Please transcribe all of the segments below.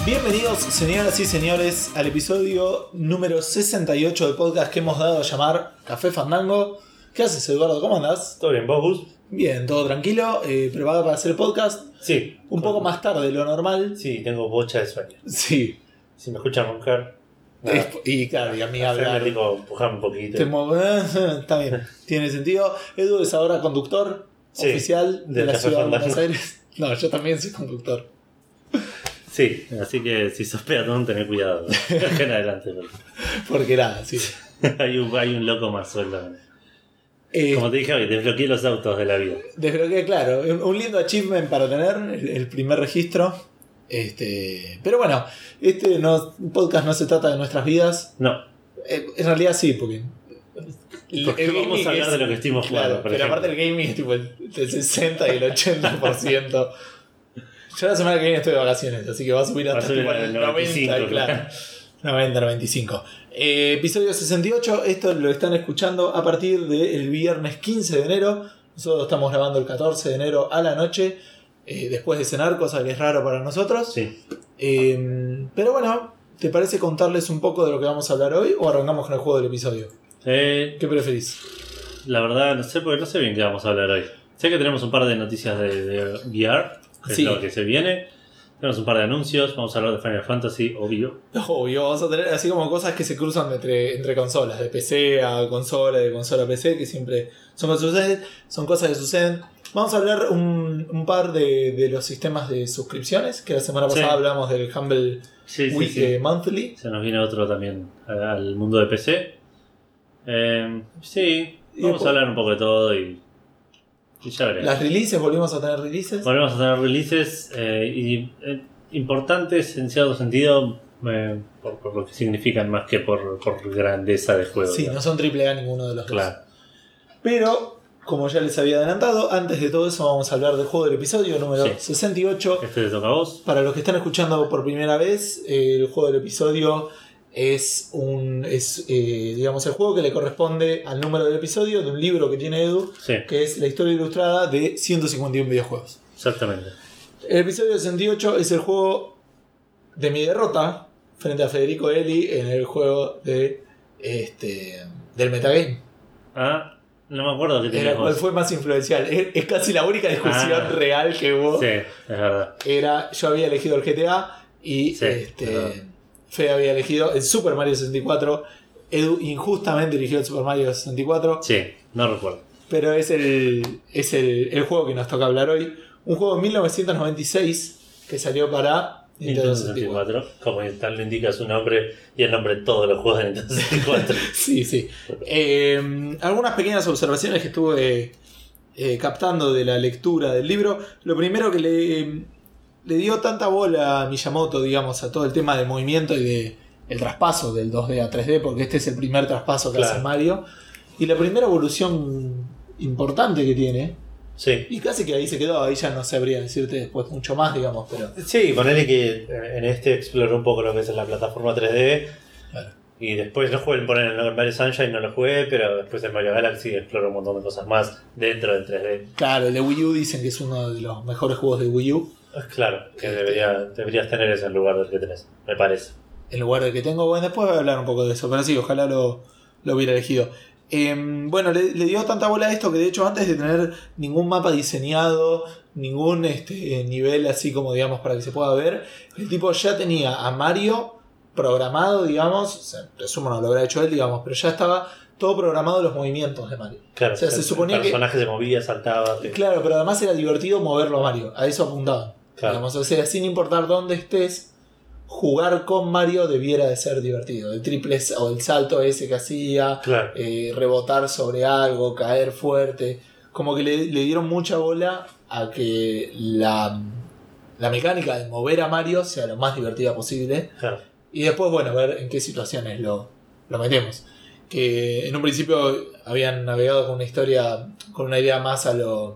Bienvenidos, señoras y señores, al episodio número 68 del podcast que hemos dado a llamar Café Fandango. ¿Qué haces, Eduardo? ¿Cómo andás? ¿Todo bien, vos, Gus? Bien, todo tranquilo. ¿Preparado para hacer el podcast? Sí. Un poco más tarde de lo normal. Sí, tengo bocha de sueño. Sí. Si me escuchan roncar... Y claro, y a mí hablar. Digo, empujarme un poquito. Está bien, tiene sentido. Edu es ahora conductor oficial de la ciudad de Buenos Aires. No, yo también soy conductor. Sí, así que si sos peatón, tenés cuidado. Acá en adelante. Porque nada, sí. hay un loco más suelto. Como te dije hoy, desbloqueé los autos de la vida. Desbloqueé, claro. Un lindo achievement para tener, el primer registro. Pero bueno, podcast no se trata de nuestras vidas. No. En realidad sí, porque vamos a hablar de lo que estuvimos jugando. Claro, pero aparte el gaming es tipo el 60 y el 80%. Yo la semana que viene estoy de vacaciones, así que va a subir hasta el 90, claro. 90, 95. Episodio 68, esto lo están escuchando a partir del viernes 15 de enero. Nosotros estamos grabando el 14 de enero a la noche, después de cenar, cosa que es raro para nosotros. Sí. Pero bueno, ¿te parece contarles un poco de lo que vamos a hablar hoy o arrancamos con el juego del episodio? ¿Qué preferís? La verdad no sé, porque no sé bien qué vamos a hablar hoy. Sé que tenemos un par de noticias de VR, que es lo que se viene. Tenemos un par de anuncios, vamos a hablar de Final Fantasy, obvio. Obvio, vamos a tener así como cosas que se cruzan entre consolas, de PC a consola, de consola a PC, que siempre son cosas que suceden. Vamos a hablar un par de los sistemas de suscripciones, que la semana pasada hablamos del Humble Monthly. Se nos viene otro también al mundo de PC. Vamos a hablar un poco de todo y ya veremos. Las releases, volvemos a tener releases. Volvemos a tener releases importantes en cierto sentido, por lo que significan más que por grandeza de juego. Sí, no son AAA ninguno de los dos. Pero, como ya les había adelantado, antes de todo eso vamos a hablar del juego del episodio número 68. Este te toca a vos. Para los que están escuchando por primera vez, el juego del episodio es digamos el juego que le corresponde al número del episodio de un libro que tiene Edu, que es la historia ilustrada de 151 videojuegos. Exactamente. El episodio 68 es el juego de mi derrota frente a Federico Eli en el juego del metagame. No me acuerdo qué tenías vos. ¿Cuál fue más influencial? Es casi la única discusión real que hubo. Sí, es verdad. Yo había elegido el GTA y Fede había elegido el Super Mario 64. Edu injustamente eligió el Super Mario 64. Sí, no recuerdo. Pero es el juego que nos toca hablar hoy. Un juego de 1996 que salió para Nintendo 64. Como tal lo indica su nombre y el nombre de todos los juegos de Nintendo 64. Sí. Algunas pequeñas observaciones que estuve captando de la lectura del libro. Lo primero que le dio tanta bola a Miyamoto, digamos, a todo el tema del movimiento y de el traspaso del 2D a 3D, porque este es el primer traspaso que hace Mario y la primera evolución importante que tiene. Sí. Y casi que ahí se quedó, ahí ya no sabría decirte después mucho más, digamos, pero... Sí, ponele que en exploró un poco lo que es la plataforma 3D. Claro. Y después lo jugué, poner en Mario Sunshine no lo jugué, pero después en Mario Galaxy exploró un montón de cosas más dentro del 3D. Claro, el de Wii U dicen que es uno de los mejores juegos de Wii U. Claro, que deberías tener eso en lugar del que tenés, me parece. En lugar del que tengo, bueno, después voy a hablar un poco de eso, pero sí, ojalá lo hubiera elegido. Bueno, le dio tanta bola a esto que de hecho antes de tener ningún mapa diseñado, ningún nivel así como digamos para que se pueda ver, el tipo ya tenía a Mario programado, digamos, o sea, resumo no lo habrá hecho él, digamos, pero ya estaba todo programado los movimientos de Mario. Claro, o sea, se suponía el personaje se movía, saltaba. Claro, pero además era divertido moverlo a Mario, a eso apuntaban. Claro. Digamos, o sea, sin importar dónde estés, jugar con Mario debiera de ser divertido. El triple o el salto ese que hacía, rebotar sobre algo, caer fuerte. Como que le dieron mucha bola a que la mecánica de mover a Mario sea lo más divertida posible. Claro. Y después, bueno, ver en qué situaciones lo metemos. Que en un principio habían navegado con una historia, con una idea más a lo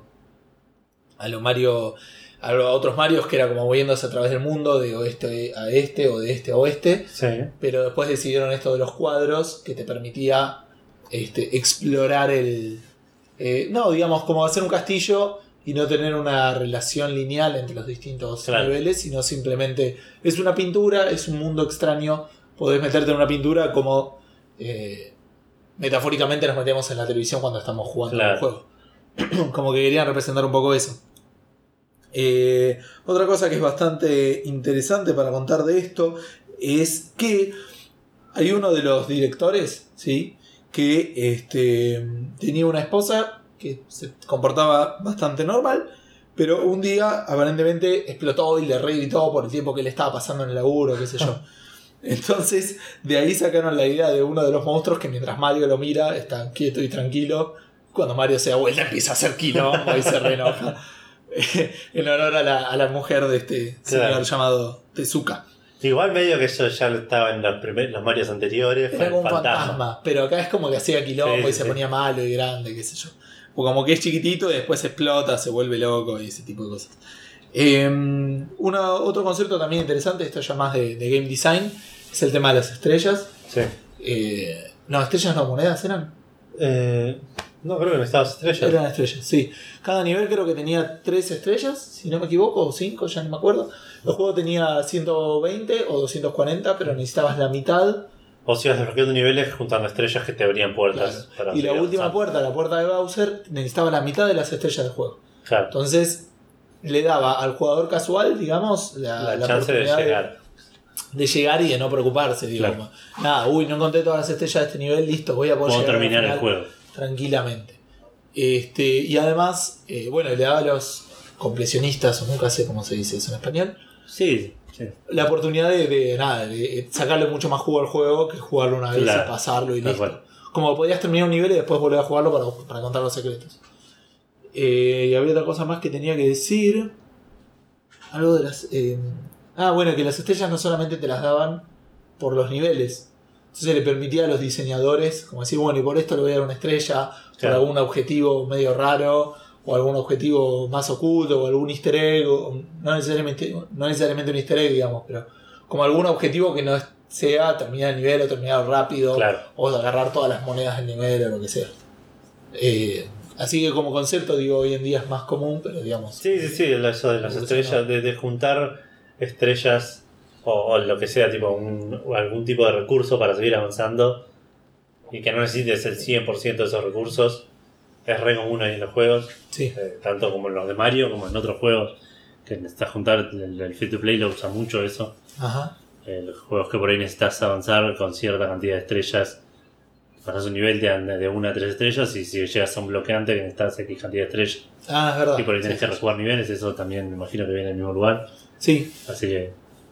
Mario... a otros Marios que era como moviéndose a través del mundo de oeste a este o de este a oeste, pero después decidieron esto de los cuadros que te permitía explorar digamos como hacer un castillo y no tener una relación lineal entre los distintos niveles, sino simplemente es una pintura, es un mundo extraño, podés meterte en una pintura como metafóricamente nos metemos en la televisión cuando estamos jugando un juego. Como que querían representar un poco eso. Otra cosa que es bastante interesante para contar de esto es que hay uno de los directores, ¿sí?, que tenía una esposa que se comportaba bastante normal, pero un día aparentemente explotó y le regritó por el tiempo que le estaba pasando en el laburo, qué sé yo. Entonces de ahí sacaron la idea de uno de los monstruos que mientras Mario lo mira está quieto y tranquilo, cuando Mario se da vuelta empieza a hacer quilombo y se reenoja. En honor a la mujer de este señor llamado Tezuka. Igual medio que eso ya estaba en los Marios anteriores. Era como un fantasma, pero acá es como que hacía quilombo y se ponía malo y grande, qué sé yo. O como que es chiquitito y después explota, se vuelve loco y ese tipo de cosas. Otro concepto también interesante, esto ya más de game design, es el tema de las estrellas. Sí. No, estrellas no, monedas eran. No, creo que necesitabas estrellas. Eran estrellas, sí. Cada nivel creo que tenía 3 estrellas, si no me equivoco, o 5, ya no me acuerdo. El juego tenía 120 o 240, pero necesitabas la mitad. O si ibas desbloqueando niveles juntando estrellas que te abrían puertas. Claro. Y la última puerta, la puerta de Bowser, necesitaba la mitad de las estrellas del juego. Claro. Entonces le daba al jugador casual, digamos, la chance de llegar. De llegar y de no preocuparse. Digo, claro. Nada, no encontré todas las estrellas de este nivel, listo, voy a poder llegar terminar el juego tranquilamente. Y además, le daba a los completionistas, o nunca sé cómo se dice eso en español. Sí. La oportunidad de sacarle mucho más jugo al juego que jugarlo una vez y pasarlo y listo. Bueno. Como podías terminar un nivel y después volver a jugarlo para contar los secretos. Y había otra cosa más que tenía que decir. Algo de las... que las estrellas no solamente te las daban por los niveles. Entonces le permitía a los diseñadores como decir, y por esto le voy a dar una estrella, por algún objetivo medio raro, o algún objetivo más oculto, o algún easter egg, no necesariamente un easter egg, digamos, pero como algún objetivo que no sea terminar el nivel o terminar rápido, o agarrar todas las monedas del nivel o lo que sea. Así que como concepto, digo, hoy en día es más común, pero digamos... Sí, eso de las estrellas, de juntar estrellas o lo que sea, tipo algún tipo de recurso para seguir avanzando y que no necesites el 100% de esos recursos. Es re común ahí en los juegos, tanto como en los de Mario como en otros juegos que necesitas juntar. El free to play lo usa mucho eso. Ajá. Los juegos que por ahí necesitas avanzar con cierta cantidad de estrellas, pasas un nivel de 1 a 3 estrellas, y si llegas a un bloqueante que necesitas X cantidad de estrellas, es verdad, y por ahí tenés que rejugar niveles, eso también me imagino que viene del mismo lugar. Sí. Así que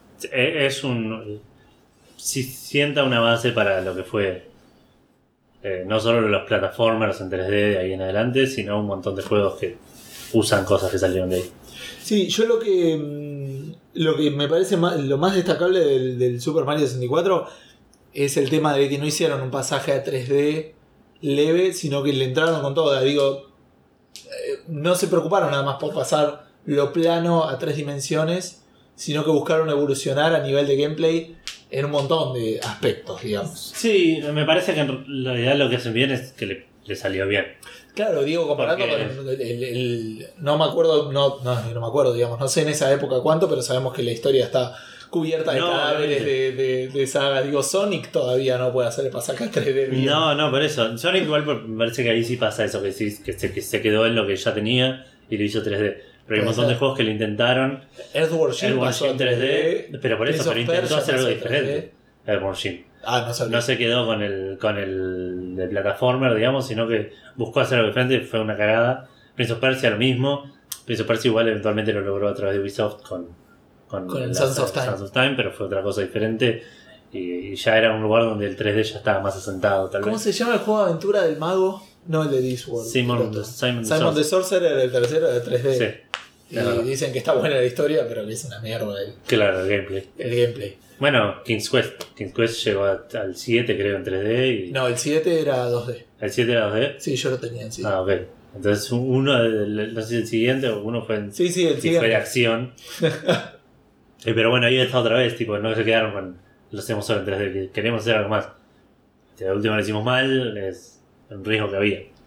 sienta una base para lo que fue no solo los plataformers en 3D de ahí en adelante, sino un montón de juegos que usan cosas que salieron de ahí. Sí, yo lo que me parece lo más destacable del Super Mario 64 es el tema de que no hicieron un pasaje a 3D leve, sino que le entraron con todo. Digo, no se preocuparon nada más por pasar lo plano a 3 dimensiones, sino que buscaron evolucionar a nivel de gameplay en un montón de aspectos, digamos. Sí, me parece que en realidad lo que hacen bien es que le salió bien. Claro, digo, comparando con el no me acuerdo, digamos, no sé en esa época cuánto, pero sabemos que la historia está cubierta de cadáveres de saga. Digo, Sonic todavía no puede hacer el pasaje a 3D bien. No, por eso. Sonic igual me parece que ahí sí pasa eso, que se quedó en lo que ya tenía y lo hizo 3D. Pero hay un montón de juegos que lo intentaron. Earthworm Jim pasó en 3D. Pero por eso, intentó hacer algo diferente. Earthworm Jim. No sabía. No se quedó con el de plataformer, digamos, sino que buscó hacer algo diferente. Fue una cagada. Prince of Persia lo mismo. Prince of Persia igual eventualmente lo logró a través de Ubisoft con el Sands of Time, pero fue otra cosa diferente. Y ya era un lugar donde el 3D ya estaba más asentado. ¿Cómo se llama el juego de aventura del mago? No el de Discworld. Simon the Sorcerer era el tercero de 3D. Sí. Y dicen que está buena la historia, pero que es una mierda. Claro, el gameplay. Bueno, King's Quest llegó al 7, creo, en 3D. No, el 7 era 2D. ¿El 7 era 2D? Sí, yo lo tenía en 7. Ok. Entonces, no sé si el siguiente o uno fue el siguiente. Fue de acción. Pero bueno, ahí está otra vez, tipo, no se quedaron con lo hacemos solo en 3D, queremos hacer algo más. La última lo hicimos mal, es un riesgo que había.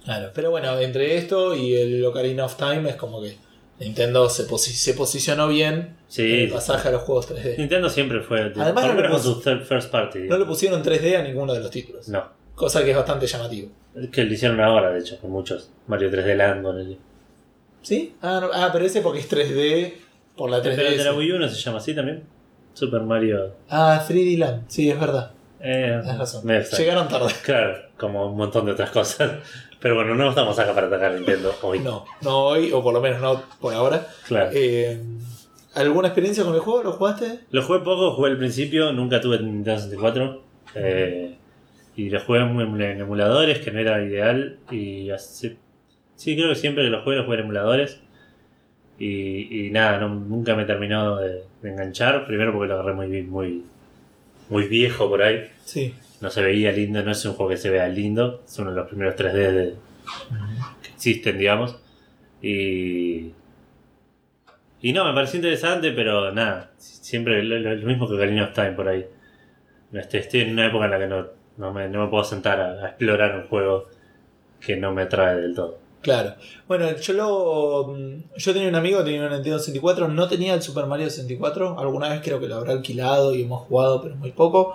Claro, pero bueno, entre esto y el Ocarina of Time es como que Nintendo se posicionó bien en el pasaje a los juegos 3D. Nintendo siempre fue... Además no con su first party. No le pusieron 3D a ninguno de los títulos. No. Cosa que es bastante llamativo. Que lo hicieron ahora, de hecho, con muchos. Mario 3D Land con el... ¿Sí? Pero ese porque es 3D por la 3D. Pero el de la Wii U no se llama así también. Super Mario... 3D Land, sí, es verdad. Tienes razón. Llegaron tarde. Claro, como un montón de otras cosas. Pero bueno, no estamos acá para atacar a Nintendo hoy. No hoy, o por lo menos no por ahora. Claro. ¿Alguna experiencia con el juego? ¿Lo jugaste? Lo jugué poco, jugué al principio, nunca tuve Nintendo 64. Y lo jugué en emuladores, que no era ideal. Y así, sí, creo que siempre que lo jugué en emuladores. Y nada, nunca me terminó de enganchar. Primero porque lo agarré muy viejo por ahí. Sí. No se veía lindo, no es un juego que se vea lindo. Es uno de los primeros 3D que existen, digamos. Y no, me pareció interesante, pero nada. Siempre lo mismo que Ocarina of Time por ahí. Estoy en una época en la que no me puedo sentar a explorar un juego que no me atrae del todo. Claro. Bueno, yo tenía un amigo que tenía una Nintendo 64, no tenía el Super Mario 64, alguna vez creo que lo habrá alquilado y hemos jugado, pero muy poco.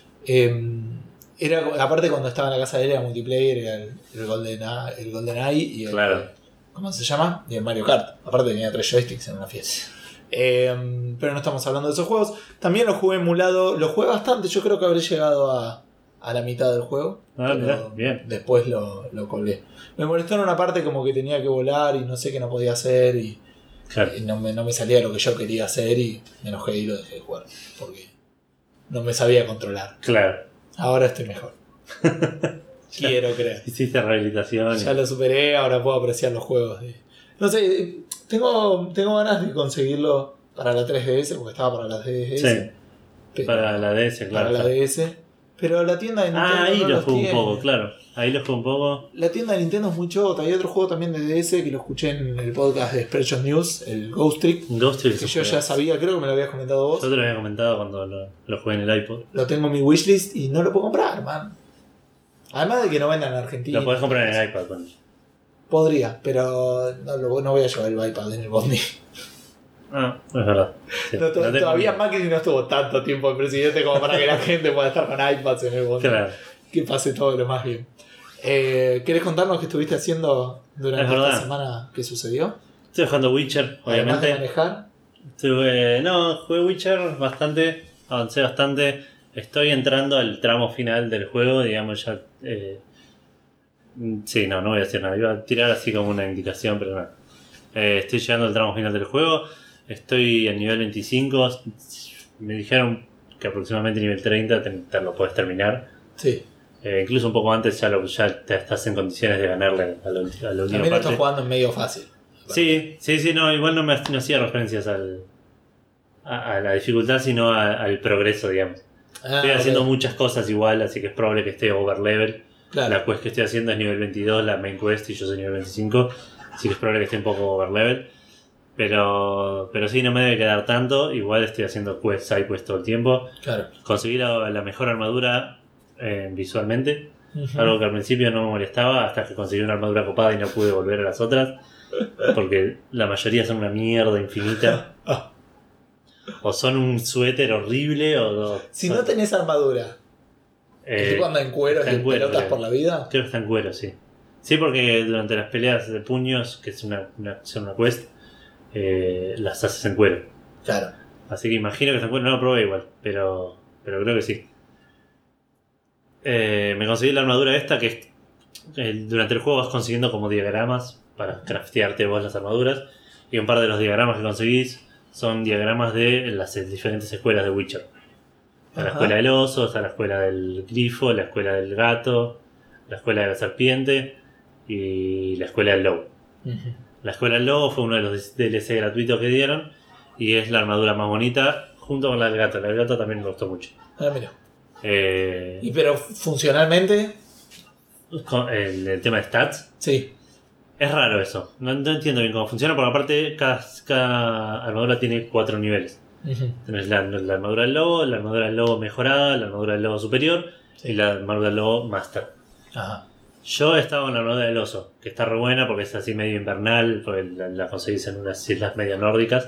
Aparte cuando estaba en la casa de él era multiplayer, era el GoldenEye y el... Claro. ¿Cómo se llama? Y el Mario Kart. Aparte tenía 3 joysticks en una fiesta. Pero no estamos hablando de esos juegos. También lo jugué emulado, lo jugué bastante, yo creo que habré llegado a la mitad del juego. Bien. Después lo colgué. Me molestó en una parte como que tenía que volar y no sé qué no podía hacer y no me salía lo que yo quería hacer y me enojé y lo dejé de jugar porque no me sabía controlar. Claro. Ahora estoy mejor. Quiero creer. Hiciste rehabilitación. Ya lo superé, ahora puedo apreciar los juegos. No sé, tengo ganas de conseguirlo para la 3DS porque estaba para la DS. Sí. Para la DS, claro. Para la DS. Pero la tienda de Nintendo ahí no lo los jugué tiene. un poco, claro. Ahí lo jugué un poco. La tienda de Nintendo es muy chota. Hay otro juego también de DS que lo escuché en el podcast de Expression News, el Ghost Trick. Que yo ya sabía, creo que me lo habías comentado vos. Yo te lo había comentado cuando lo jugué en el iPod. Lo tengo en mi wishlist y no lo puedo comprar, man. Además de que no vendan en Argentina. Lo podés comprar en el iPad, con eso. Podría, pero no voy a llevar el iPad en el Bondi. Es verdad. Sí. Todavía Macri no estuvo tanto tiempo de presidente como para que la gente pueda estar con iPads en el Bondi. Claro. Que pase todo lo más bien. ¿Querés contarnos qué estuviste haciendo durante esta semana que sucedió? Estoy jugando Witcher, obviamente. ¿Además de manejar? Jugué Witcher bastante, avancé bastante. Estoy entrando al tramo final del juego, digamos ya... Sí, no voy a decir nada. Iba a tirar así como una indicación, pero no. Estoy llegando al tramo final del juego. Estoy a nivel 25. Me dijeron que aproximadamente nivel 30 lo puedes terminar. Sí. Incluso un poco antes ya te estás en condiciones de ganarle a la última parte. También lo estás jugando en medio fácil. Sí, no, igual no hacía referencias a la dificultad, sino al progreso, digamos. Estoy haciendo muchas cosas igual, así que es probable que esté overlevel. Claro. La quest que estoy haciendo es nivel 22, la main quest, y yo soy nivel 25. Así que es probable que esté un poco overlevel. Pero sí, no me debe quedar tanto. Igual estoy haciendo quests, side quests todo el tiempo. Claro. Conseguí la mejor armadura visualmente. Algo que al principio no me molestaba, hasta que conseguí una armadura copada y no pude volver a las otras. Porque la mayoría son una mierda infinita. O son un suéter horrible o... Si no tenés armadura, ¿el tipo anda en cuero y en pelotas por la vida? Creo que está en cuero, sí. Sí, porque durante las peleas de puños, que es una quest, las haces en cuero. Claro. Así que imagino que está en cuero. No lo probé igual, pero creo que sí. Me conseguí la armadura esta, que durante el juego vas consiguiendo como diagramas para craftearte vos las armaduras. Y un par de los diagramas que conseguís son diagramas de las diferentes escuelas de Witcher. Está la escuela del oso, está la escuela del grifo, la escuela del gato, la escuela de la serpiente y la escuela del lobo. La escuela del lobo fue uno de los DLC gratuitos que dieron y es la armadura más bonita junto con la del gato. La del gato también me gustó mucho. Mira. ¿Y pero funcionalmente? El tema de stats. Sí. Es raro eso. No entiendo bien cómo funciona, porque aparte cada armadura tiene 4 niveles. Tenés la armadura del lobo mejorada, la armadura del lobo superior y la armadura del lobo master. Ajá. Yo he estado en la armadura del oso, que está re buena porque es así medio invernal, porque la conseguís en unas islas medio nórdicas.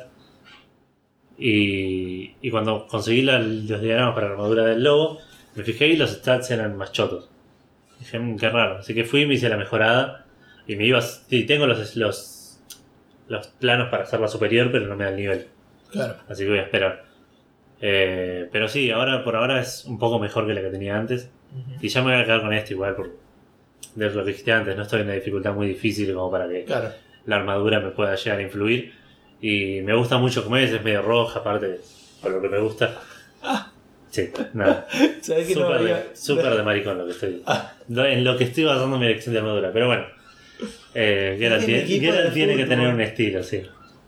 Y cuando conseguí los diagramas para la armadura del lobo, me fijé y los stats eran más chotos. Dije, qué raro. Así que fui y me hice la mejorada. Y me iba. Sí, tengo los planos para hacerla superior, pero no me da el nivel. Claro. Así que voy a esperar. Pero sí, por ahora es un poco mejor que la que tenía antes. Uh-huh. Y ya me voy a quedar con esto igual, porque de lo que dijiste antes, no estoy en una dificultad muy difícil como para que la armadura me pueda llegar a influir. Y me gusta mucho como es medio roja, aparte, por lo que me gusta. Sí, nada. Súper de maricón lo que estoy. En lo que estoy basando mi elección de armadura. Pero bueno, Geralt tiene que tener un estilo, sí.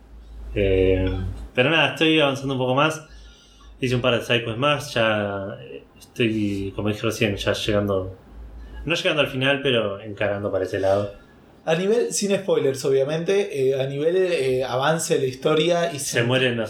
Pero nada, estoy avanzando un poco más. Hice un par de sidequests más. Ya estoy, como dije recién, ya llegando. No llegando al final, pero encarando para ese lado. A nivel, sin spoilers obviamente, a nivel avance de la historia y se mueren, no.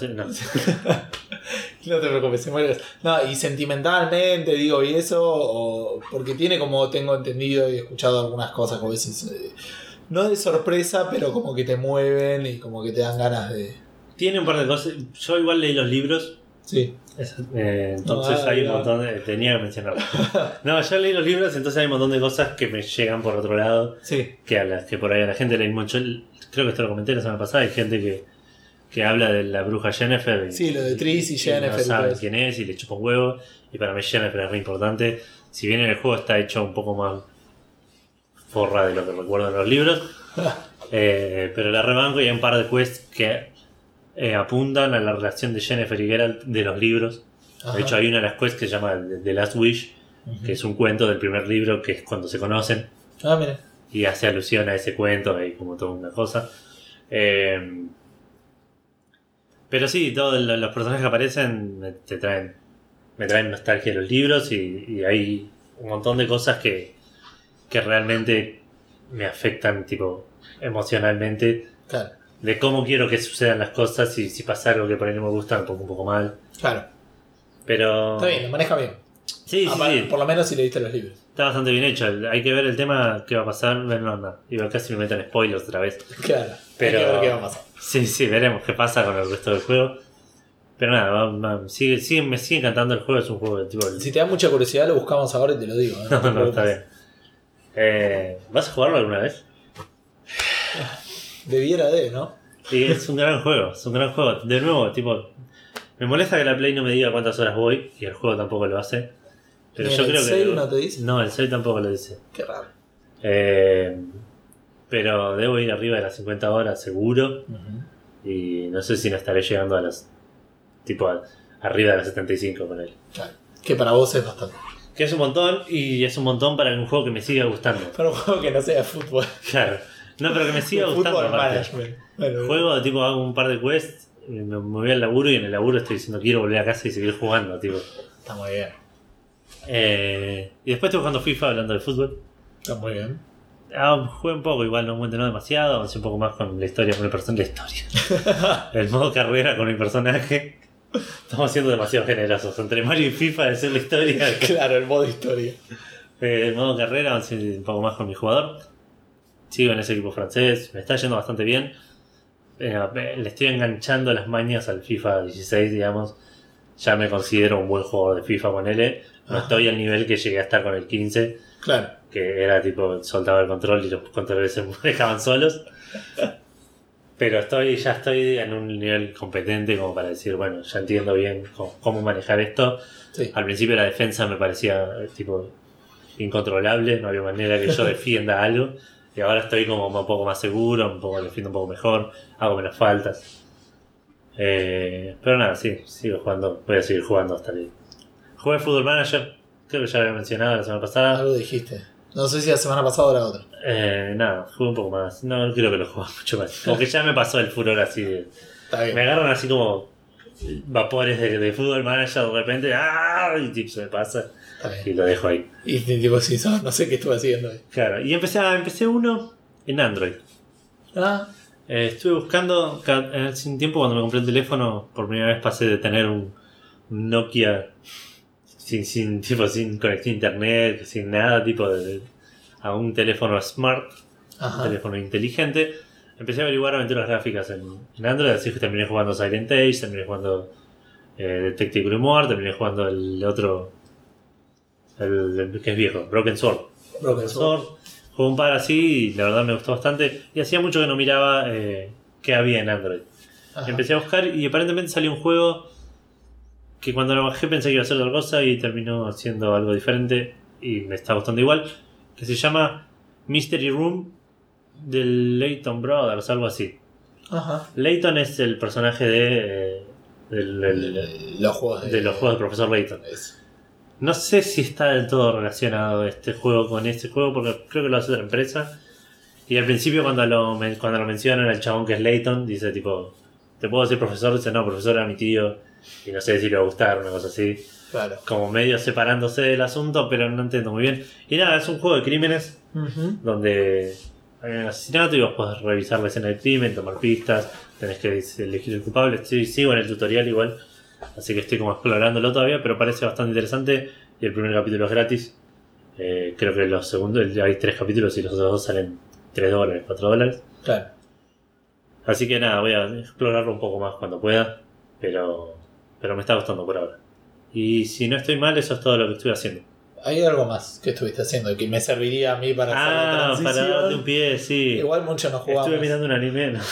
No te preocupes, se muere. No, y sentimentalmente, digo, y eso, porque tiene, como tengo entendido y escuchado algunas cosas, como veces, no de sorpresa, pero como que te mueven y como que te dan ganas de... Tiene un par de cosas. Yo igual leí los libros. Sí. Entonces hay un montón de... Tenía que mencionarlo. No, yo leí los libros, entonces hay un montón de cosas que me llegan por otro lado. Sí. Que por ahí a la gente le mucho. Creo que esto lo comenté la semana pasada. Hay gente que habla de la bruja Yennefer. Sí, lo de Triss y Yennefer. No saben quién es y le chupa un huevo. Y para mí Yennefer es re importante. Si bien en el juego está hecho un poco más forra de lo que recuerdo en los libros. Pero la rebanco y hay un par de quests que apuntan a la relación de Yennefer y Geralt de los libros. Ajá. De hecho hay una de las quests que se llama The Last Wish, que es un cuento del primer libro, que es cuando se conocen. Mira. Y hace alusión a ese cuento, hay como toda una cosa. Pero sí, todos los personajes que aparecen me traen nostalgia de los libros y hay un montón de cosas que realmente me afectan tipo emocionalmente. Claro. De cómo quiero que sucedan las cosas y si pasa algo que por ahí no me gusta me pongo un poco mal. Claro. Pero... Está bien, lo maneja bien. Sí. Por lo menos si leíste los libros. Está bastante bien hecho. Hay que ver el tema, qué va a pasar. No. Igual casi me meten spoilers otra vez. Claro. Pero... hay que ver qué va a pasar. Sí, veremos qué pasa con el resto del juego. Pero nada, me sigue encantando el juego. Es un juego de tipo... Si te da mucha curiosidad lo buscamos ahora y te lo digo. No, está bien. ¿Vas a jugarlo alguna vez? Debiera de, ¿no? Sí, es un gran juego. De nuevo, tipo... Me molesta que la Play no me diga cuántas horas voy y el juego tampoco lo hace. Pero yo creo que... ¿El save no te dice? No, el save tampoco lo dice. Qué raro. Pero debo ir arriba de las 50 horas seguro. Uh-huh. Y no sé si no estaré llegando a las... tipo arriba de las 75 con él. Claro. Que para vos es bastante. Que es un montón y es un montón para un juego que me siga gustando. Para un juego que no sea fútbol. Claro. No, pero que me siga gustando. Fútbol management. Juego, tipo, hago un par de quests, me voy al laburo y en el laburo estoy diciendo quiero volver a casa y seguir jugando, tipo. Está muy bien. Y después estoy jugando FIFA hablando de fútbol. Está muy bien. Jugué un poco, igual no demasiado, avancé un poco más con la historia, con el personaje. El modo carrera con el personaje. Estamos siendo demasiado generosos. Entre Mario y FIFA de hacer la historia. Claro, el modo historia. El modo carrera avancé un poco más con mi jugador. Sigo en ese equipo francés, me está yendo bastante bien. Le estoy enganchando las mañas al FIFA 16, digamos. Ya me considero un buen jugador de FIFA con él. No estoy al nivel que llegué a estar con el 15. Claro. Que era tipo, soltaba el control y los controles se dejaban solos. Pero ya estoy en un nivel competente como para decir, bueno, ya entiendo bien cómo manejar esto. Sí. Al principio la defensa me parecía tipo incontrolable, no había manera que yo defienda algo. Y ahora estoy como un poco más seguro, defiendo un poco mejor, hago menos faltas. Pero nada, sí, sigo jugando, voy a seguir jugando hasta que... Jugué Football Manager, creo que ya lo había mencionado la semana pasada. Algo dijiste. No sé si la semana pasada o la otra. Nada, jugué un poco más. No creo que lo juegue mucho más. Como que ya me pasó el furor así de... Está bien. Me agarran así como vapores de Football Manager de repente, y tipo, se me pasa. Y lo dejo ahí. Y tipo, sí, no sé qué estuve haciendo ahí. Claro, y empecé uno en Android. Estuve buscando hace un tiempo cuando me compré el teléfono, por primera vez pasé de tener un Nokia sin conexión a internet, sin nada, tipo a un teléfono smart, Ajá. un teléfono inteligente. Empecé a averiguar aventuras gráficas en Android, así que terminé jugando Silent Age, terminé jugando Detective Grimoire, terminé jugando el otro, el que es viejo, Broken Sword. Jugué un par así y la verdad me gustó bastante. Y hacía mucho que no miraba qué había en Android. Ajá. Empecé a buscar y aparentemente salió un juego que cuando lo bajé pensé que iba a ser otra cosa y terminó siendo algo diferente y me está gustando igual, que se llama Mystery Room del Layton Brothers, algo así. Ajá. Layton es el personaje de los juegos de los juegos del profesor Layton. No sé si está del todo relacionado este juego con este juego porque creo que lo hace otra empresa. Y al principio cuando lo mencionan al chabón que es Layton, dice tipo, ¿te puedo decir profesor? Dice, no, profesor era mi tío y no sé si le va a gustar, una cosa así. Claro. Como medio separándose del asunto, pero no entiendo muy bien. Y nada, es un juego de crímenes donde hay un asesinato y vos podés revisar la escena del crimen, tomar pistas, tenés que elegir el culpable. Sigo en el tutorial igual, así que estoy como explorándolo todavía, pero parece bastante interesante y el primer capítulo es gratis. Creo que los segundos hay 3 capítulos y los otros 2 salen $3, $4. Claro. Así que nada, voy a explorarlo un poco más cuando pueda, pero me está gustando por ahora. Y si no estoy mal, eso es todo lo que estoy haciendo. Hay algo más que estuviste haciendo que me serviría a mí para hacer la transición. Para darte un pie, sí. Igual mucho no jugamos. Estuve mirando un anime. ¿No?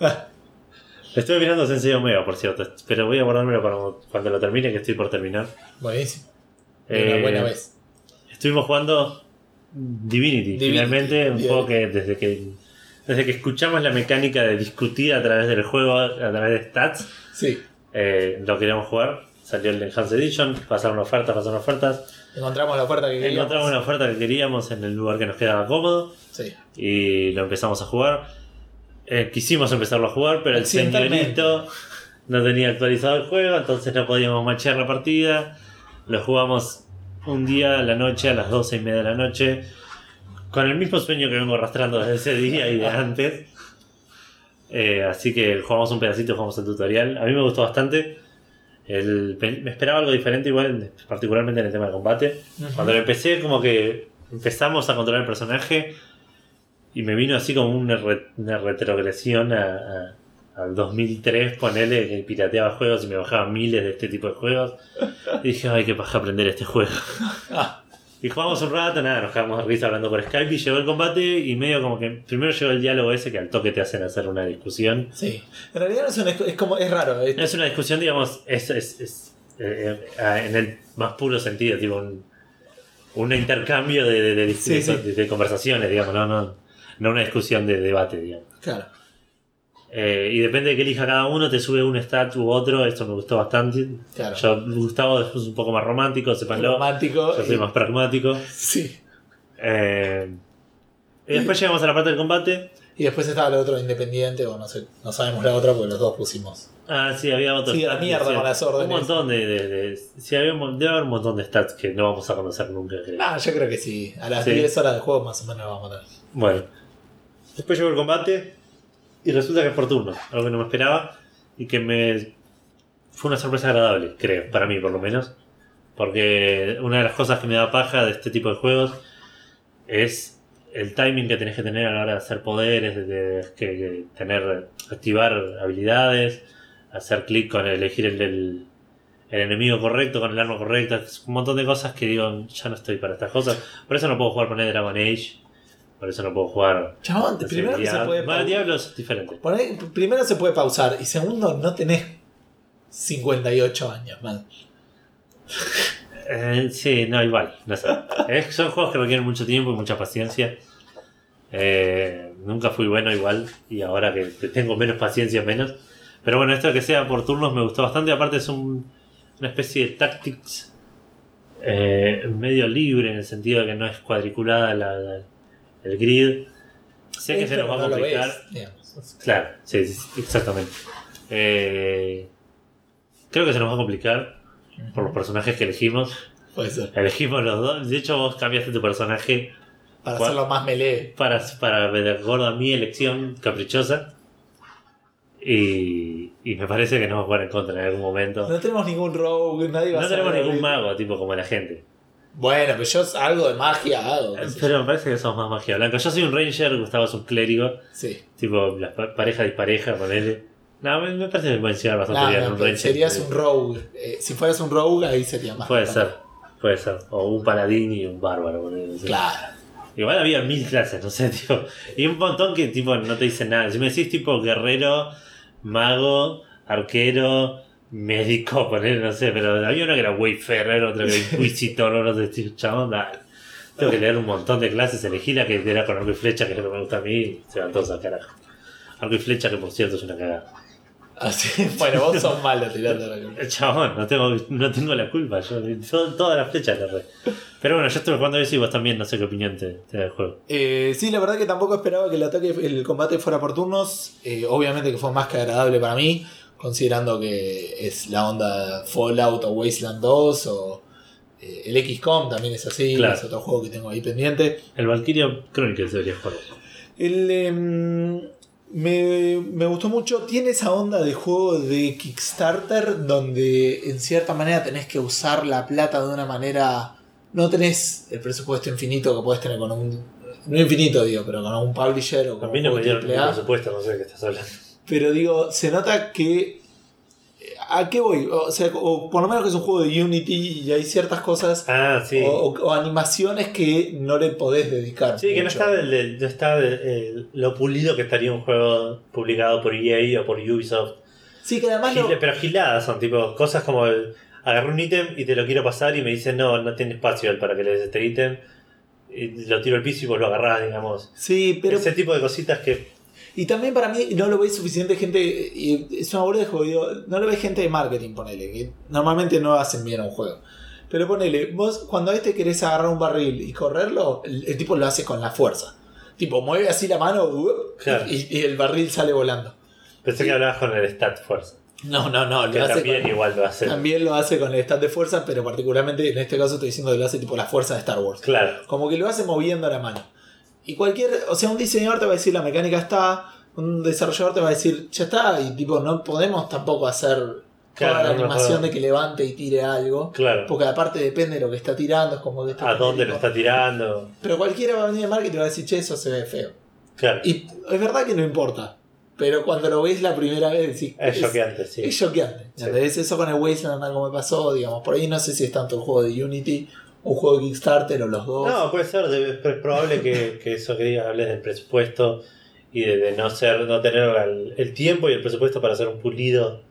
Estuve mirando Sensei Omega, por cierto. Pero voy a guardármelo para cuando lo termine, que estoy por terminar. Buenísimo. Una buena vez. Estuvimos jugando Divinity. Finalmente, un juego que desde que escuchamos la mecánica de discutir a través del juego, a través de stats, sí. Lo queríamos jugar. Salió el Enhanced Edition, pasaron ofertas. Encontramos la oferta que queríamos. Encontramos una oferta que queríamos en el lugar que nos quedaba cómodo. Sí. Y lo empezamos a jugar. Quisimos empezarlo a jugar, pero el señorito no tenía actualizado el juego, entonces no podíamos matchear la partida. Lo jugamos un día a la noche, a las 12:30 de la noche, con el mismo sueño que vengo arrastrando desde ese día y de antes. Así que jugamos un pedacito, jugamos el tutorial. A mí me gustó bastante. Me esperaba algo diferente igual, particularmente en el tema de combate. Cuando lo empecé, como que empezamos a controlar el personaje y me vino así como una retrogresión al 2003, ponele, que pirateaba juegos y me bajaba miles de este tipo de juegos. Y dije, ay, qué paja aprender este juego. Y jugamos un rato, nada, nos quedamos de risa hablando por Skype y llegó el combate y medio como que primero llegó el diálogo ese que al toque te hacen hacer una discusión. Sí, en realidad es raro. Es una discusión, digamos, en el más puro sentido, tipo un intercambio de conversaciones, digamos, no una discusión de debate, digamos. Claro. Y depende de qué elija cada uno, te sube un stat u otro. Esto me gustó bastante. Claro. Gustavo después un poco más romántico, sépanlo. Yo soy más pragmático. Sí. Y después llegamos a la parte del combate. Y después estaba el otro independiente, o no sé, no sabemos la otra porque los dos pusimos. Ah, sí, había otro. Sí, la mierda con las órdenes. Un montón sí, debe haber un montón de stats que no vamos a conocer nunca, creo. Yo creo que sí. A las 10 horas del juego más o menos lo vamos a ver. Bueno. Después llegó el combate. Y resulta que es por turno, algo que no me esperaba y que fue una sorpresa agradable, creo, para mí por lo menos. Porque una de las cosas que me da paja de este tipo de juegos es el timing que tenés que tener a la hora de hacer poderes, de activar habilidades, hacer clic con elegir el enemigo correcto, con el arma correcta. Es un montón de cosas que digo, ya no estoy para estas cosas. Por eso no puedo jugar con Dragon Age. Por eso no puedo jugar. Chabón, primero que se puede pausar. Diablo es diferente. Primero se puede pausar. Y segundo, no tenés 58 años, man. Sí, no, igual. No sé. Son juegos que requieren mucho tiempo y mucha paciencia. Nunca fui bueno igual. Y ahora que tengo menos paciencia, menos. Pero bueno, esto de que sea por turnos me gustó bastante. Aparte es una especie de tactics medio libre, en el sentido de que no es cuadriculada el grid. Sé que se nos va a complicar. Claro, sí, exactamente. Creo que se nos va a complicar por los personajes que elegimos. Puede ser. Elegimos los dos. De hecho, vos cambiaste tu personaje para hacerlo más melee. Para ver gordo a mi elección caprichosa. Y me parece que nos va a jugar en contra en algún momento. No tenemos ningún rogue, nadie va a No tenemos ningún mago, tipo como la gente. Bueno, pero yo algo de magia hago. Pero me parece que sos más magia blanca. Yo soy un ranger, Gustavo es un clérigo. Sí. Tipo, la pareja dispareja, ponele. No, me parece que pueden llegar bastante bien un ranger. Serías un rogue. Si fueras un rogue, ahí sería más. Puede ser. O un paladín y un bárbaro, ponele. No sé. Claro. Igual había 1000 clases, no sé, tipo. Y un montón que tipo no te dicen nada. Si me decís tipo guerrero, mago, arquero, médico, poner, no sé, pero había uno que era wayfarer, otro que era inquisitor, no sé, tío, chabón, dale. Tengo que leer un montón de clases, elegí la que era con arco y flecha, que es lo que me gusta a mí, y se van todos al carajo. Arco y flecha, que por cierto es una cagada. Así, bueno, vos sos malo tirando la culpa. Chabón, no tengo la culpa, yo todas las flechas le re. Pero bueno, yo estuve jugando eso y vos también, no sé qué opinión te da el juego. Sí, la verdad que tampoco esperaba que el combate fuera por turnos. Obviamente que fue más que agradable para mí, considerando que es la onda Fallout o Wasteland 2 o el XCOM también es así, claro. Es otro juego que tengo ahí pendiente. El Valkyria Chronicles debería jugar. Me gustó mucho. Tiene esa onda de juego de Kickstarter donde en cierta manera tenés que usar la plata de una manera. No tenés el presupuesto infinito que podés tener con un. No infinito, digo, pero con un publisher o con a mí no me dieron el presupuesto, no sé de qué estás hablando. Pero digo, se nota que. ¿A qué voy? O sea, o por lo menos que es un juego de Unity y hay ciertas cosas sí. o animaciones que no le podés dedicar. Sí, mucho. Que no está lo pulido que estaría un juego publicado por EA o por Ubisoft. Sí, que además pero giladas son tipo cosas como agarré un ítem y te lo quiero pasar y me dicen no tiene espacio para que le des este ítem y lo tiro al piso y vos lo agarrás, digamos. Sí, pero ese tipo de cositas que... Y también para mí no lo ve suficiente gente, y es una boludez, digo, no lo ve gente de marketing, ponele, que normalmente no hacen bien un juego. Pero ponele, vos cuando querés agarrar un barril y correrlo, el tipo lo hace con la fuerza. Tipo, mueve así la mano claro. y el barril sale volando. Pensé que hablabas con el stat fuerza. No, que lo hace también igual lo hace. También lo hace con el stat de fuerza, pero particularmente en este caso estoy diciendo que lo hace tipo la fuerza de Star Wars. Claro. Como que lo hace moviendo la mano. Y un diseñador te va a decir la mecánica está, un desarrollador te va a decir ya está, y tipo no podemos tampoco hacer toda la animación de que levante y tire algo, claro. Porque aparte depende de lo que está tirando, es como que a dónde lo está tirando. Pero cualquiera va a venir de marketing y va a decir, che, eso se ve feo. Claro. Y es verdad que no importa, pero cuando lo ves la primera vez decís, es choqueante, sí. Es choqueante. Sí. Eso con el Wasteland algo me pasó, digamos, por ahí no sé si es tanto el juego de Unity un juego de Kickstarter o los dos. No, puede ser, es probable que eso que digas hables del presupuesto y de no tener el tiempo y el presupuesto para hacer un pulido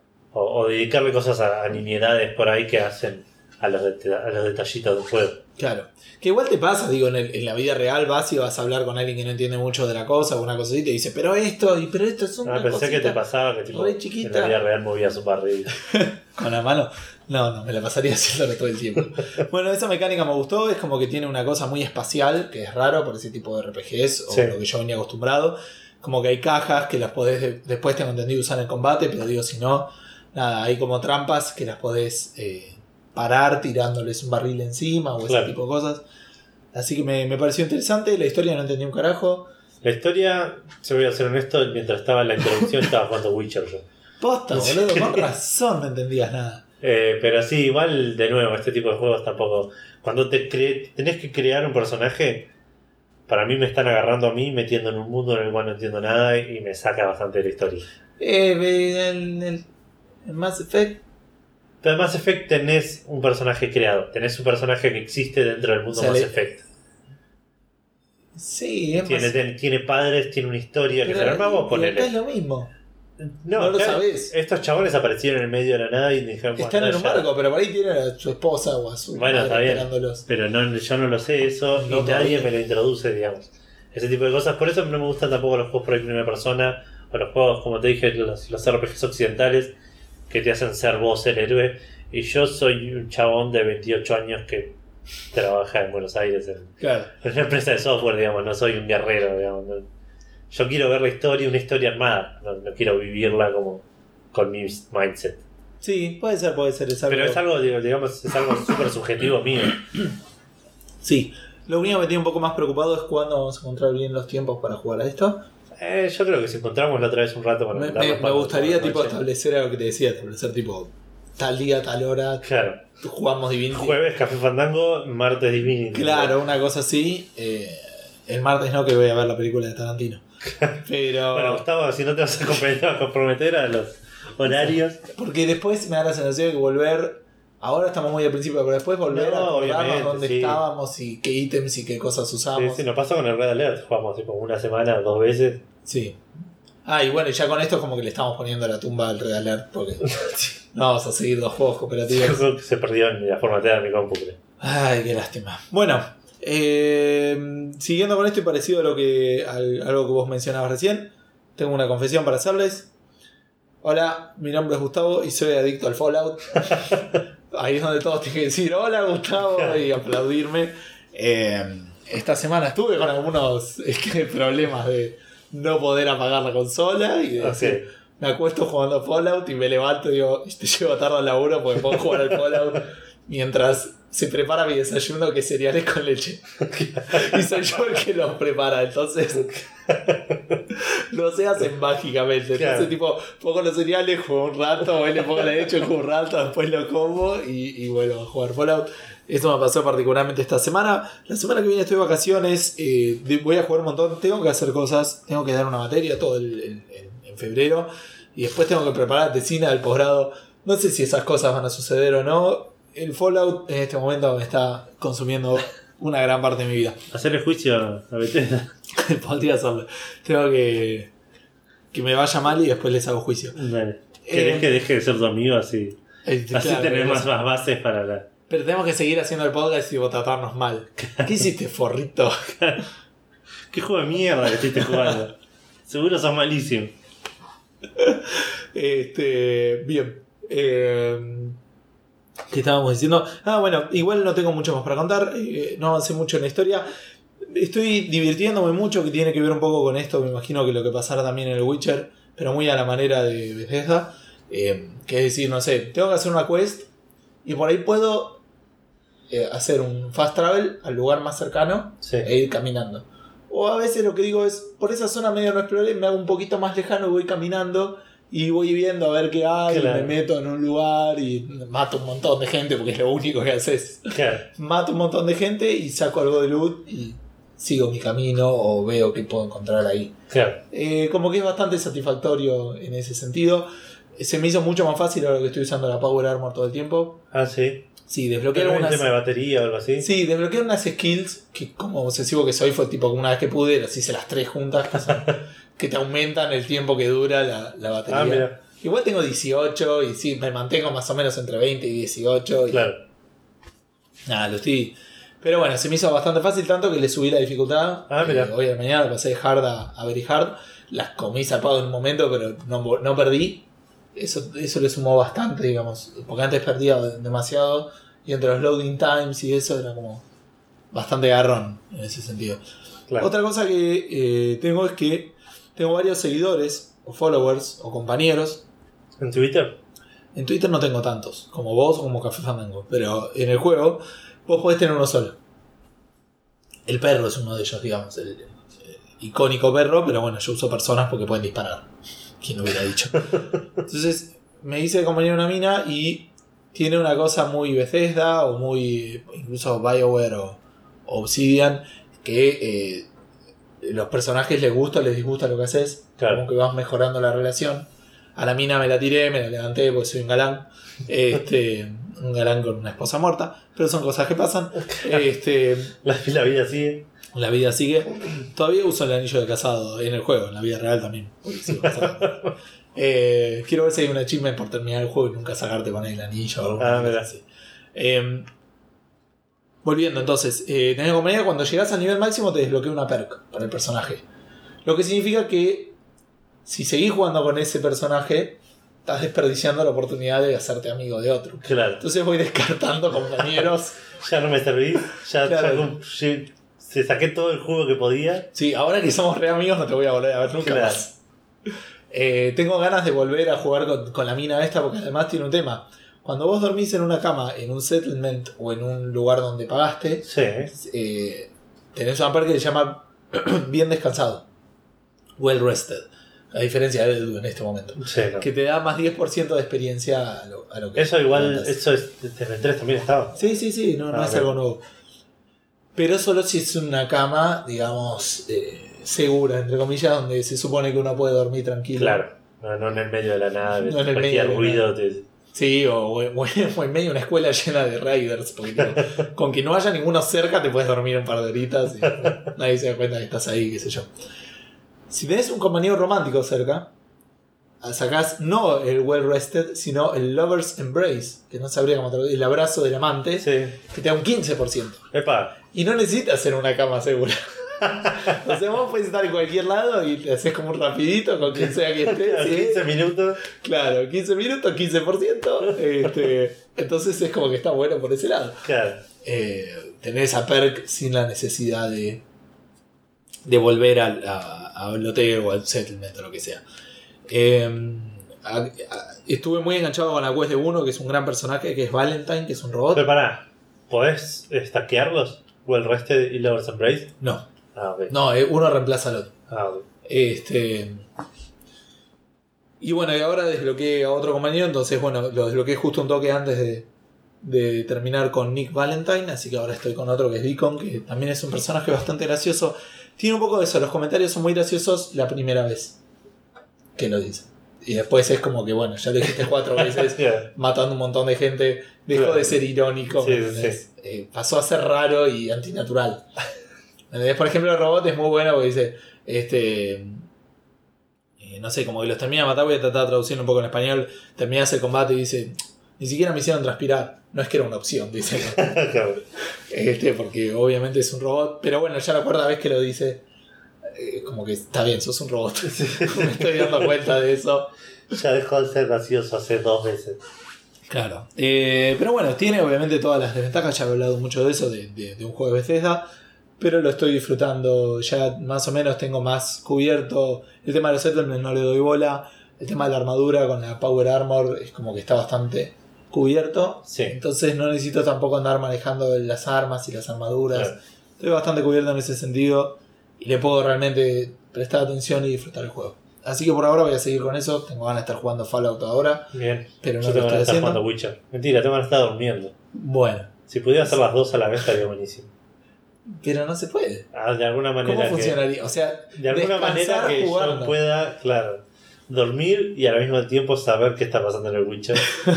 o dedicarle cosas a nimiedades por ahí que hacen a los detallitos del juego. Claro, que igual te pasa, digo, en la vida real vas y vas a hablar con alguien que no entiende mucho de la cosa o una cosa así y te dice, pero esto es una pensé cosita que te pasaba que tipo, en la vida real movías un barril con la mano. No, me la pasaría haciéndolo todo el tiempo. Bueno, esa mecánica me gustó, es como que tiene una cosa muy espacial, que es raro por ese tipo de RPGs o sí. Lo que yo venía acostumbrado. Como que hay cajas que las podés después tengo entendido usar en combate, pero digo, si no, nada, hay como trampas que las podés parar tirándoles un barril encima o ese tipo de cosas. Así que me pareció interesante, la historia no entendí un carajo. La historia, se voy a ser honesto, mientras estaba en la introducción estaba jugando Witcher yo. Posta, boludo, con razón no entendías nada. Pero sí, igual de nuevo, este tipo de juegos tampoco. Cuando tenés que crear un personaje, para mí me están agarrando a mí, metiendo en un mundo en el cual no entiendo nada y me saca bastante de la historia. El Mass Effect. Pero en Mass Effect tenés un personaje creado, tenés un personaje que existe dentro del mundo Mass Effect. Sí, tiene padres, tiene una historia que se la arma vos ponele. Es lo mismo. No lo sabés. Estos chabones aparecieron en el medio de la nada y dijeron... Están en un barco, pero por ahí tienen a su esposa o a su madre esperándolos. Pero yo no lo sé eso y nadie me lo introduce, digamos. Ese tipo de cosas. Por eso no me gustan tampoco los juegos por primera persona o los juegos, como te dije, los RPGs occidentales que te hacen ser vos el héroe. Y yo soy un chabón de 28 años que trabaja en Buenos Aires en una empresa de software, digamos. No soy un guerrero, digamos. Yo quiero ver la historia, una historia armada. No quiero vivirla como con mi mindset. Sí, puede ser. Es algo... Pero es algo, digamos, es algo súper subjetivo mío. Sí. Lo único que me tiene un poco más preocupado es cuándo vamos a encontrar bien los tiempos para jugar a esto. Yo creo que si encontramos la otra vez un rato me gustaría tipo establecer algo que te decía, establecer tipo tal día, tal hora. Claro. Jugamos Divinity. Jueves Café Fandango, martes Divinity. Claro, una cosa así. El martes no, que voy a ver la película de Tarantino. Pero... Bueno, Gustavo, si no te vas a comprometer a los horarios. Porque después me da la sensación de que volver... Ahora estamos muy al principio, pero después volver a acordarnos dónde estábamos y qué ítems y qué cosas usamos. Sí, nos pasó con el Red Alert. Jugamos así como una semana, 2 veces. Sí. Y bueno, ya con esto es como que le estamos poniendo la tumba al Red Alert porque no vamos a seguir 2 juegos cooperativos. Se perdió en la formateada de mi compu. Ay, qué lástima. Bueno, siguiendo con esto y parecido a algo que vos mencionabas recién, tengo una confesión para hacerles. Hola, mi nombre es Gustavo y soy adicto al Fallout. Ahí es donde todos tienen que decir hola Gustavo y aplaudirme. Esta semana estuve con algunos problemas de no poder apagar la consola y de decir, me acuesto jugando Fallout y me levanto y digo, te llego tarde al laburo porque puedo jugar al Fallout mientras se prepara mi desayuno, que es cereales con leche. Y soy yo el que los prepara, entonces no se hacen mágicamente. Entonces tipo, pongo los cereales, juego un rato, le pongo la leche, juego un rato, después lo como y vuelvo a jugar Fallout. Eso me pasó particularmente esta semana. La semana que viene estoy de vacaciones, voy a jugar un montón, tengo que hacer cosas, tengo que dar una materia todo en febrero y después tengo que preparar tesina del posgrado. No sé si esas cosas van a suceder o no. El Fallout en este momento me está consumiendo una gran parte de mi vida. Hacerle juicio a Bethesda. Podría hacerlo. Tengo que me vaya mal y después les hago juicio. Vale. ¿Querés que deje de ser tu amigo así? Así claro, tener más bases para hablar. Pero tenemos que seguir haciendo el podcast y tratarnos mal. ¿Qué hiciste, forrito? ¿Qué juego de mierda que estuviste jugando? Seguro sos malísimo. Bien. ¿Qué estábamos diciendo? Bueno, igual no tengo mucho más para contar. No avancé mucho en la historia. Estoy divirtiéndome mucho, que tiene que ver un poco con esto. Me imagino que lo que pasará también en el Witcher, pero muy a la manera de Bethesda. Que es decir, no sé, tengo que hacer una quest y por ahí puedo hacer un fast travel al lugar más cercano e ir caminando. O a veces lo que digo es, por esa zona medio no exploré, me hago un poquito más lejano y voy caminando y voy viendo a ver qué hay, claro. Me meto en un lugar y mato un montón de gente porque es lo único que haces. Claro. Mato un montón de gente y saco algo de loot y sigo mi camino o veo qué puedo encontrar ahí. Claro. Como que es bastante satisfactorio en ese sentido. Se me hizo mucho más fácil ahora que estoy usando la Power Armor todo el tiempo. Ah, sí. Sí, desbloqueé algunas... ¿Un tema de batería o algo así? Sí, desbloqueé unas skills que, como obsesivo que soy, fue tipo una vez que pude, las hice las 3 juntas, que, son, que te aumentan el tiempo que dura la batería. Mira. Igual tengo 18 y sí, me mantengo más o menos entre 20 y 18. Y... Claro. Nada, lo estoy... Pero bueno, se me hizo bastante fácil, tanto que le subí la dificultad. Mira. Hoy a la mañana pasé de hard a very hard. Las comí zapado en un momento, pero no perdí. Eso le sumó bastante, digamos, porque antes perdía demasiado y entre los loading times y eso era como bastante garrón en ese sentido. Claro. Otra cosa que tengo es que tengo varios seguidores o followers o compañeros. ¿En Twitter? En Twitter no tengo tantos, como vos o como Café Fandango, pero en el juego vos podés tener uno solo. El perro es uno de ellos, digamos, el icónico perro, pero bueno, yo uso personas porque pueden disparar. ¿Quién lo hubiera dicho? Entonces me hice compañero de una mina y tiene una cosa muy Bethesda o muy incluso BioWare o Obsidian, que los personajes les gusta o les disgusta lo que haces, claro. Como que vas mejorando la relación. A la mina me la tiré, me la levanté porque soy un galán, un galán con una esposa muerta, pero son cosas que pasan. La vida sigue. La vida sigue. Todavía uso el anillo de casado en el juego, en la vida real también. Sigo casado. Quiero ver si hay un achievement por terminar el juego y nunca sacarte con el anillo o algo así. Volviendo entonces, tenés compañía, cuando llegás al nivel máximo te desbloquea una perk para el personaje. Lo que significa que si seguís jugando con ese personaje, estás desperdiciando la oportunidad de hacerte amigo de otro. Claro. Entonces voy descartando compañeros. Ya no me servís, claro. Se saqué todo el jugo que podía. Sí, ahora que somos re amigos no te voy a volver a ver nunca más. Tengo ganas de volver a jugar con la mina esta porque además tiene un tema. Cuando vos dormís en una cama, en un settlement o en un lugar donde pagaste, tenés una parte que se llama bien descansado. Well rested. A diferencia de Edu en este momento. Sí, no. Que te da más 10% de experiencia a lo que... Eso igual, eso es, en el 3 también estaba. Sí, no es algo nuevo. Pero solo si es una cama, digamos, segura, entre comillas, donde se supone que uno puede dormir tranquilo. Claro, no en el medio de la nada, no en el medio de ruido. Sí, o en medio de una escuela llena de riders, porque con que no haya ninguno cerca te puedes dormir un par de horitas y nadie se da cuenta que estás ahí, qué sé yo. Si tenés un compañero romántico cerca, sacás no el well rested, sino el lover's embrace, que no sabría cómo traducir, el abrazo del amante, sí. que te da un 15%. Epa. Y no necesitas hacer una cama segura. O sea, vos puedes estar en cualquier lado y te haces como un rapidito con quien sea que esté. 15 minutos. Claro, 15 minutos, 15%. Entonces es como que está bueno por ese lado. Claro. Tener esa perk sin la necesidad de volver al hotel o al settlement o lo que sea. Estuve muy enganchado con la quest de uno, que es un gran personaje, que es Valentine, que es un robot. Pero pará, ¿podés stackearlos? ¿Well Rested y Lover's Embrace? No. Okay. No, uno reemplaza al otro. Okay. Y bueno, y ahora desbloqueé a otro compañero, entonces bueno, lo desbloqueé justo un toque antes de terminar con Nick Valentine, así que ahora estoy con otro que es Deacon, que también es un personaje bastante gracioso. Tiene un poco de eso, los comentarios son muy graciosos la primera vez que lo dice. Y después es como que, bueno, ya te dijiste 4 veces matando un montón de gente, dejó de ser irónico, sí. Pasó a ser raro y antinatural. Por ejemplo, el robot es muy bueno porque dice, no sé, como que los termina de matar, voy a tratar de traducirlo un poco en español, terminas el combate y dice, ni siquiera me hicieron transpirar, no es que era una opción, dice. Porque obviamente es un robot, pero bueno, ya la cuarta vez que lo dice, como que está bien, sos un robot. Me estoy dando cuenta de eso. Ya dejó de ser gracioso hace 2 veces. Claro. Pero bueno, tiene obviamente todas las desventajas, ya he hablado mucho de eso, de un juego de Bethesda, pero lo estoy disfrutando, ya más o menos tengo más cubierto. El tema de los settlements no le doy bola, el tema de la armadura con la Power Armor es como que está bastante cubierto, sí. Entonces no necesito tampoco andar manejando las armas y las armaduras, claro. Estoy bastante cubierto en ese sentido y le puedo realmente prestar atención y disfrutar el juego. Así que por ahora voy a seguir con eso. Tengo ganas de estar jugando Fallout ahora. Bien. Pero no yo tengo lo ganas de estoy estar haciendo. jugando Witcher. Mentira, tengo ganas de estar durmiendo. Bueno. Si pudiera hacer las 2 a la vez estaría buenísimo. Pero no se puede. De alguna manera. ¿Cómo funcionaría? O sea, de alguna manera que jugando. yo pueda, claro, dormir y al mismo tiempo saber qué está pasando en el Witcher.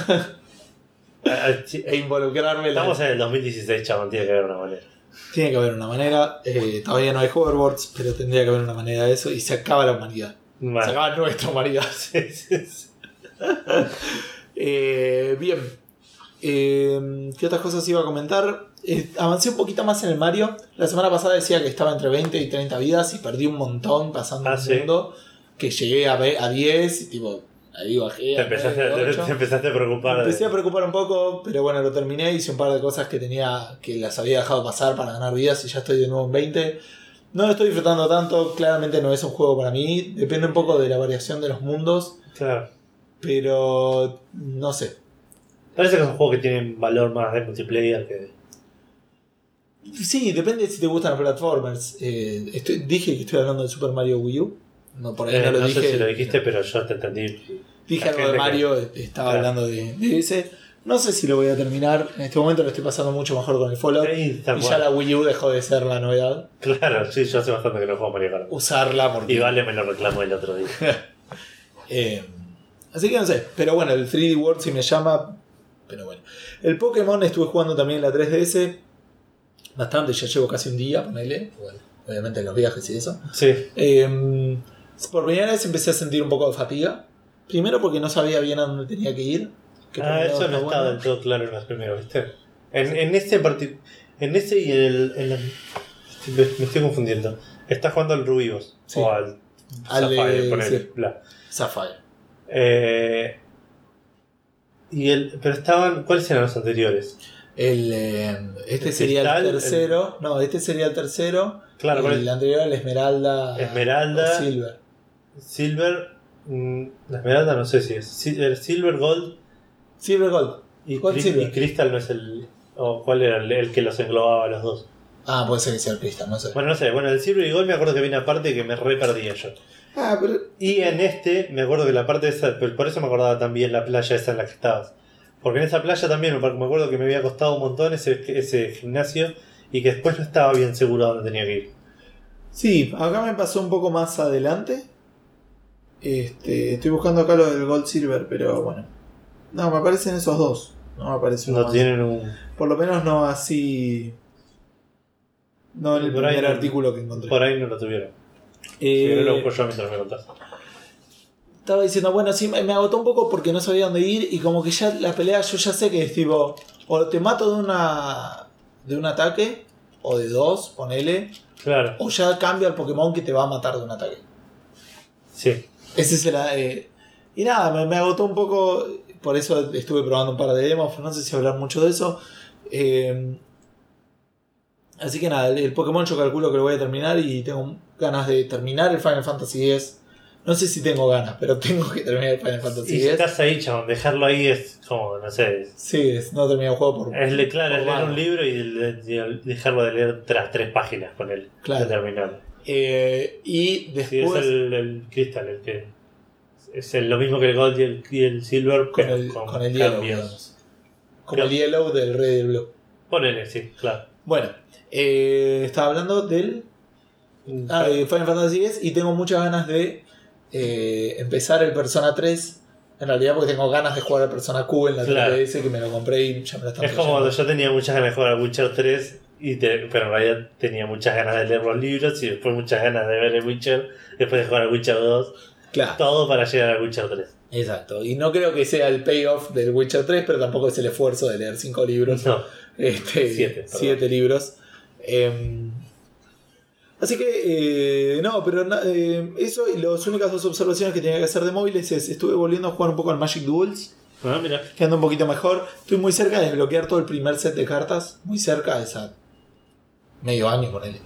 E involucrarme. Estamos en el 2016, chabón, tiene que haber una manera. Tiene que haber una manera. Todavía no hay hoverboards, pero tendría que haber una manera de eso y se acaba la humanidad. Vale. Se acaba nuestra humanidad. Sí. Bien. ¿Qué otras cosas iba a comentar? Avancé un poquito más en el Mario. La semana pasada decía que estaba entre 20 y 30 vidas y perdí un montón pasando el mundo. Que llegué a 10 y tipo, ahí bajé. Te empezaste a preocupar. Me empecé a preocupar un poco, pero bueno, lo terminé. Hice un par de cosas que las había dejado pasar para ganar vidas y ya estoy de nuevo en 20. No lo estoy disfrutando tanto, claramente no es un juego para mí. Depende un poco de la variación de los mundos. Claro. Pero no sé. Parece que es un juego que tiene valor más de multiplayer que... Sí, depende si te gustan los platformers. Dije que estoy hablando de Super Mario Wii U. No, por ahí no lo dije. No sé si lo dijiste, pero yo te entendí. Dije algo de Mario, estaba hablando de ese. No sé si lo voy a terminar. En este momento lo estoy pasando mucho mejor con el Fallout. Y ya la Wii U dejó de ser la novedad. Claro, sí, yo hace bastante que no juego Mario Kart. Usarla porque... Y Vale me lo reclamó el otro día. Así que no sé. Pero bueno, el 3D World sí me llama. Pero bueno. El Pokémon estuve jugando también en la 3DS. Bastante, ya llevo casi un día, ponele. Bueno, obviamente en los viajes y eso. Sí. Por primera vez empecé a sentir un poco de fatiga. Primero porque no sabía bien a dónde tenía que ir. Eso no estaba del todo claro en los primeros, ¿viste? En ese y me estoy confundiendo. Estás jugando al Rubios. Sí. O al Sapphire, ponele. Sapphire. Pero estaban... ¿Cuáles eran los anteriores? Este sería el tercero. No, este sería el tercero. Claro, el anterior era el Esmeralda. Silver. La Esmeralda no sé si es. Silver Gold. Y Crystal no es el. ¿O cuál era el que los englobaba a los dos? Ah, puede ser que sea el Crystal, no sé. Bueno, no sé. Bueno, el Silver y Gold me acuerdo que había una parte que me re perdía yo. Y en me acuerdo que la parte esa, por eso me acordaba también la playa esa en la que estabas. Porque en esa playa también me acuerdo que me había costado un montón ese gimnasio y que después no estaba bien seguro a dónde tenía que ir. Sí, acá me pasó un poco más adelante. Estoy buscando acá lo del Gold Silver, pero bueno. No, me aparecen esos dos. No me aparece uno No más. tienen un... Por lo menos no así. No en el primer artículo que encontré. Por ahí no lo tuvieron. Si no lo busco yo mientras me contás. Estaba diciendo, bueno, sí, me agotó un poco porque no sabía dónde ir. Y como que ya la pelea, yo ya sé que es tipo: o te mato de un ataque, o de dos, ponele. Claro. O ya cambia el Pokémon que te va a matar de un ataque. Sí. Ese es el. Y nada, me agotó un poco. Por eso estuve probando un par de demos. No sé si hablar mucho de eso. Así que nada, el Pokémon yo calculo que lo voy a terminar. Y tengo ganas de terminar el Final Fantasy X. No sé si tengo ganas, pero tengo que terminar el Final Fantasy X. Y si estás ahí, chabón, dejarlo ahí es como, no sé. Sí, no terminar el juego por. Es leer un libro y dejarlo de leer tras 3 páginas con él. Claro. De terminarlo. Y después. Sí, es el Crystal, el que. Es lo mismo que el Gold y el Silver, con pero con el Yellow, digamos. Como el Yellow del Red y el Blue. Ponele, sí, claro. Bueno, estaba hablando del Final Fantasy X y tengo muchas ganas de empezar el Persona 3. En realidad porque tengo ganas de jugar al Persona Q en la 3DS, que me lo compré y ya me lo están Es como cuando yo tenía muchas ganas de jugar al Witcher 3, pero en realidad tenía muchas ganas de leer los libros y después muchas ganas de ver el Witcher, después de jugar al Witcher 2. Claro. Todo para llegar al Witcher 3. Exacto. Y no creo que sea el payoff del Witcher 3, pero tampoco es el esfuerzo de leer 5 libros. No. 7 libros. Así que, no, pero eso y las únicas 2 observaciones que tenía que hacer de móviles es: estuve volviendo a jugar un poco al Magic Duels. Mira. Que anda un poquito mejor. Estoy muy cerca de desbloquear todo el primer set de cartas. Muy cerca de esa. Medio año con él.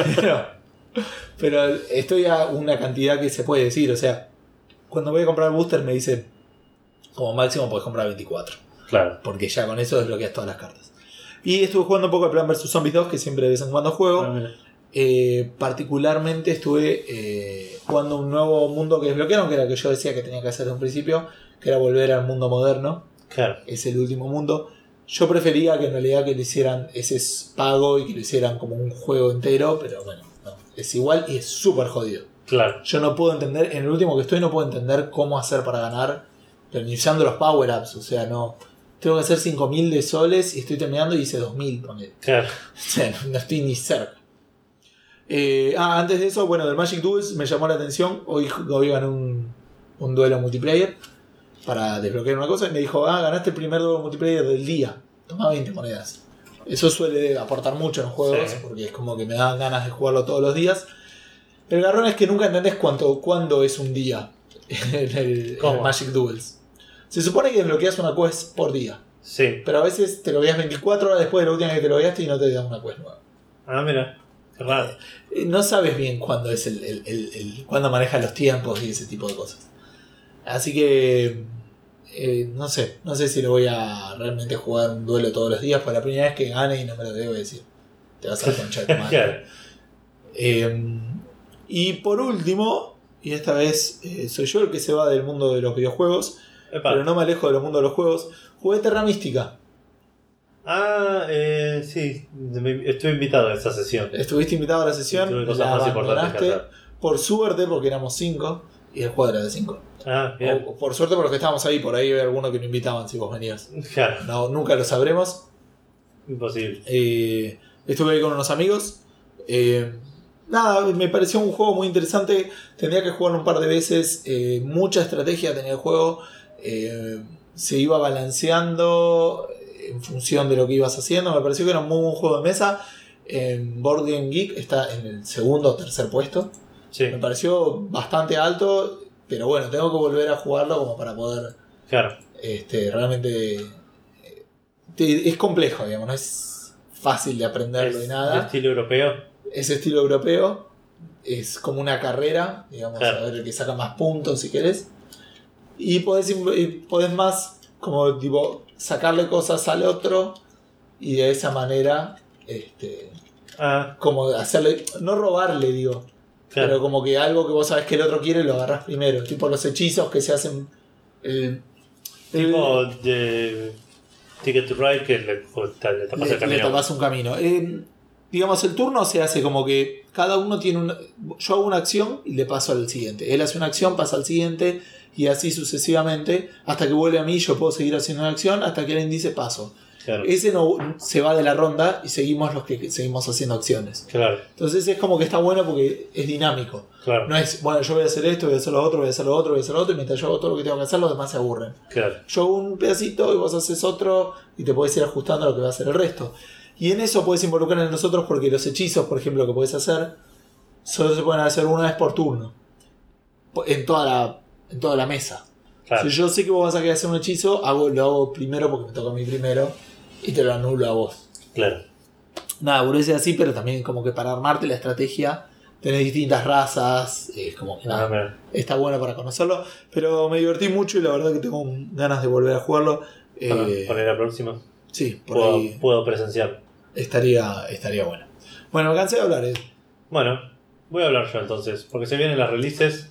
Pero estoy a una cantidad que se puede decir. O sea, cuando voy a comprar booster me dice: como máximo podés comprar 24. Claro. Porque ya con eso desbloqueas todas las cartas. Y estuve jugando un poco al Plan vs Zombies 2, que siempre de vez en cuando juego. Particularmente estuve jugando un nuevo mundo que desbloquearon, que era el que yo decía que tenía que hacer desde un principio, que era volver al mundo moderno. Claro. Es el último mundo. Yo prefería que en realidad que lo hicieran ese pago y que lo hicieran como un juego entero, pero bueno, no, es igual y es súper jodido. Claro. Yo no puedo entender, en el último que estoy no puedo entender cómo hacer para ganar, pero ni usando los power-ups, o sea, no. Tengo que hacer 5.000 de soles y estoy terminando y hice 2.000 con él. Claro. O sea, no estoy ni cerca. Antes de eso, bueno, del Magic Duels me llamó la atención. Hoy gané un duelo multiplayer para desbloquear una cosa y me dijo: ganaste el primer duelo multiplayer del día. Toma 20 monedas. Eso suele aportar mucho en los juegos, sí, porque es como que me dan ganas de jugarlo todos los días. El garrón es que nunca entendés cuándo es un día en el Magic Duels. Se supone que desbloqueas una quest por día. Sí. Pero a veces te lo veas 24 horas después de la última que te lo veaste y no te dan una quest nueva. Mira. Qué raro. No sabes bien cuándo es cuándo maneja los tiempos y ese tipo de cosas. Así que no sé si lo voy a realmente jugar un duelo todos los días. Por la primera vez que gane y no me lo debo decir. Te vas a conchar de tu madre. Y por último, y esta vez soy yo el que se va del mundo de los videojuegos. Epa. Pero no me alejo del mundo de los juegos. Jugué Terra Mística. Sí, estuve invitado a esa sesión. Estuviste invitado a la sesión. Tuve cosas más importantes que hacer. Por suerte, porque éramos 5 y el juego era de 5. Bien. O por suerte, porque estábamos ahí. Por ahí había alguno que no invitaban si vos venías. Claro. No, nunca lo sabremos. Imposible. Estuve ahí con unos amigos. Nada, me pareció un juego muy interesante. Tendría que jugarlo un par de veces. Mucha estrategia tenía el juego. Se iba balanceando en función de lo que ibas haciendo. Me pareció que era un muy buen juego de mesa. Board Game Geek está en el segundo o tercer puesto. Sí. Me pareció bastante alto, pero bueno, tengo que volver a jugarlo como para poder. Claro. Realmente es complejo, digamos, no es fácil de aprenderlo ni nada. ¿Es estilo europeo? Es estilo europeo. Es como una carrera, digamos, claro. A ver el que saca más puntos si querés. Y podés más como tipo sacarle cosas al otro y de esa manera como hacerle, no robarle, digo, Claro. Pero como que algo que vos sabés que el otro quiere lo agarrás primero. Tipo los hechizos que se hacen. Tipo de Ticket to Ride que le tapas el camino. Le tapas un camino. Digamos, el turno se hace como que cada uno tiene una. Yo hago una acción y le paso al siguiente. Él hace una acción, pasa al siguiente. Y así sucesivamente. Hasta que vuelve a mí, yo puedo seguir haciendo una acción. Hasta que alguien dice paso. Claro. Ese no se va de la ronda y seguimos los que seguimos haciendo acciones. Claro. Entonces es como que está bueno porque es dinámico. Claro. No es, bueno, yo voy a hacer esto, voy a hacer lo otro, voy a hacer lo otro, voy a hacer lo otro, y mientras yo hago todo lo que tengo que hacer, los demás se aburren. Claro. Yo hago un pedacito y vos haces otro y te podés ir ajustando a lo que va a hacer el resto. Y en eso podés involucrar en nosotros porque los hechizos, por ejemplo, que podés hacer, solo se pueden hacer una vez por turno. En toda la mesa. Claro. Si yo sé que vos vas a querer hacer un hechizo, lo hago primero porque me toca a mí primero y te lo anulo a vos. Claro. Nada, boludeces así, pero también como que para armarte la estrategia tenés distintas razas, es como que nada, está bueno para conocerlo, pero me divertí mucho y la verdad que tengo ganas de volver a jugarlo. Poner la próxima. Sí, por ahí puedo presenciar. estaría bueno. Bueno, me cansé de hablar. Bueno, voy a hablar yo entonces, porque se vienen las releases.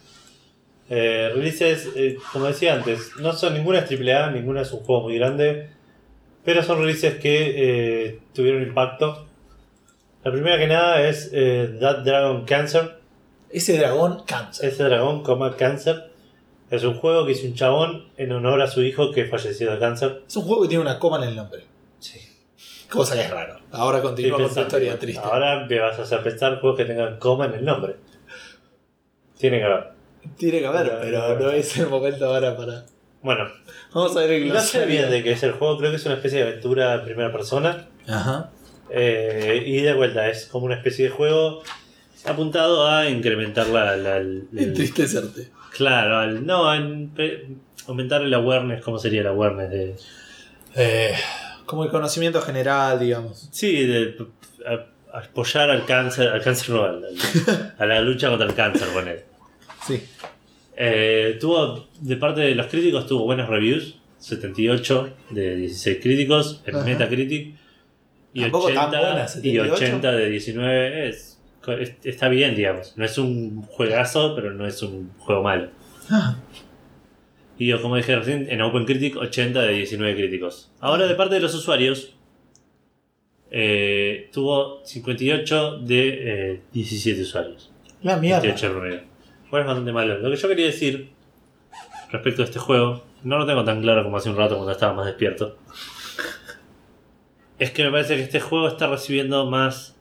Como decía antes, no son ninguna es AAA, ninguna es un juego muy grande, pero son releases que tuvieron impacto. La primera que nada es That Dragon Cancer. Ese dragón Cancer. Ese dragón, Cancer. Es un juego que hizo un chabón en honor a su hijo que falleció de cáncer. Es un juego que tiene una coma en el nombre. Sí. Cosa que es raro. Ahora continúa con tu historia triste. Ahora me vas a hacer pensar juegos que tengan coma en el nombre. Tiene que haber. Tiene que haber, pero no es el momento ahora para... Bueno. Vamos a ver el glosario. No sé bien de qué es el juego, creo que es una especie de aventura en primera persona. Ajá. Y de vuelta, es como una especie de juego apuntado a incrementar entristecerte. Claro, aumentar el awareness. ¿Cómo sería el awareness? Como el conocimiento general, digamos. Sí, apoyar al cáncer no, a la lucha contra el cáncer, poner. Sí. Tuvo, de parte de los críticos, tuvo buenas reviews, 78 de 16 críticos en Metacritic. Y 80 de 19 está bien, digamos. No es un juegazo, pero no es un juego malo. Y como dije recién, en OpenCritic 80 de 19 críticos. Ahora de parte de los usuarios tuvo 58 de 17 usuarios. La mierda. 28 promedio. Bueno, es bastante malo. Lo que yo quería decir respecto a este juego, no lo tengo tan claro como hace un rato cuando estaba más despierto. Es que me parece que este juego está recibiendo más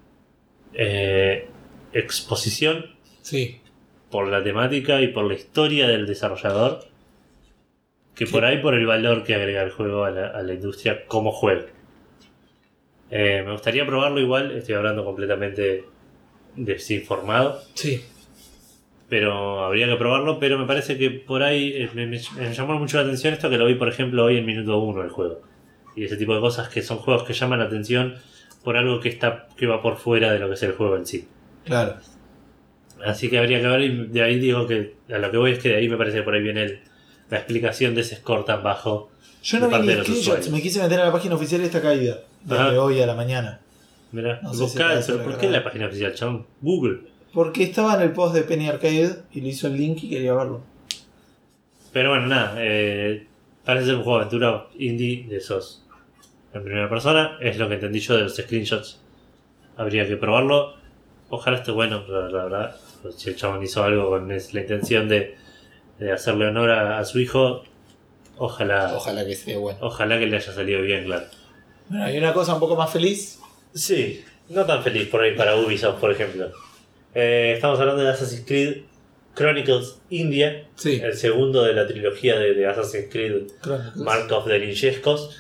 exposición, sí, por la temática y por la historia del desarrollador, que por ahí por el valor que agrega el juego a la industria como juego. Me gustaría probarlo igual, estoy hablando completamente desinformado. Sí. Pero habría que probarlo, pero me parece que por ahí me llamó mucho la atención esto, que lo vi por ejemplo hoy en minuto 1 del juego. Y ese tipo de cosas que son juegos que llaman la atención por algo que va por fuera de lo que es el juego en sí. Claro. Así que habría que ver, y de ahí digo que a lo que voy es que de ahí me parece que por ahí viene la explicación de ese score tan bajo. Yo no vi ni screenshots, me quise meter a la página oficial de esta caída, desde hoy a la mañana. Mirá, no buscá, pero ¿por qué la página oficial, chabón? Google. Porque estaba en el post de Penny Arcade y le hizo el link y quería verlo. Pero bueno, nada, parece ser un juego de aventura indie de esos en primera persona, es lo que entendí yo de los screenshots. Habría que probarlo. Ojalá esté bueno, la verdad. Si el chabón hizo algo con la intención de hacerle honor a su hijo, ojalá que esté bueno. Ojalá que le haya salido bien, claro. Bueno, hay una cosa un poco más feliz. Sí, no tan feliz por ahí para Ubisoft, por ejemplo. Estamos hablando de Assassin's Creed Chronicles India, sí, el segundo de la trilogía de Assassin's Creed Chronicles. Mark of the Ninjeskos.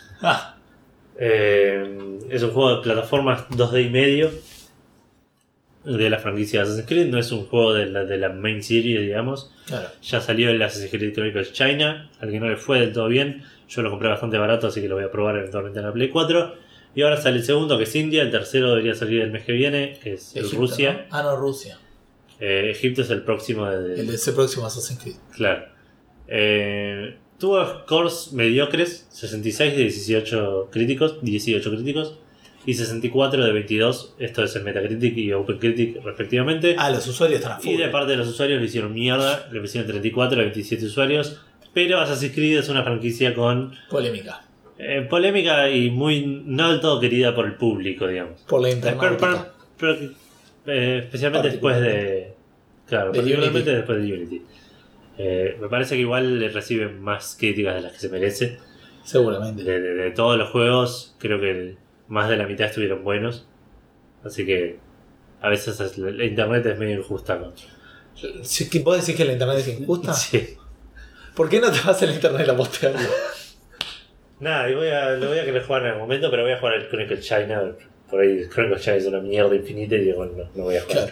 Es un juego de plataformas 2D y medio de la franquicia de Assassin's Creed. No es un juego de la main series, digamos. Claro. Ya salió el Assassin's Creed Chronicles China, al que no le fue del todo bien. Yo lo compré bastante barato, así que lo voy a probar eventualmente en la Play 4. Y ahora sale el segundo, que es India. El tercero debería salir el mes que viene, que es Egipto, Rusia. ¿no? No, Rusia. Egipto es el próximo el de ese próximo Assassin's Creed. Claro. Tuvo scores mediocres, 66 de 18 críticos. y 64 de 22. Esto es en Metacritic y OpenCritic respectivamente. Los usuarios están a full. Y de parte de los usuarios le hicieron mierda, le hicieron 34 de 27 usuarios. Pero Assassin's Creed es una franquicia con polémica. Polémica y muy no del todo querida por el público, digamos. Por la internet. Pero especialmente después de... Claro, particularmente después de Unity. Me parece que igual le recibe más críticas de las que se merece. Seguramente. De todos los juegos, creo que más de la mitad estuvieron buenos. Así que a veces la internet es medio injusta, ¿no? ¿Vos decís que la internet es injusta? Sí. ¿Por qué no te vas a la internet a postearlo? Nada, lo voy a querer jugar en algún momento, pero voy a jugar el Chronicle China. Por ahí el Chronicle China es una mierda infinita y digo, bueno, no voy a jugar. Claro.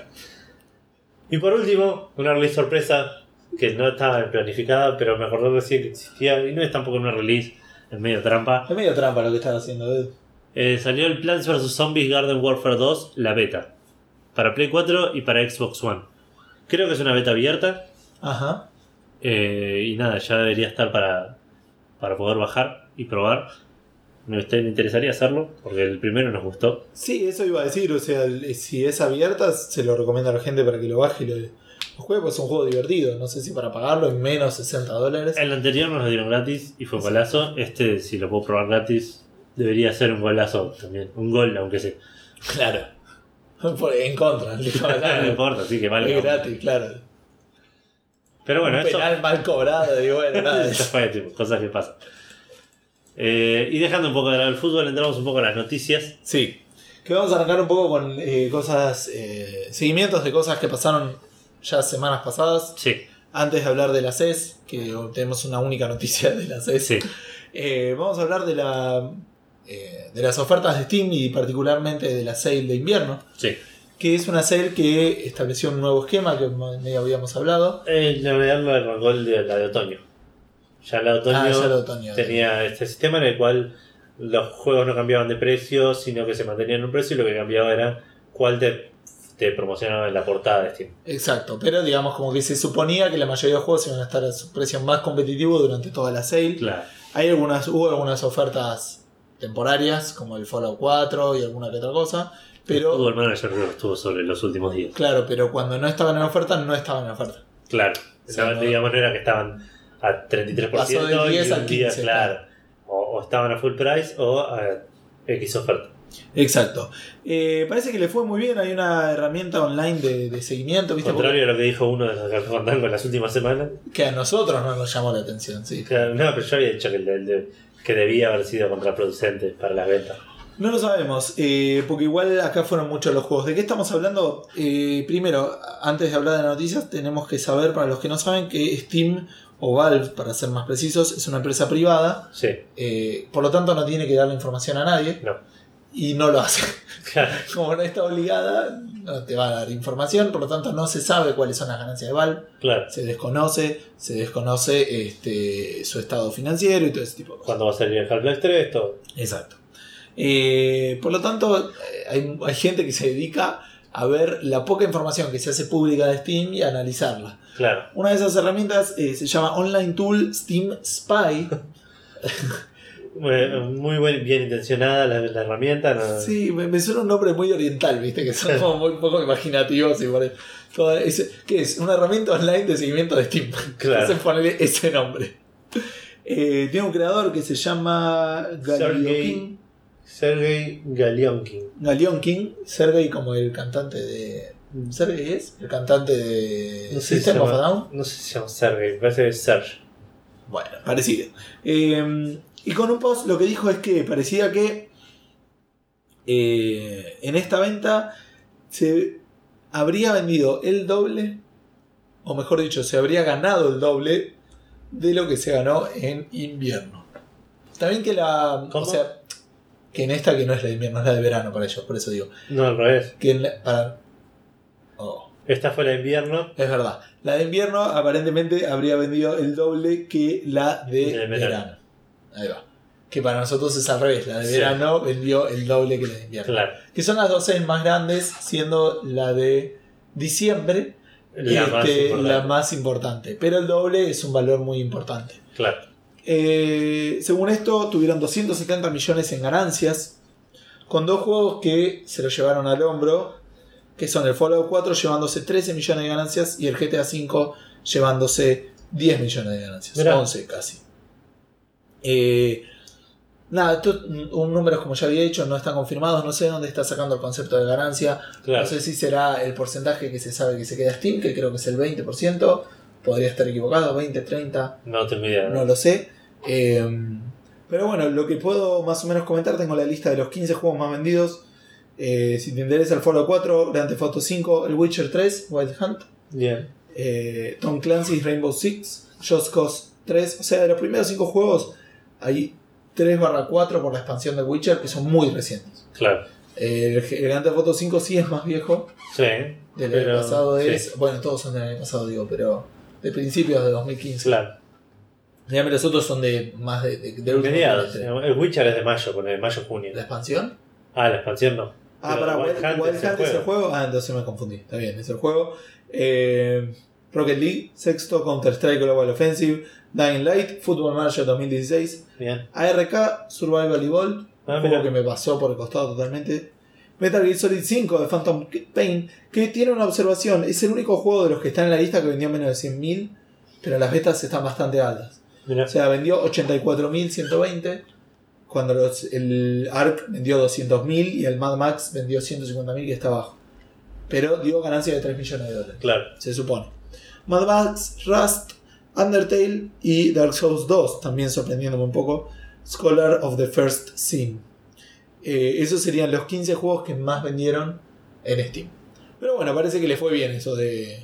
Y por último, una release sorpresa que no estaba planificada, pero me acordé recién que existía y no es tampoco una release, es medio trampa. Es medio trampa lo que estás haciendo, salió el Plants vs Zombies Garden Warfare 2, la beta, para Play 4 y para Xbox One. Creo que es una beta abierta. Ajá. Y nada, ya debería estar para poder bajar y probar. Me interesaría hacerlo, porque el primero nos gustó. Sí, eso iba a decir, o sea, si es abierta, se lo recomiendo a la gente para que lo baje y lo juegue, pues es un juego divertido. No sé si para pagarlo en menos $60. El anterior nos lo dieron gratis y fue un golazo. Este, si lo puedo probar gratis, debería ser un golazo también. Un gol, aunque sea. Claro. En contra. No importa, sí que mal. Es gratis, claro. Pero bueno, un penal mal cobrado, y bueno, nada. Eso fue, tipo, cosas que pasan. Y dejando un poco de lado el fútbol, entramos un poco en las noticias. Sí. Que vamos a arrancar un poco con cosas, seguimientos de cosas que pasaron ya semanas pasadas. Sí. Antes de hablar de la CES, que tenemos una única noticia de la CES. Sí. Vamos a hablar de las ofertas de Steam y particularmente de la sale de invierno. Sí. Que es una sale que estableció un nuevo esquema que medio habíamos hablado. La realidad lo arrancó la de otoño. Ya la de otoño tenía este sistema en el cual los juegos no cambiaban de precio, sino que se mantenían en un precio y lo que cambiaba era cuál te promocionaba en la portada de Steam. Exacto, pero digamos como que se suponía que la mayoría de los juegos iban a estar a su precio más competitivo durante toda la sale. Claro. Hubo algunas ofertas temporarias, como el Fallout 4 y alguna que otra cosa. Pero el Football Manager estuvo sobre los últimos días. Claro, pero cuando no estaban en oferta, no estaban en oferta. Claro. O sea, digamos, no era que estaban a 33% pasó del 10 y al 15, claro. O estaban a full price o a X oferta. Exacto. Parece que le fue muy bien. Hay una herramienta online de seguimiento, ¿viste? Contrario a lo que dijo uno de los que Fandango en las últimas semanas. Que a nosotros no nos llamó la atención, sí. Claro, no, pero yo había dicho que debía haber sido contraproducente para las ventas. No lo sabemos, porque igual acá fueron muchos los juegos. ¿De qué estamos hablando? Primero, antes de hablar de noticias, tenemos que saber, para los que no saben, que Steam, o Valve, para ser más precisos, es una empresa privada. Sí. Por lo tanto, no tiene que darle información a nadie. No. Y no lo hace. Claro. Como no está obligada, no te va a dar información. Por lo tanto, no se sabe cuáles son las ganancias de Valve. Claro. Se desconoce su estado financiero y todo ese tipo de cosas. ¿Cuándo va a salir el Half-Life 3? Todo. Exacto. Por lo tanto, hay gente que se dedica a ver la poca información que se hace pública de Steam y a analizarla. Claro. Una de esas herramientas se llama Online Tool Steam Spy. Muy bien intencionada la herramienta. ¿No? Sí, me suena un nombre muy oriental, viste, que son como muy poco imaginativos. ¿Qué es? Una herramienta online de seguimiento de Steam. Claro. Entonces ponerle ese nombre. Tiene un creador que se llama Sergey Galionkin. Sergey como el cantante de... ¿Sergey es? El cantante de System of a Down. No sé si se llama Sergey, parece que es Serge. Bueno, parecido. Y con un post lo que dijo es que parecía que en esta venta se habría vendido el doble, o mejor dicho, se habría ganado el doble de lo que se ganó en invierno. También que ¿Cómo? O sea, que en esta que no es la de invierno, es la de verano para ellos, por eso digo. No, al revés. Esta fue la de invierno. Es verdad. La de invierno aparentemente habría vendido el doble que la de verano. Ahí va. Que para nosotros es al revés. La de verano vendió el doble que la de invierno. Claro. Que son las dos sales más grandes, siendo la de diciembre la más importante. Pero el doble es un valor muy importante. Claro. Según esto, tuvieron 270 millones en ganancias. con 2 juegos que se lo llevaron al hombro, que son el Fallout 4 llevándose 13 millones de ganancias y el GTA V llevándose 10 millones de ganancias. Mirá. 11 casi. Nada, un número como ya había dicho, no están confirmados, no sé dónde está sacando el concepto de ganancia. Claro. No sé si será el porcentaje que se sabe que se queda Steam, que creo que es el 20%. Podría estar equivocado, 20, 30. No tengo idea. No lo sé. Pero bueno, lo que puedo más o menos comentar, tengo la lista de los 15 juegos más vendidos. Si te interesa el Fallout 4, Grand Theft Auto 5, el Witcher 3, Wild Hunt. Bien. Tom Clancy's Rainbow Six, Just Cause 3. O sea, de los primeros 5 juegos hay 3/4 por la expansión de Witcher, que son muy recientes. Claro. El Grand Theft Auto 5 sí es más viejo. Sí. Del año pasado es. Bueno, todos son del año pasado, digo, pero de principios de 2015. Claro. Dígame, los otros son de más de mediados. El Witcher es de mayo, pone mayo-junio. ¿La expansión? La expansión no. Para Wild Hunt es el juego. Entonces me confundí. Está bien, es el juego. Rocket League, sexto, Counter-Strike Global Offensive, Dying Light, Football Manager 2016, bien. ARK, Survival Evolved, juego que me pasó por el costado totalmente. Metal Gear Solid 5 de Phantom Pain, que tiene una observación, es el único juego de los que están en la lista que vendió menos de 100.000, pero las betas están bastante altas. Mirá. O sea, vendió 84.120, cuando el ARK vendió 200.000 y el Mad Max vendió 150.000, que está abajo. Pero dio ganancia de 3 millones de dólares. Claro. Se supone. Mad Max, Rust, Undertale y Dark Souls 2, también sorprendiéndome un poco. Scholar of the First Sin. Esos serían los 15 juegos que más vendieron en Steam. Pero bueno, parece que le fue bien eso de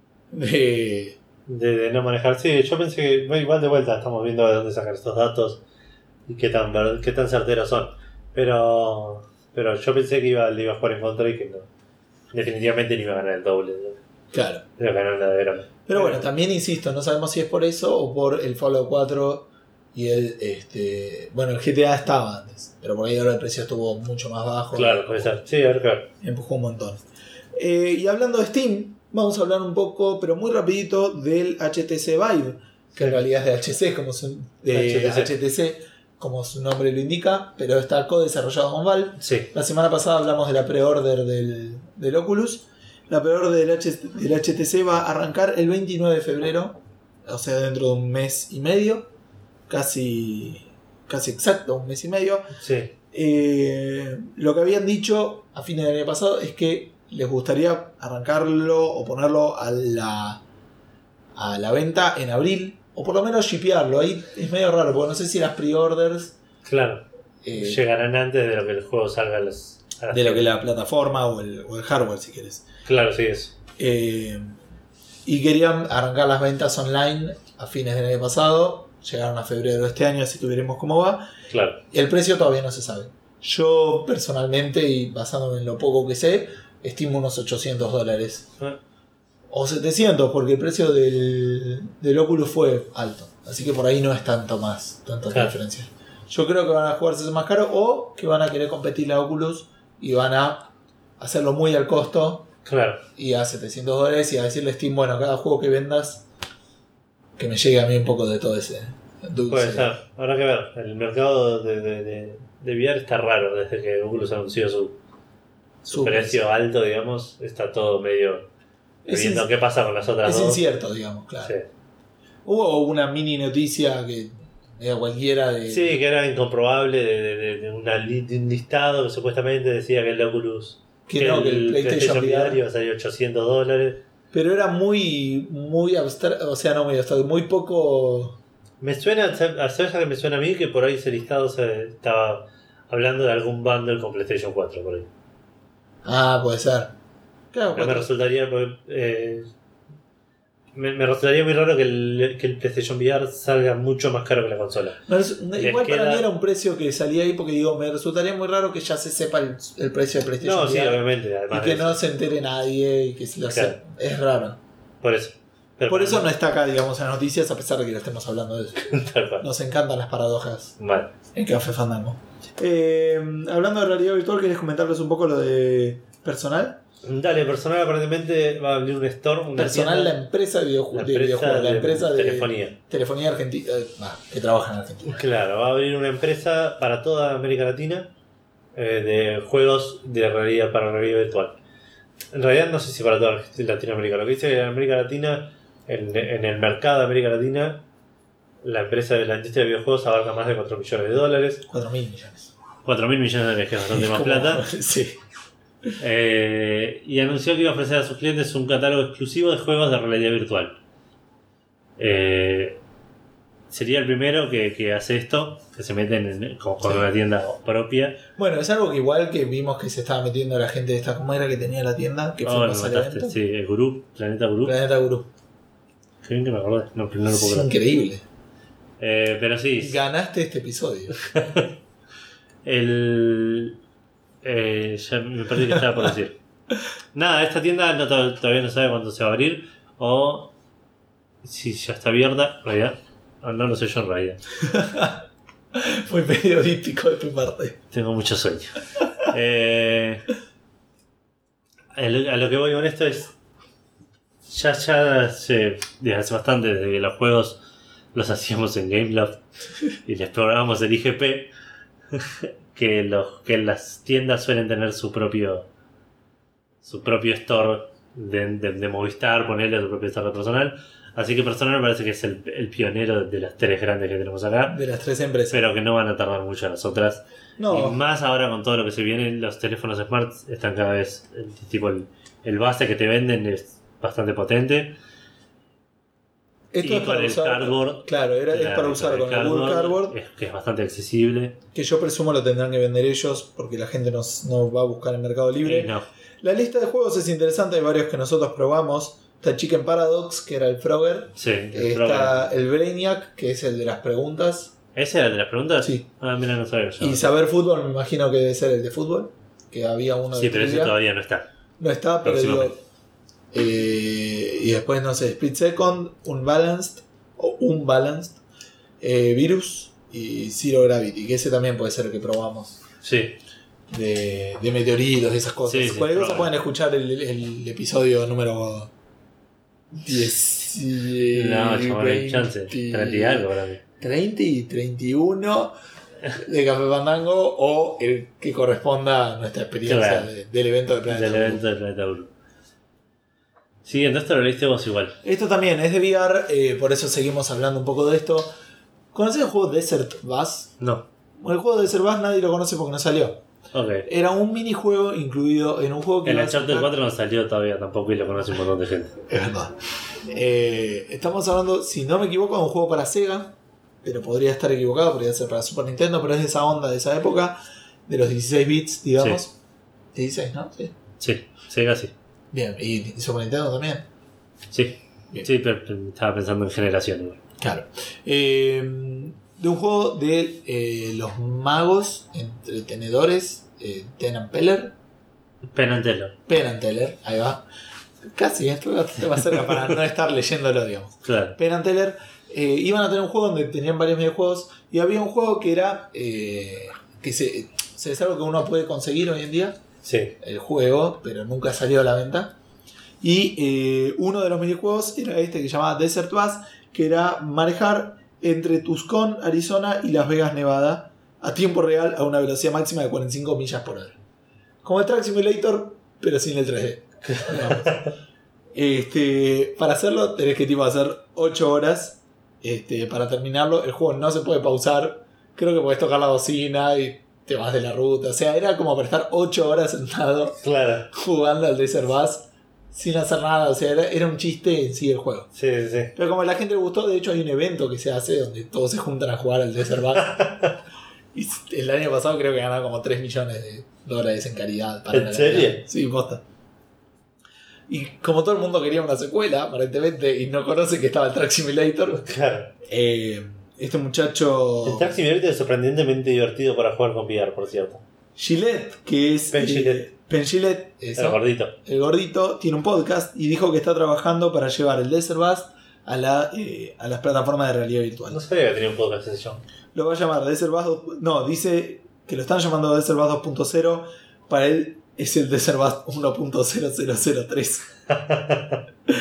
no manejar. Sí, yo pensé que igual de vuelta estamos viendo de dónde sacar estos datos y qué tan certeros son. Pero yo pensé que le iba a jugar en contra y que no. Definitivamente no iba a ganar el doble. Claro. Iba a ganar la de verano. Pero bueno, también insisto, no sabemos si es por eso o por el Fallout 4 y el bueno, el GTA estaba antes, pero por ahí ahora el precio estuvo mucho más bajo. Claro, puede ser. Sí, a ver, claro. Empujó un montón. Y hablando de Steam, vamos a hablar un poco, pero muy rapidito, del HTC Vive, que en realidad es de HTC, como su nombre lo indica, pero está co-desarrollado con Valve. Sí. La semana pasada hablamos de la pre-order del Oculus. La pre-order del HTC va a arrancar el 29 de febrero, o sea, dentro de un mes y medio, casi exacto, un mes y medio. Sí. Lo que habían dicho a fines del año pasado es que les gustaría arrancarlo o ponerlo a la venta en abril, o por lo menos shipearlo. Ahí es medio raro, porque no sé si las pre-orders llegarán antes de lo que el juego salga a las de lo que la plataforma o el hardware, si querés. Claro, sí, eso. Y querían arrancar las ventas online a fines del año pasado. Llegaron a febrero de este año, así que veremos cómo va. Claro. Y el precio todavía no se sabe. Yo personalmente, y basándome en lo poco que sé, estimo unos $800. O 700, porque el precio del Oculus fue alto. Así que por ahí no es tanta diferencia. Yo creo que van a jugarse más caro, o que van a querer competir a Oculus y van a hacerlo muy al costo. Claro. Y a $700 y a decirle a Steam, bueno, cada juego que vendas, que me llegue a mí un poco de todo ese dulce. Puede ser. Habrá que ver. El mercado de VR está raro. Desde que Oculus anunció su precio alto, digamos, está todo medio viendo qué pasa con las otras dos. Es incierto, digamos, claro. Sí. Hubo una mini noticia que era cualquiera de... Sí, que era incomprobable de un listado que supuestamente decía que el Oculus... Que el PlayStation VR iba a salir $800. Pero era muy abstracto, o sea, no muy abstracto, muy poco... Me suena, ¿sabes a qué me suena a mí? Que por ahí ese listado se estaba hablando de algún bundle con PlayStation 4 por ahí. Puede ser. Claro, pero me resultaría me resultaría muy raro que el PlayStation VR salga mucho más caro que la consola. Igual para mí era un precio que salía ahí, porque digo, me resultaría muy raro que ya se sepa el precio de PlayStation VR. No, sí, obviamente. Y que no se entere nadie y que sepa. Es raro. Por eso. Por eso no está acá, digamos, en las noticias, a pesar de que lo estemos hablando de eso. Nos encantan las paradojas. Vale. En Café Fandango. Hablando de realidad virtual, ¿querés comentarles un poco lo de Personal? Dale, Personal aparentemente va a abrir un store. Personal, la empresa de videojuegos. La empresa de telefonía argentina, que trabaja en Argentina. Claro, va a abrir una empresa para toda América Latina de juegos de realidad para realidad virtual. En realidad no sé si para toda Latinoamérica. Lo que dice en América Latina, en el mercado de América Latina, la empresa de la industria de videojuegos abarca más de $4 millones. 4.000 millones. 4.000 millones, que es bastante más plata. Sí. Y anunció que iba a ofrecer a sus clientes un catálogo exclusivo de juegos de realidad virtual. Sería el primero que hace esto, que se meten con una tienda propia. Bueno, es algo que igual que vimos que se estaba metiendo la gente de esta, ¿cómo era que tenía la tienda? Que fue Sí, el Gurú, Planeta Gurú. Planeta Gurú. Qué bien que me acordé, no lo puedo Es creer. increíble. Pero sí. Ganaste este episodio. Ya me perdí que estaba por decir. Nada, esta tienda todavía no sabe cuándo se va a abrir. O si ya está abierta, en realidad. No lo sé yo en realidad. Muy periodístico de tu parte. Tengo mucho sueño. A lo que voy con esto es. Desde hace bastante, desde que los juegos los hacíamos en Gameloft y les programamos el IGP, que las tiendas suelen tener su propio store de Movistar, ponerle su propio store personal. Así que personal me parece que es el pionero de las tres grandes que tenemos acá. De las tres empresas. Pero que no van a tardar mucho las otras. No. Y más ahora con todo lo que se viene, los teléfonos smart están cada vez, tipo el base que te venden es bastante potente. Esto y es con para el usar, cardboard. claro, es para usar con el Google Cardboard. Que es bastante accesible. Que yo presumo lo tendrán que vender ellos porque la gente no va a buscar en Mercado Libre. No. La lista de juegos es interesante, hay varios que nosotros probamos. Está Chicken Paradox, que era el Frogger. Sí, está el Brainiac, que es el de las preguntas. ¿Ese era el de las preguntas? Sí. Ah, mira, no sabía yo. Y Saber Fútbol, me imagino que debe ser el de fútbol. Que había uno de Sí, pero ese trivia. todavía no está. No está, pero digo. Y después, no sé, Split Second, Unbalanced, Virus y Zero Gravity, que ese también puede ser el que probamos. Sí. De meteoritos, de esas cosas. Sí, Cualquier cosa pueden escuchar el episodio número 10. No, chaval, hay chance. 30 y algo para mí. 30 y 31 de Café Fandango o el que corresponda a nuestra experiencia Claro. del evento de Planeta Del Blue. evento de Planeta Blue. Sí, entonces te lo leíste vos igual. Esto también es de VR, por eso seguimos hablando un poco de esto. ¿Conocés el juego Desert Bus? No. El juego Desert Bus nadie lo conoce porque no salió. Ok. Era un minijuego incluido en un juego que... El Uncharted 4 no salió todavía tampoco y lo conoce un montón de gente. Es verdad. Estamos hablando, si no me equivoco, de un juego para Sega, pero podría estar equivocado, podría ser para Super Nintendo, pero es de esa onda, de esa época, de los 16 bits, digamos. Sí. 16, ¿no? Sí. Sí, Sega sí. Bien, y Super Nintendo también. Sí. Bien. Sí, pero estaba pensando en generación igual. Claro. De un juego de los magos entretenedores, Penn and Teller. Penn and Teller. Penn and Teller, ahí va. Casi, esto va cerca para no estar leyéndolo, digamos. Claro. Penn and Teller iban a tener un juego donde tenían varios videojuegos y había un juego que era que es algo que uno puede conseguir hoy en día, Sí. el juego, pero nunca salió a la venta. Y uno de los minijuegos era este que se llamaba Desert Bus, que era manejar entre Tucson, Arizona y Las Vegas, Nevada, a tiempo real a una velocidad máxima de 45 millas por hora. Como el Track Simulator, pero sin el 3D. Para hacerlo tenés que hacer 8 horas. Para terminarlo, el juego no se puede pausar. Creo que podés tocar la bocina y te vas de la ruta. O sea, era como para estar 8 horas sentado Claro. jugando al Desert Bus sin hacer nada. O sea, era un chiste en sí el juego. Sí, sí. Pero como a la gente le gustó, de hecho hay un evento que se hace donde todos se juntan a jugar al Desert Bus. Y el año pasado creo que ganaron como $3 millones en caridad. Para ¿En serio? Sí, posta. Y como todo el mundo quería una secuela, aparentemente, y no conoce que estaba el Track Simulator, Claro. este muchacho El Track Simulator es sorprendentemente divertido para jugar con VR, por cierto. Gillette, que es Penn Gillette. Penn Gillette, eso, El gordito. el gordito, tiene un podcast y dijo que está trabajando para llevar el Desert Bus a las plataformas de realidad virtual. No sabía que tenía un podcast ese show. Lo va a llamar Desert Bus 2. No, dice que lo están llamando Desert Bus 2.0. Para él es el Desert Bus 1.0003.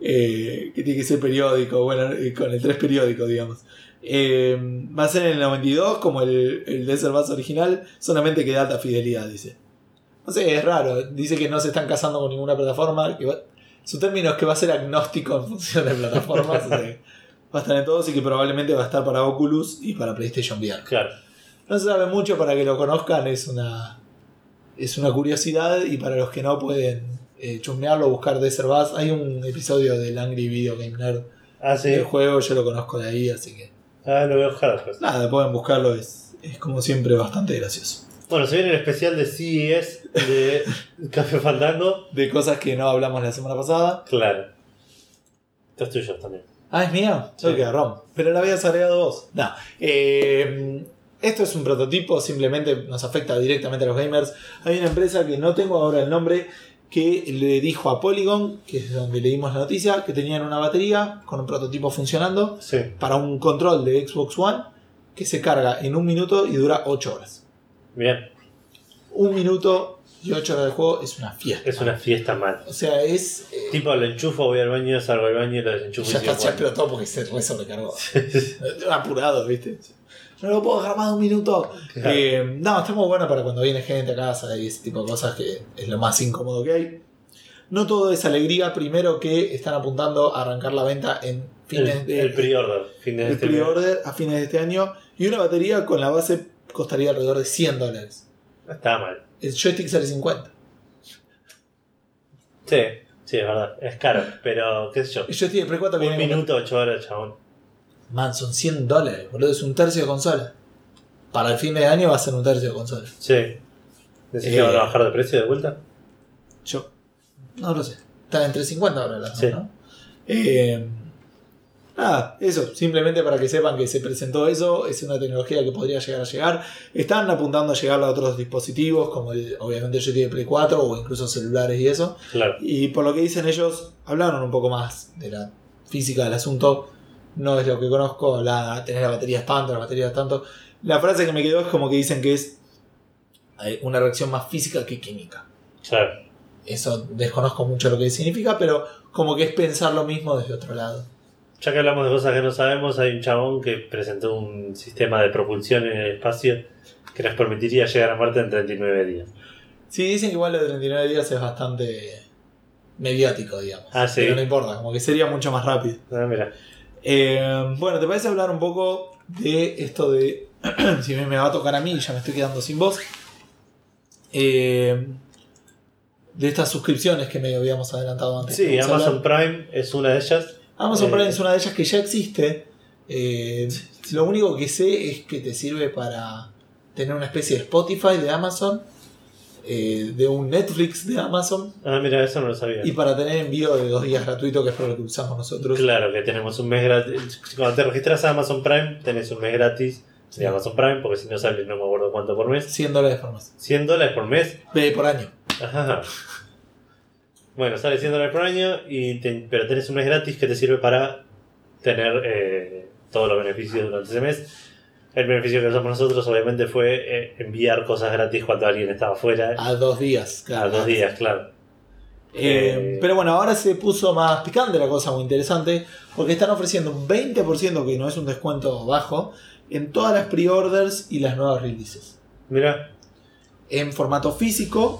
que tiene que ser periódico, bueno, con el 3 periódico, digamos. Va a ser en el 92 como el Desert Bus original, solamente que de alta fidelidad, dice. No sé, es raro. Dice que no se están casando con ninguna plataforma. Su término es que va a ser agnóstico en función de plataformas. O sea, va a estar en todos y que probablemente va a estar para Oculus y para PlayStation VR. Claro. No se sabe mucho, para que lo conozcan, es una curiosidad, y para los que no pueden chusmearlo, buscar Desert Bus. Hay un episodio del Angry Video Game Nerd del juego, yo lo conozco de ahí, así que... lo voy a buscar después. Nada, pueden buscarlo, es como siempre bastante gracioso. Bueno, se viene el especial de CES de Café Fandango. De cosas que no hablamos la semana pasada. Claro. Esto es tuyo también. Ah, ¿es mía? Sí. Yo que rom. Pero la habías agregado vos. No. Esto es un prototipo, simplemente nos afecta directamente a los gamers. Hay una empresa que no tengo ahora el nombre, que le dijo a Polygon, que es donde leímos la noticia, que tenían una batería con un prototipo funcionando para un control de Xbox One que se carga en 1 minuto y dura 8 horas. Bien. 1 minuto y 8 horas de juego es una fiesta. Es una fiesta mal. O sea, es... tipo, lo enchufo, voy al baño, salgo del baño y lo desenchufo. Ya explotó porque se re sobrecargó. Apurado, ¿viste? No lo puedo dejar más de 1 minuto. Claro. No, está muy bueno para cuando viene gente a casa y ese tipo de cosas, que es lo más incómodo que hay. No todo es alegría. Primero, que están apuntando a arrancar la venta en fines el pre-order. El pre-order a fines de este año. Y una batería con la base costaría alrededor de $100. No está mal. El joystick sale 50. Sí, es verdad. Es caro, pero qué sé yo. El joystick de Play 4 1 minuto, 8 horas, chabón. Man, son $100, boludo. Es un tercio de consola. Para el fin de año va a ser un tercio de consola. Sí. ¿Decís que van a bajar de precio de vuelta? Yo no lo sé. Está entre 50 ahora las dos, ¿no? Nada, eso. Simplemente para que sepan que se presentó eso. Es una tecnología que podría llegar a llegar. Están apuntando a llegar a otros dispositivos, como obviamente el joystick de Play 4 o incluso celulares y eso. Claro. Y por lo que dicen ellos, hablaron un poco más de la física del asunto. No es lo que conozco, tener la batería tanto, la batería tanto. La frase que me quedó es como que dicen que es una reacción más física que química. Claro. Eso desconozco mucho lo que significa, pero como que es pensar lo mismo desde otro lado. Ya que hablamos de cosas que no sabemos, hay un chabón que presentó un sistema de propulsión en el espacio que nos permitiría llegar a Marte en 39 días. Sí, dicen que igual lo de 39 días es bastante mediático, digamos. Ah, sí. Pero no importa, como que sería mucho más rápido. Ah, mira. Bueno, ¿te parece hablar un poco de esto de... si me va a tocar a mí, ya me estoy quedando sin voz. De estas suscripciones que me habíamos adelantado antes. Sí, Amazon Prime es una de ellas. Amazon Prime es una de ellas que ya existe. Lo único que sé es que te sirve para tener una especie de Spotify de Amazon, de un Netflix de Amazon. Ah, mira, eso no lo sabía. Y para tener envío de 2 días gratuito, que es por lo que usamos nosotros. Claro, que tenemos un mes gratis. Cuando te registras a Amazon Prime, tenés un mes gratis de Amazon Prime, porque si no sale, no me acuerdo cuánto por mes. $100 por mes. $100 por mes. Por año. Ajá. Bueno, sale $100 por año, pero tenés un mes gratis que te sirve para tener todos los beneficios durante ese mes. El beneficio que usamos nosotros obviamente fue enviar cosas gratis cuando alguien estaba fuera. A 2 días, claro. A 2 días, claro. Pero bueno, ahora se puso más picante la cosa, muy interesante, porque están ofreciendo un 20%, que no es un descuento bajo, en todas las pre-orders y las nuevas releases. Mira. En formato físico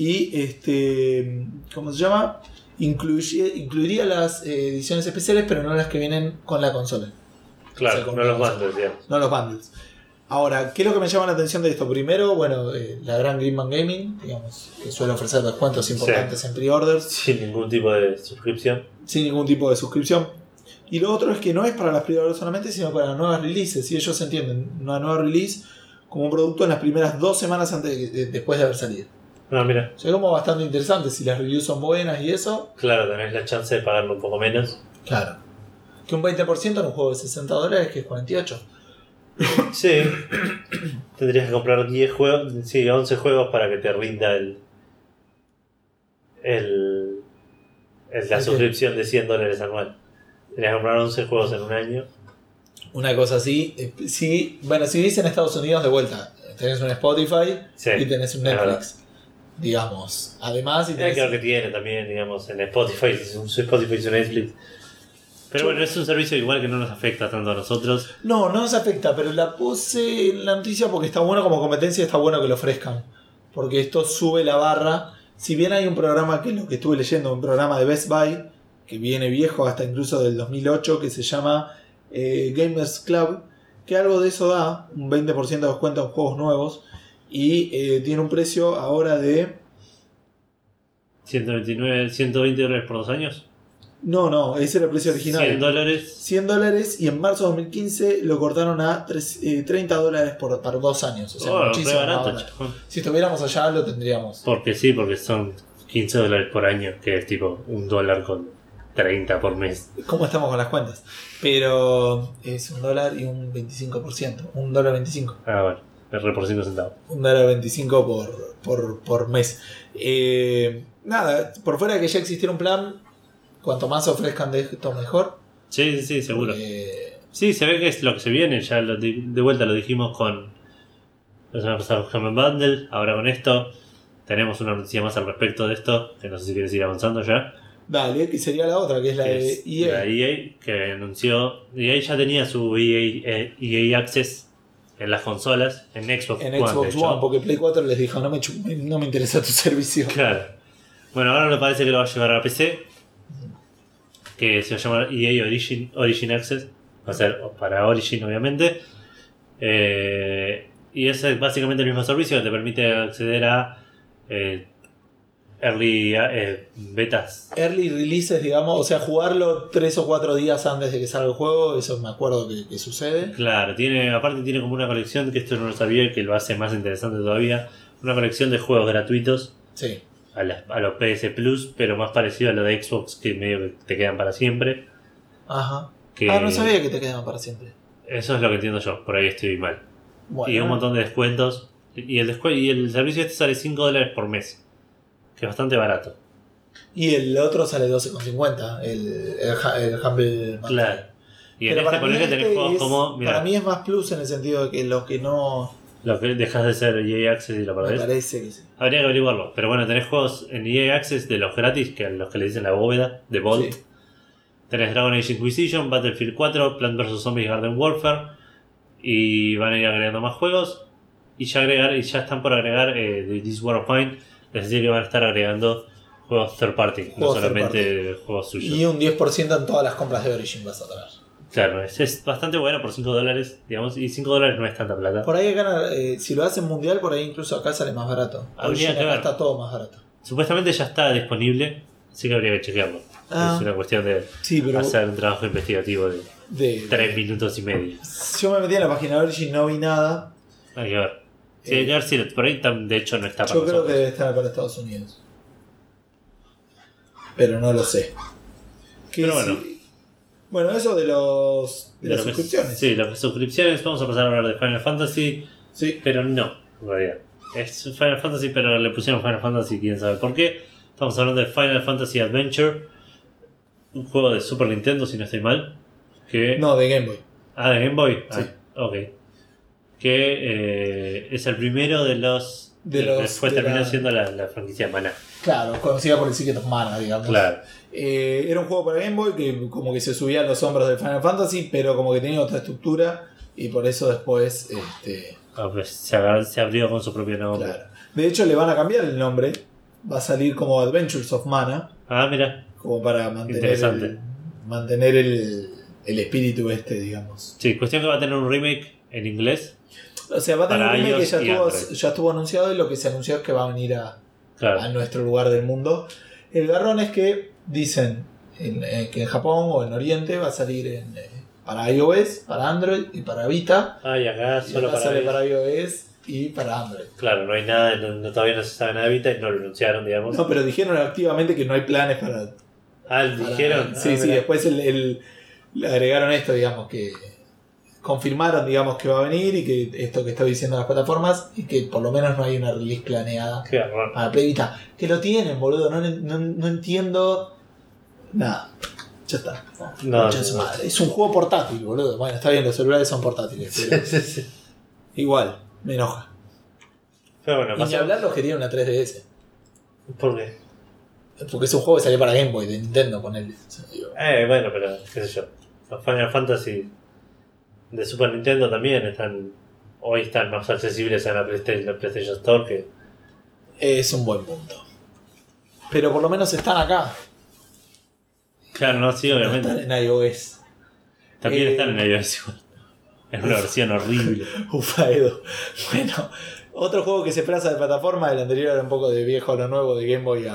y ¿cómo se llama? Incluiría las ediciones especiales, pero no las que vienen con la consola. Claro, o sea, no los bundles, digamos. No los bundles. Ahora, ¿qué es lo que me llama la atención de esto? Primero, bueno, la gran Greenman Gaming, digamos, que suele ofrecer descuentos importantes en pre-orders. Sin ningún tipo de suscripción. Sin ningún tipo de suscripción. Y lo otro es que no es para las pre-orders solamente, sino para las nuevas releases. Y ellos entienden una nueva release como un producto en las primeras 2 semanas después de haber salido. Ah, mira. O sea, como bastante interesante. Si las reviews son buenas y eso. Claro, tenés la chance de pagarlo un poco menos. Claro. Que un 20% en un juego de $60, que es 48. Sí. Tendrías que comprar 10 juegos, sí, 11 juegos para que te rinda la suscripción de $100 anual. Tendrías que comprar 11 juegos en un año. Una cosa así. Sí, bueno, si vivís en Estados Unidos, de vuelta, tenés un Spotify y tenés un Netflix. digamos. Además, creo que tiene también, digamos, en Spotify, su Spotify y su Netflix. Pero bueno, es un servicio igual que no nos afecta tanto a nosotros. No nos afecta, pero la puse en la noticia porque está bueno como competencia, está bueno que lo ofrezcan. Porque esto sube la barra. Si bien hay un programa, que es lo que estuve leyendo, un programa de Best Buy, que viene viejo hasta incluso del 2008, que se llama Gamers Club, que algo de eso da, un 20% de descuento en juegos nuevos, y tiene un precio ahora de... $120 por 2 años. No, ese era el precio original. $100. $100, y en marzo de 2015 lo cortaron a $30 para 2 años. O sea, muchísimo barato, si estuviéramos allá lo tendríamos. Porque son $15 por año, que es tipo $1 con 30 por mes. ¿Cómo estamos con las cuentas? Pero es $1 y un 25%. $1.25. Ah, bueno, R por 5 centavos. $1.25 por mes. Nada, por fuera de que ya existiera un plan, cuanto más ofrezcan de esto mejor. Sí, seguro. Sí, se ve que es lo que se viene. Ya de vuelta lo dijimos con la semana pasada con Humble Bundle. Ahora con esto tenemos una noticia más al respecto de esto, que no sé si quieres ir avanzando ya. Dale, que sería la otra, que es la de EA. La EA, que anunció. EA ya tenía su EA Access en las consolas, en Xbox One. En Xbox One, porque Play 4 les dijo, no me interesa tu servicio. Claro. Bueno, ahora me parece que lo va a llevar a PC, que se va a llamar EA Origin Access. Va a ser para Origin, obviamente. Y es básicamente el mismo servicio que te permite acceder a early betas. Early releases, digamos, o sea, jugarlo 3 o 4 días antes de que salga el juego, eso me acuerdo que sucede. Claro, aparte tiene como una colección, que esto no lo sabía y que lo hace más interesante todavía, una colección de juegos gratuitos. Sí. A los PS Plus, pero más parecido a lo de Xbox, que medio que te quedan para siempre. Ajá. No sabía que te quedaban para siempre. Eso es lo que entiendo yo, por ahí estoy mal. Bueno, y un montón de descuentos. Y el servicio este sale $5 por mes, que es bastante barato. Y el otro sale $12.50, el Humble Bundle. Claro. Y en este ponele tenés juegos como... Mirá, para mí es más plus en el sentido de que los que no... Lo que dejas de ser EA Access y lo perdés. Me parece que sí. Habría que averiguarlo. Pero bueno, tenés juegos en EA Access de los gratis, que a los que le dicen la bóveda, de Vault. Sí. Tenés Dragon Age Inquisition, Battlefield 4, Plant vs Zombies Garden Warfare. Y van a ir agregando más juegos. Y ya están por agregar This War of Mine. Es decir, que van a estar agregando juegos third party, no solamente juegos suyos. Y un 10% en todas las compras de Origin vas a tener. Claro, es bastante bueno por $5, digamos, y $5 no es tanta plata. Por ahí gana, si lo hacen mundial, por ahí incluso acá sale más barato. Habría que ver. Está todo más barato. Supuestamente ya está disponible, así que habría que chequearlo. Es una cuestión de hacer un trabajo investigativo de 3 minutos y medio. Yo me metí en la página de Origin, no vi nada. Hay que ver. Sí, hay que ver si por ahí de hecho no está para nosotros. Yo creo que debe estar para Estados Unidos. Pero no lo sé. Pero bueno. Bueno, eso de las suscripciones. Sí, las suscripciones. Vamos a pasar a hablar de Final Fantasy. Sí. Pero no, en realidad. Es Final Fantasy, pero le pusieron Final Fantasy, quién sabe por qué. Estamos hablando de Final Fantasy Adventure. Un juego de Super Nintendo, si no estoy mal. No, de Game Boy. Ah, de Game Boy. Sí. Ok. Que es el primero de los... Después terminó siendo la franquicia Mana. Claro, conocida por el Secret of Mana, digamos. Claro. Era un juego para Game Boy que como que se subía a los hombros de Final Fantasy, pero como que tenía otra estructura y por eso después... pues se abrió con su propio nombre. Claro. De hecho le van a cambiar el nombre. Va a salir como Adventures of Mana. Ah, mira. Como para mantener el espíritu digamos. Sí, cuestión que va a tener un remake en inglés. O sea, va a tener un remake que ya estuvo anunciado, y lo que se anunció es que va a venir a nuestro lugar del mundo. El garrón es que dicen que en Japón o en Oriente va a salir para iOS, para Android y para Vita. Y acá solo sale para iOS y para Android. Claro, no hay nada, todavía no se sabe nada de Vita y no lo anunciaron, digamos. No, pero dijeron activamente que no hay planes para... dijeron. Sí, después le agregaron esto, digamos, que confirmaron, digamos, que va a venir y que esto que estoy diciendo en las plataformas y que por lo menos no hay una release planeada para Play Vita. Que lo tienen, boludo, no entiendo nada. Ya está. No. Es un juego portátil, boludo. Bueno, está bien, los celulares son portátiles, pero igual, me enoja. Pero bueno, y ni hablar los que tienen una 3DS. ¿Por qué? Porque es un juego que salió para Game Boy de Nintendo, ponele. Bueno, pero qué sé yo. Los Final Fantasy de Super Nintendo también hoy están más accesibles en la PlayStation Store que... Es un buen punto. Pero por lo menos están acá. Claro, no, sí, obviamente. No están en iOS. También están en iOS igual. Es una versión horrible. Ufa, Edu. Bueno, otro juego que se plaza de plataforma, el anterior era un poco de viejo a lo nuevo, de Game Boy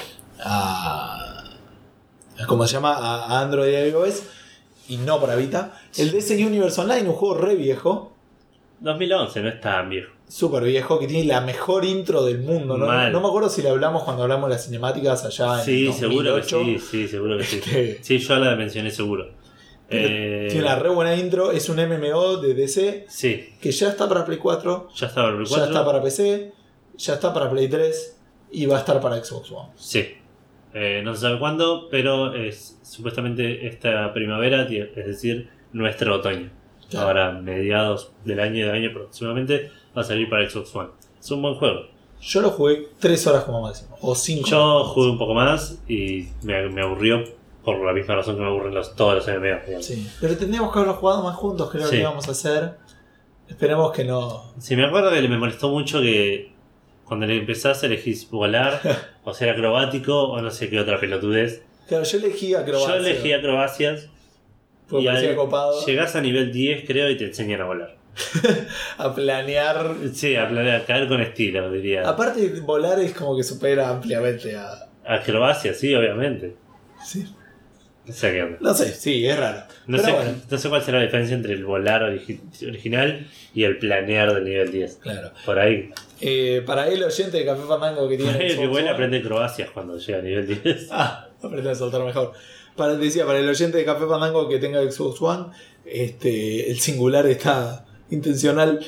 ¿cómo se llama? A Android y iOS. Y no para Vita. El DC Universe Online, un juego re viejo. 2011, no es tan viejo. Súper viejo, que tiene la mejor intro del mundo. ¿No? No me acuerdo si le hablamos cuando hablamos de las cinemáticas allá en 2008. Seguro que sí, seguro que sí. Sí, yo la mencioné seguro. Tiene una re buena intro, es un MMO de DC que ya está para Play 4, ya está para Play 4, ya está para PC, ya está para Play 3 y va a estar para Xbox One. Sí. No se sabe cuándo, pero es supuestamente esta primavera, es decir, nuestro otoño. Claro. Ahora, mediados del año próximamente, va a salir para Xbox One. Es un buen juego. Yo lo jugué 3 horas como máximo, o 5. Yo jugué un poco más y me aburrió por la misma razón que me aburren todos los MMO. Sí, pero tendríamos que haberlo jugado más juntos, creo que íbamos a hacer. Esperemos que no. Sí, me acuerdo que me molestó mucho que cuando le empezás elegís volar, o ser acrobático, o no sé qué otra pelotudez. Claro, yo elegí acrobacias. Y copado. Llegás a nivel 10, creo, y te enseñan a volar. A planear. Sí, a planear, caer con estilo, diría. Aparte, volar es como que supera ampliamente a. Acrobacia, sí, obviamente. Sí. No sé qué onda. No sé, sí, es raro. No sé cuál será la diferencia entre el volar original y el planear del nivel 10. Claro. Por ahí. Para el oyente de Café Fandango que tiene. El que bueno aprende acrobacias cuando llega a nivel 10. Aprende a saltar mejor. Para el oyente de Café Fandango que tenga Xbox One, el singular está intencional.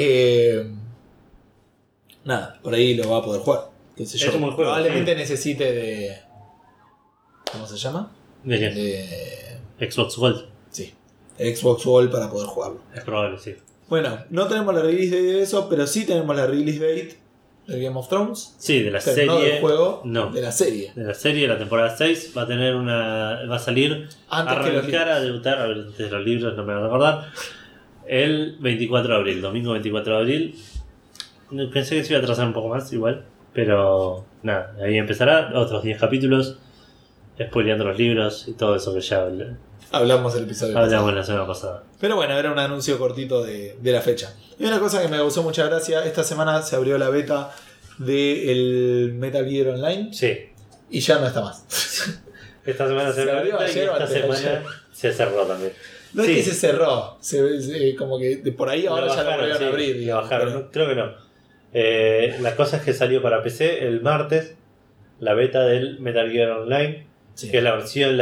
Nada, por ahí lo va a poder jugar. Qué sé yo. Es un buen juego. Probablemente necesite de. ¿Cómo se llama? De Xbox Gold. Sí, Xbox Gold para poder jugarlo. Es probable, sí. Bueno, no tenemos la release date de eso, pero sí tenemos la release date de Game of Thrones. Sí, de la serie. No del juego, no. De la serie. De la serie, la temporada 6 va va a salir a debutar, antes de los libros, no me van a acordar, el 24 de abril, domingo 24 de abril. Pensé que se iba a atrasar un poco más igual, pero nada, ahí empezará, otros 10 capítulos. Spoileando los libros y todo eso que ya hablamos el episodio pasado. La semana pasada. Pero bueno, era un anuncio cortito de la fecha. Y una cosa que me causó mucha gracia, esta semana se abrió la beta del Metal Gear Online. Sí. Y ya no está más. Esta semana se abrió y esta semana se cerró también. No es que se cerró, como que de por ahí ahora ya lo volvieron a abrir. Lo bajaron, creo que no. La cosa es que salió para PC el martes la beta del Metal Gear Online. Sí. Que es la versión,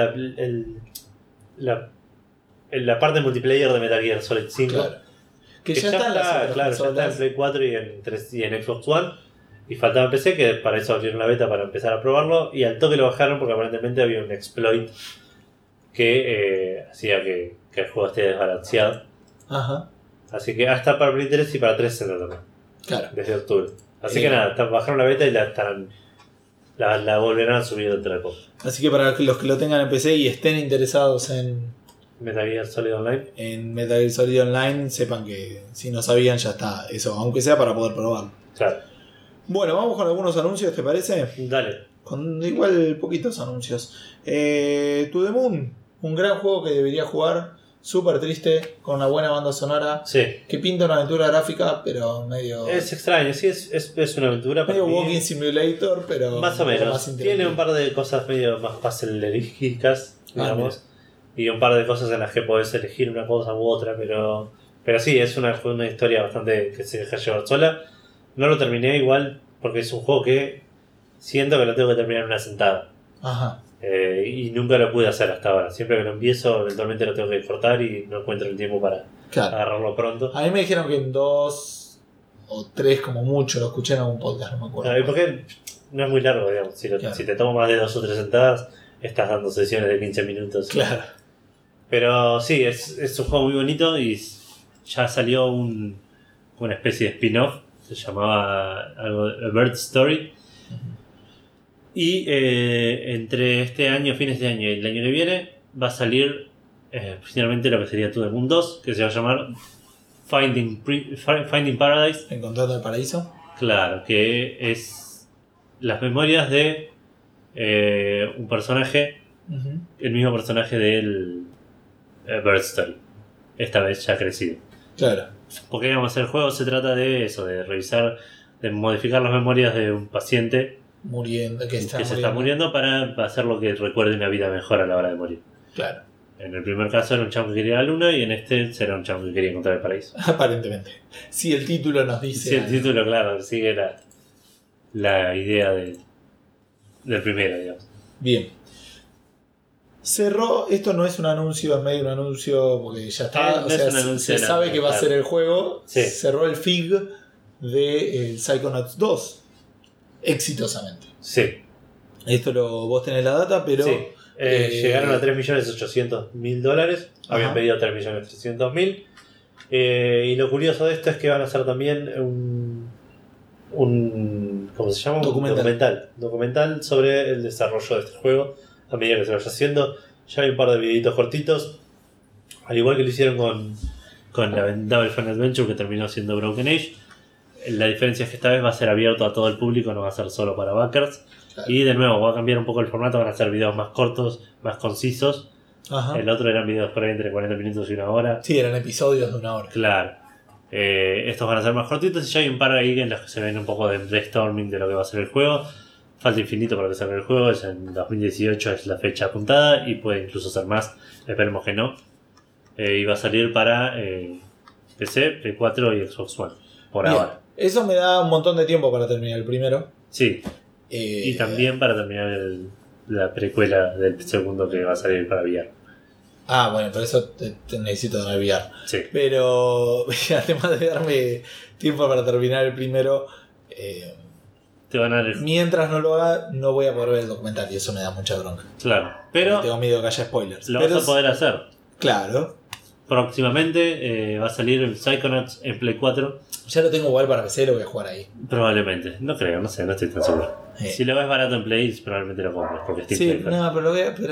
la parte multiplayer de Metal Gear Solid 5. Claro. Que ya está, ya está en Play 4 y en Xbox One. Y faltaba en PC, que para eso abrieron la beta para empezar a probarlo. Y al toque lo bajaron porque aparentemente había un exploit que hacía que el juego esté desbalanceado. Ajá. Así que hasta para Play 3 y para 3 se lo también. Claro. Desde octubre. Así que nada, bajaron la beta y la volverán a subir dentro de poco. Así que para los que lo tengan en PC y estén interesados en Metal Gear Solid Online, sepan que si no sabían ya está eso, aunque sea para poder probarlo. Claro. Bueno, vamos con algunos anuncios, ¿te parece? Dale. Con igual poquitos anuncios. To the Moon, un gran juego que debería jugar. Súper triste, con una buena banda sonora. Sí. Que pinta una aventura gráfica, pero medio. Es extraño, sí, es una aventura. Medio Walking Simulator, pero. Más o menos. Tiene un par de cosas medio más puzzlerísticas, digamos. Y un par de cosas en las que podés elegir una cosa u otra, pero sí, es una historia bastante que se deja llevar sola. No lo terminé igual, porque es un juego que siento que lo tengo que terminar en una sentada. Ajá. Y nunca lo pude hacer hasta ahora. Siempre que lo empiezo, eventualmente lo tengo que cortar y no encuentro el tiempo para agarrarlo pronto. A mí me dijeron que en 2 o 3 como mucho, lo escuché en algún podcast, no me acuerdo. ¿Y por qué? No es muy largo, digamos. Si te tomo más de 2 o 3 sentadas, estás dando sesiones de 15 minutos. Claro. Pero sí, es un juego muy bonito y ya salió una especie de spin-off. Se llamaba algo A Bird Story. Y entre este año, fines de año y el año que viene, va a salir finalmente lo que sería To The Moon 2, que se va a llamar Finding Paradise. Encontrando el paraíso. Claro, que es las memorias de un personaje, el mismo personaje del Bird Story, esta vez ya crecido. Claro. Porque digamos, el juego se trata de eso, de revisar, de modificar las memorias de un paciente que se está muriendo para hacer lo que recuerde una vida mejor a la hora de morir. Claro. En el primer caso era un chavo que quería la luna y en este será un chavo que quería encontrar el paraíso. Aparentemente. Si el título nos dice... Si el título, claro, sigue la idea del primero, digamos. Bien. Cerró, esto no es un anuncio, es medio un anuncio porque ya está, se sabe que va a ser el juego. Sí. Cerró el FIG de Psychonauts 2 exitosamente. Sí. Esto vos tenés la data, pero... Sí. Llegaron a $3.800.000. Habían pedido $3.300.000. Y lo curioso de esto es que van a hacer también un ¿cómo se llama? Documental sobre el desarrollo de este juego a medida que se vaya haciendo. Ya hay un par de videitos cortitos, al igual que lo hicieron con la Double Fine Adventure, que terminó siendo Broken Age. La diferencia es que esta vez va a ser abierto a todo el público, no va a ser solo para backers. Claro. Y de nuevo va a cambiar un poco el formato, van a ser videos más cortos, más concisos. Ajá. El otro eran videos por ahí entre 40 minutos y 1 hora. Sí, eran episodios de 1 hora. Claro. Estos van a ser más cortitos y ya hay un par ahí en los que se ven un poco de brainstorming de lo que va a ser el juego. Falta infinito para que salga el juego, es en 2018 es la fecha apuntada y puede incluso ser más, esperemos que no. Y va a salir para PC, Play 4 y Xbox One, por Bien. ahora. Eso me da un montón de tiempo para terminar el primero. Sí. Y también para terminar la precuela del segundo que va a salir para VR. Ah, bueno, por eso te necesito tener VR. Sí. Pero además de darme tiempo para terminar el primero, te van a dar mientras no lo haga, no voy a poder ver el documental y eso me da mucha bronca. Claro, pero porque tengo miedo de que haya spoilers. Lo vas a poder hacer. Claro. Próximamente va a salir el Psychonauts en Play 4. Ya lo tengo igual para PC, lo voy a jugar ahí. Probablemente, no creo, no sé, no estoy tan seguro. Si lo ves barato en Play, probablemente lo compres, porque Steam sí, no, pero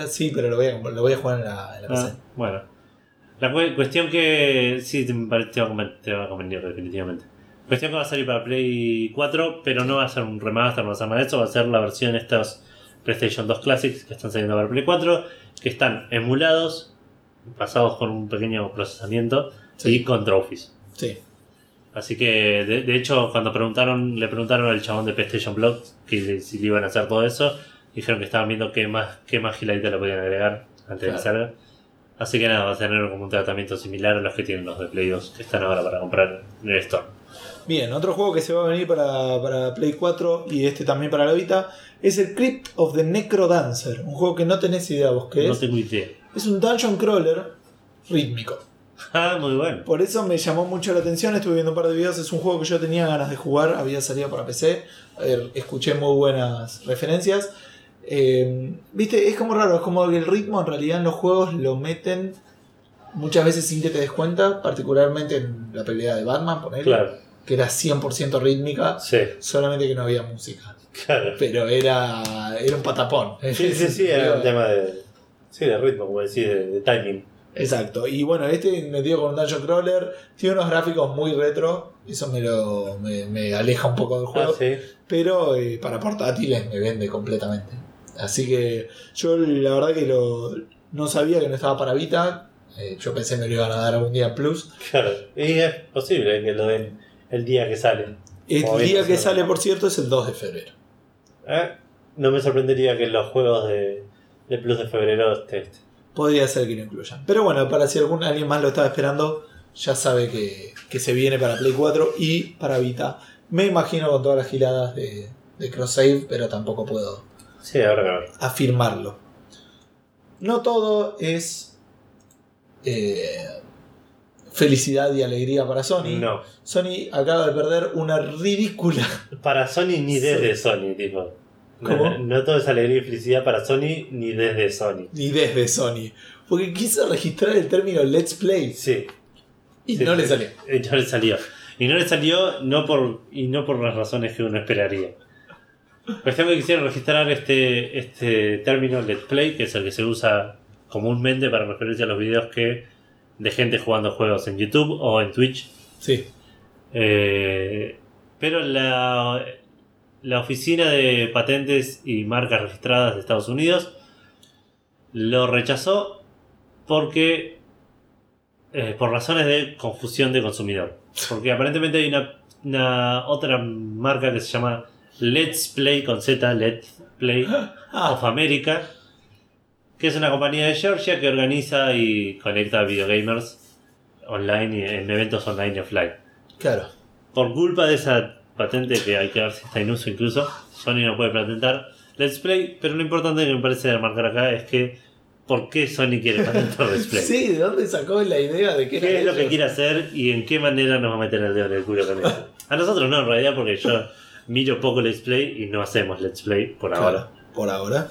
lo voy a jugar en la PC. Bueno, la cuestión que sí te va a convenir definitivamente. Cuestión que va a salir para Play 4, pero no va a ser un remaster, no va a ser nada de eso, va a ser la versión de estos PlayStation 2 Classics que están saliendo para Play 4, que están emulados, pasados con un pequeño procesamiento y con trophies. Sí. Así que, de hecho, cuando le preguntaron al chabón de PlayStation Blog que si le iban a hacer todo eso, dijeron que estaban viendo qué más giladita le podían agregar antes de que salga. Así que nada, va a tener como un tratamiento similar a los que tienen los de Play 2, que están ahora para comprar en el store. Bien, otro juego que se va a venir para Play 4 y también para la Vita es el Crypt of the Necrodancer. Un juego que no tenés idea vos qué es. No tengo idea. Es un dungeon crawler rítmico. Ah, muy bueno. Por eso me llamó mucho la atención, estuve viendo un par de videos, es un juego que yo tenía ganas de jugar, había salido para PC, escuché muy buenas referencias. Viste, es como raro, es como que el ritmo en realidad en los juegos lo meten muchas veces sin que te des cuenta, particularmente en la pelea de Batman, ponele, claro, que era 100% rítmica, sí, solamente que no había música. Claro. Pero era un patapón. Sí, era un tema de ritmo, como decís, de timing. Exacto, y bueno, metido con un dungeon crawler, tiene unos gráficos muy retro, eso me aleja un poco del juego, sí. Pero para portátiles me vende completamente. Así que yo la verdad que no sabía que no estaba para Vita, yo pensé que me lo iban a dar algún día en Plus. Claro, y es posible que lo den el día que sale. El día que sale, por cierto, es el 2 de febrero. No me sorprendería que los juegos de Plus de febrero esté. Podría ser que lo incluyan. Pero bueno, para si alguien más lo estaba esperando, ya sabe que se viene para Play 4 y para Vita. Me imagino con todas las giladas de cross-save, pero tampoco puedo afirmarlo. No todo es felicidad y alegría para Sony. No. Sony acaba de perder una ridícula... Para Sony ni desde Sony, tipo. ¿Cómo? No todo es alegría y felicidad para Sony ni desde Sony. Ni desde Sony. Porque quiso registrar el término Let's Play. Sí. Y no le salió. Y no le salió no por las razones que uno esperaría. Cuestión que quisieron registrar este término Let's Play, que es el que se usa comúnmente para referirse a los videos de gente jugando juegos en YouTube o en Twitch. Sí. Pero la Oficina de Patentes y Marcas Registradas de Estados Unidos lo rechazó porque por razones de confusión de consumidor. Porque aparentemente hay una otra marca que se llama Let's Play con Z, Let's Play of America, que es una compañía de Georgia que organiza y conecta a videogamers online en eventos online y offline. Claro. Por culpa de esa patente, que hay que ver si está en uso incluso, Sony no puede patentar Let's Play, pero lo importante que me parece remarcar acá es que ¿por qué Sony quiere patentar Let's Play? Sí, ¿de dónde sacó la idea de que ¿Qué es lo que quiere hacer y en qué manera nos va a meter el dedo en el culo con eso? A nosotros no, en realidad, porque yo miro poco Let's Play y no hacemos Let's Play por ahora. Por ahora.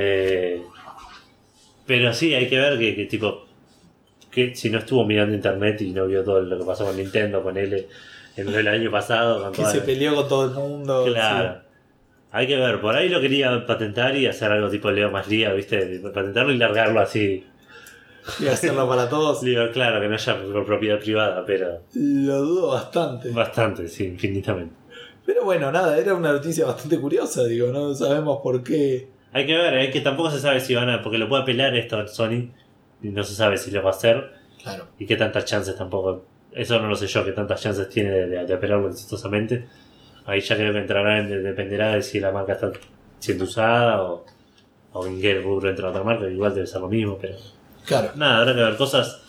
Pero sí, hay que ver que tipo, que si no estuvo mirando internet y no vio todo lo que pasó con Nintendo, con él en el año pasado. Con que se peleó con todo el mundo. Claro. Sí. Hay que ver, por ahí lo quería patentar y hacer algo tipo Leo más Lía, ¿viste? Patentarlo y largarlo así. Y hacerlo para todos. Digo, claro, que no haya propiedad privada, pero... Lo dudo bastante. Bastante, sí, infinitamente. Pero bueno, nada, era una noticia bastante curiosa, digo, no sabemos por qué. Hay que ver, es que tampoco se sabe si van a... Porque lo puede apelar esto en Sony y no se sabe si lo va a hacer. Claro. Y qué tantas chances tampoco... Eso no lo sé yo, qué tantas chances tiene de apelarlo exitosamente. Ahí ya creo que entrará, dependerá de si la marca está siendo usada o en qué rubro entra otra marca, igual debe ser lo mismo, pero... Claro. Nada, habrá que ver cosas...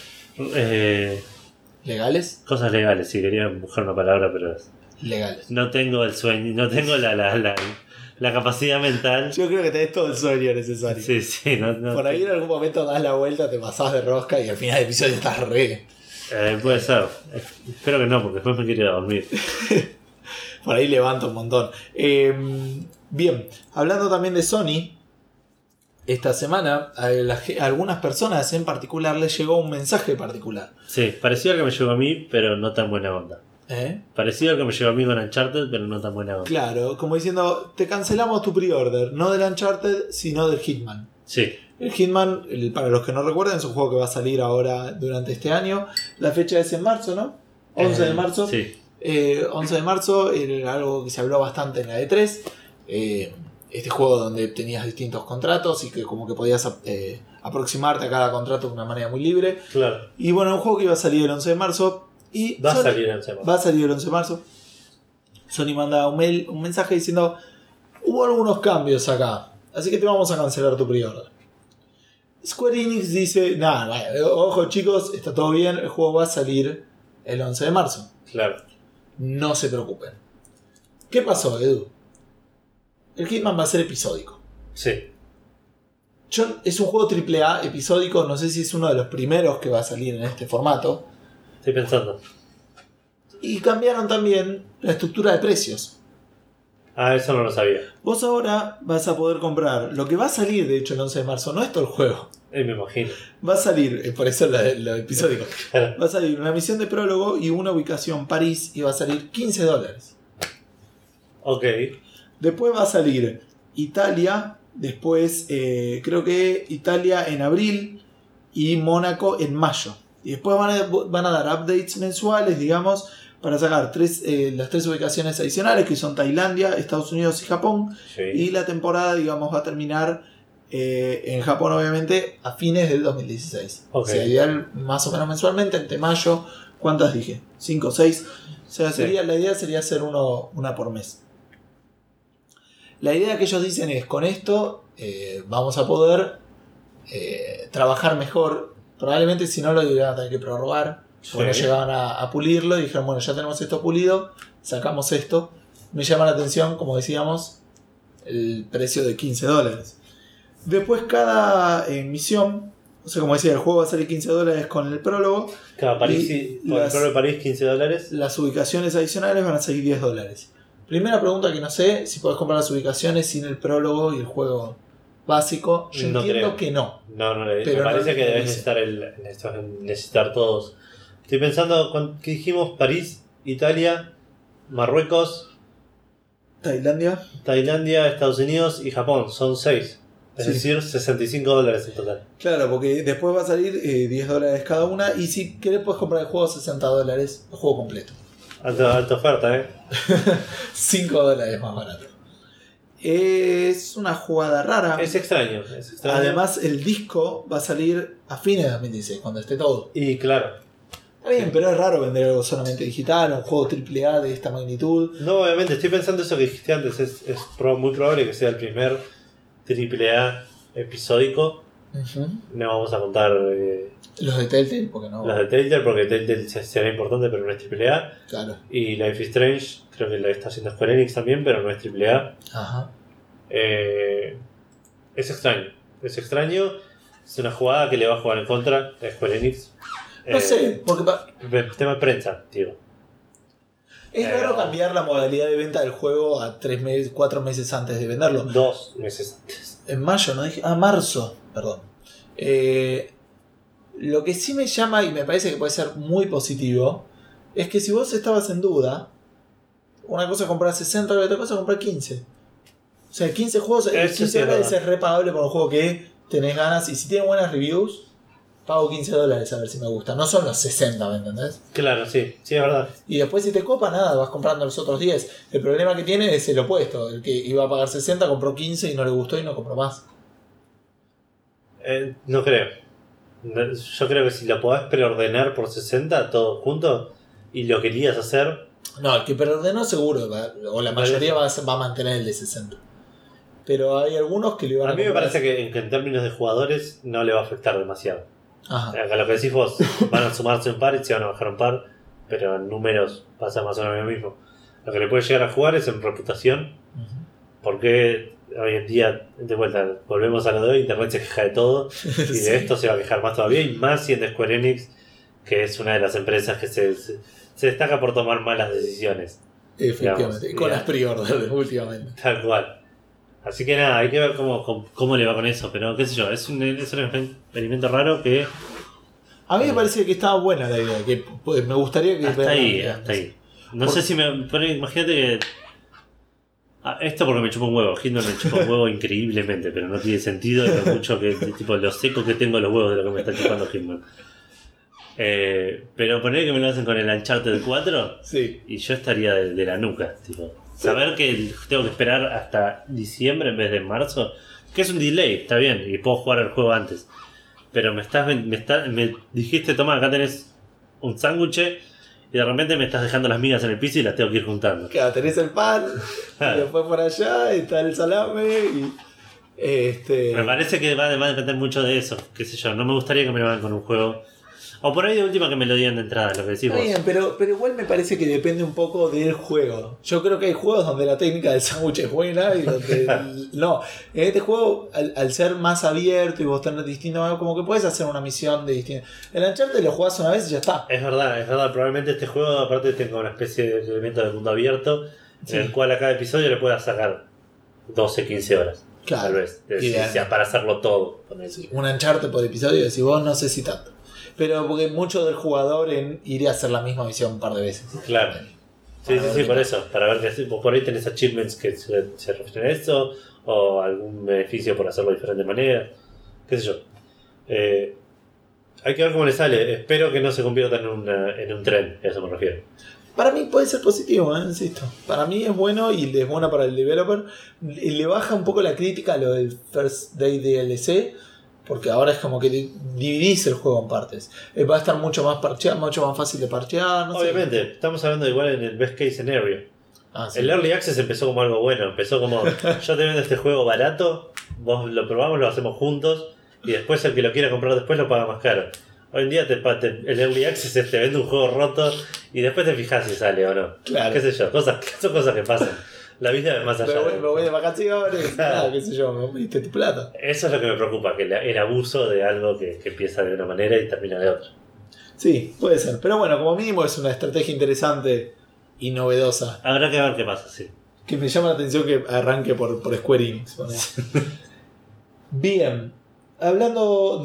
¿Legales? Cosas legales, sí, quería buscar una palabra, pero... Legales. No tengo el sueño, no tengo la capacidad mental. Yo creo que tenés todo el sueño necesario. Sí, no. Por ahí en algún momento das la vuelta, te pasás de rosca y al final del episodio estás re... puede ser. Espero que no, porque después me quiero ir a dormir. Por ahí levanto un montón. Bien, hablando también de Sony, esta semana a algunas personas en particular les llegó un mensaje particular. Sí, parecido al que me llegó a mí, pero no tan buena onda. Parecido al que me llegó a mí con Uncharted, pero no tan buena onda. Claro, como diciendo, te cancelamos tu pre-order, no del Uncharted, sino del Hitman. Sí. El Hitman, para los que no recuerdan, es un juego que va a salir ahora durante este año. La fecha es en marzo, ¿no? 11 de marzo. Sí. 11 de marzo, era algo que se habló bastante en la E3. Este juego donde tenías distintos contratos y que como que podías aproximarte a cada contrato de una manera muy libre. Claro. Y bueno, un juego que iba a salir el 11 de marzo. Y va a salir el 11 de marzo. Va a salir el 11 de marzo. Sony manda un mensaje diciendo: hubo algunos cambios acá, así que te vamos a cancelar tu pre-order. Square Enix dice: nada, ojo chicos, está todo bien, el juego va a salir el 11 de marzo. Claro. No se preocupen. ¿Qué pasó, Edu? El Hitman va a ser episódico. Sí. Es un juego AAA episódico, no sé si es uno de los primeros que va a salir en este formato. Estoy pensando. Y cambiaron también la estructura de precios. Ah, eso no lo sabía. Vos ahora vas a poder comprar lo que va a salir, de hecho, el 11 de marzo. No es todo el juego. Me imagino. Va a salir, por eso lo episódico. Va a salir una misión de prólogo y una ubicación París y va a salir $15. Ok. Después va a salir Italia. Después creo que Italia en abril y Mónaco en mayo. Y después van a dar updates mensuales, digamos, para sacar las 3 ubicaciones adicionales, que son Tailandia, Estados Unidos y Japón. Sí. Y la temporada, digamos, va a terminar en Japón, obviamente, a fines del 2016. Okay. O sea, ideal más o menos mensualmente, entre mayo, ¿cuántas dije? 5 o 6. O sea, Sí. la idea sería hacer una por mes. La idea que ellos dicen es, con esto vamos a poder trabajar mejor. Probablemente si no lo iban a tener que prorrogar, porque Sí. no llegaban a pulirlo y dijeron, bueno, ya tenemos esto pulido, sacamos esto. Me llama la atención, como decíamos, el precio de $15. Después cada misión, o sea, como decía, el juego va a salir $15 con el prólogo. Cada París, con el prólogo de París, $15. Las ubicaciones adicionales van a salir $10. Primera pregunta que no sé, si podés comprar las ubicaciones sin el prólogo y el juego básico. Yo No entiendo creo. que no. No, Pero me parece no que debes dice. necesitar todos. Estoy pensando, ¿qué dijimos? París, Italia, Marruecos Tailandia, Estados Unidos y Japón. Son 6. Es decir, $65 en total. Claro, porque después va a salir $10 cada una. Y si querés puedes comprar el juego a $60, el juego completo. Alta oferta, $5 más barato. Es una jugada rara. Es extraño. Además, el disco va a salir a fines de 2016, cuando esté todo. Y claro. Está bien, pero es raro vender algo solamente digital, un juego AAA de esta magnitud. No, obviamente, estoy pensando eso que dijiste antes. Es muy probable que sea el primer AAA episódico. No vamos a contar los de Telltale, porque no. Los de Telltale, porque Telltale será importante, pero no es AAA. Claro. Y Life is Strange, creo que la está haciendo Square Enix también, pero no es AAA. Ajá. Es extraño. Es una jugada que le va a jugar en contra a Square Enix. No sé, porque tema de prensa, tío. Es raro cambiar la modalidad de venta del juego a 4 meses antes de venderlo. 2 meses antes. En mayo, no dije. Marzo, perdón. Lo que sí me llama y me parece que puede ser muy positivo es que si vos estabas en duda, una cosa es comprar 60 y otra cosa es comprar 15. O sea, 15 juegos, $15 es repagable por un juego que tenés ganas. Y si tiene buenas reviews, pago $15 a ver si me gusta. No son los 60, ¿me entendés? Claro, sí, es verdad. Y después si te copa, nada, vas comprando los otros 10. El problema que tiene es el opuesto. El que iba a pagar 60 compró 15 y no le gustó y no compró más. No creo. Yo creo que si lo podés preordenar por 60 todo junto y lo querías hacer. No, el que preordenó seguro, o la mayoría va a mantener el de 60. Pero hay algunos que le van a mí me parece que en términos de jugadores no le va a afectar demasiado. Ajá. A lo que decís vos, van a sumarse un par y se van a bajar un par, pero en números pasa más o menos lo mismo. Lo que le puede llegar a jugar es en reputación, porque hoy en día, de vuelta, volvemos a lo de hoy, Internet se queja de todo, y de esto se va a quejar más todavía, y más siendo Square Enix, que es una de las empresas que se destaca por tomar malas decisiones. Efectivamente, digamos, con las pre-orders últimamente. Tal cual. Así que nada, hay que ver cómo le va con eso, pero qué sé yo, es un experimento raro que... A mí me parece que estaba buena la idea, que pues, me gustaría que... Hasta ahí. No sé si pero imagínate que... esto porque me chupa un huevo, Hitman me chupa un huevo increíblemente, pero no tiene sentido de lo mucho que, tipo, lo seco que tengo los huevos de lo que me está chupando Hitman. Pero poner que me lo hacen con el Uncharted 4, sí. Y yo estaría de la nuca, tipo... Saber que tengo que esperar hasta diciembre en vez de marzo, que es un delay, está bien, y puedo jugar el juego antes. Pero me dijiste, toma, acá tenés un sándwich y de repente me estás dejando las migas en el piso y las tengo que ir juntando. Claro, tenés el pan, y después por allá está el salame y... Me parece que va a depender mucho de eso, qué sé yo, no me gustaría que me lo hagan con un juego... O por ahí de última que me lo digan de entrada, lo que decís vos. Bien, pero igual me parece que depende un poco del juego. Yo creo que hay juegos donde la técnica del sándwich es buena y donde no. En este juego, al ser más abierto y vos tener distinto, como que puedes hacer una misión de distinto. El Uncharted lo jugás una vez y ya está. Es verdad. Probablemente este juego, aparte, tenga una especie de elemento de mundo abierto, sí, en el cual a cada episodio le puedas sacar 12, 15 horas. Claro. Tal vez. Para hacerlo todo. Sí, un Uncharted por episodio, decís vos, no sé si tanto. Pero porque mucho del jugador en ir a hacer la misma misión un par de veces. Claro. Sí, por eso. Para ver que por ahí tenés achievements que se refieren a eso, o algún beneficio por hacerlo de diferentes maneras. Qué sé yo. Hay que ver cómo le sale. Espero que no se convierta en un tren, a eso me refiero. Para mí puede ser positivo, insisto. Para mí es bueno y es bueno para el developer. Le baja un poco la crítica a lo del First Day DLC. Porque ahora es como que dividís el juego en partes. Va a estar mucho más parcheado, mucho más fácil de parchear. No Obviamente, sé. Estamos hablando igual en el best case scenario. Sí. El Early Access empezó como algo bueno. Empezó como, yo te vendo este juego barato, vos lo probamos, lo hacemos juntos, y después el que lo quiera comprar después lo paga más caro. Hoy en día el Early Access te vende un juego roto y después te fijas si sale o no. Claro. Qué sé yo, son cosas que pasan. La vida es más allá. Me voy de vacaciones, qué sé yo, me diste tu plata. Eso es lo que me preocupa, que el abuso de algo que empieza de una manera y termina de otra. Sí, puede ser. Pero bueno, como mínimo es una estrategia interesante y novedosa. Habrá que ver qué pasa, sí. Que me llama la atención que arranque por Square Enix. Bien, hablando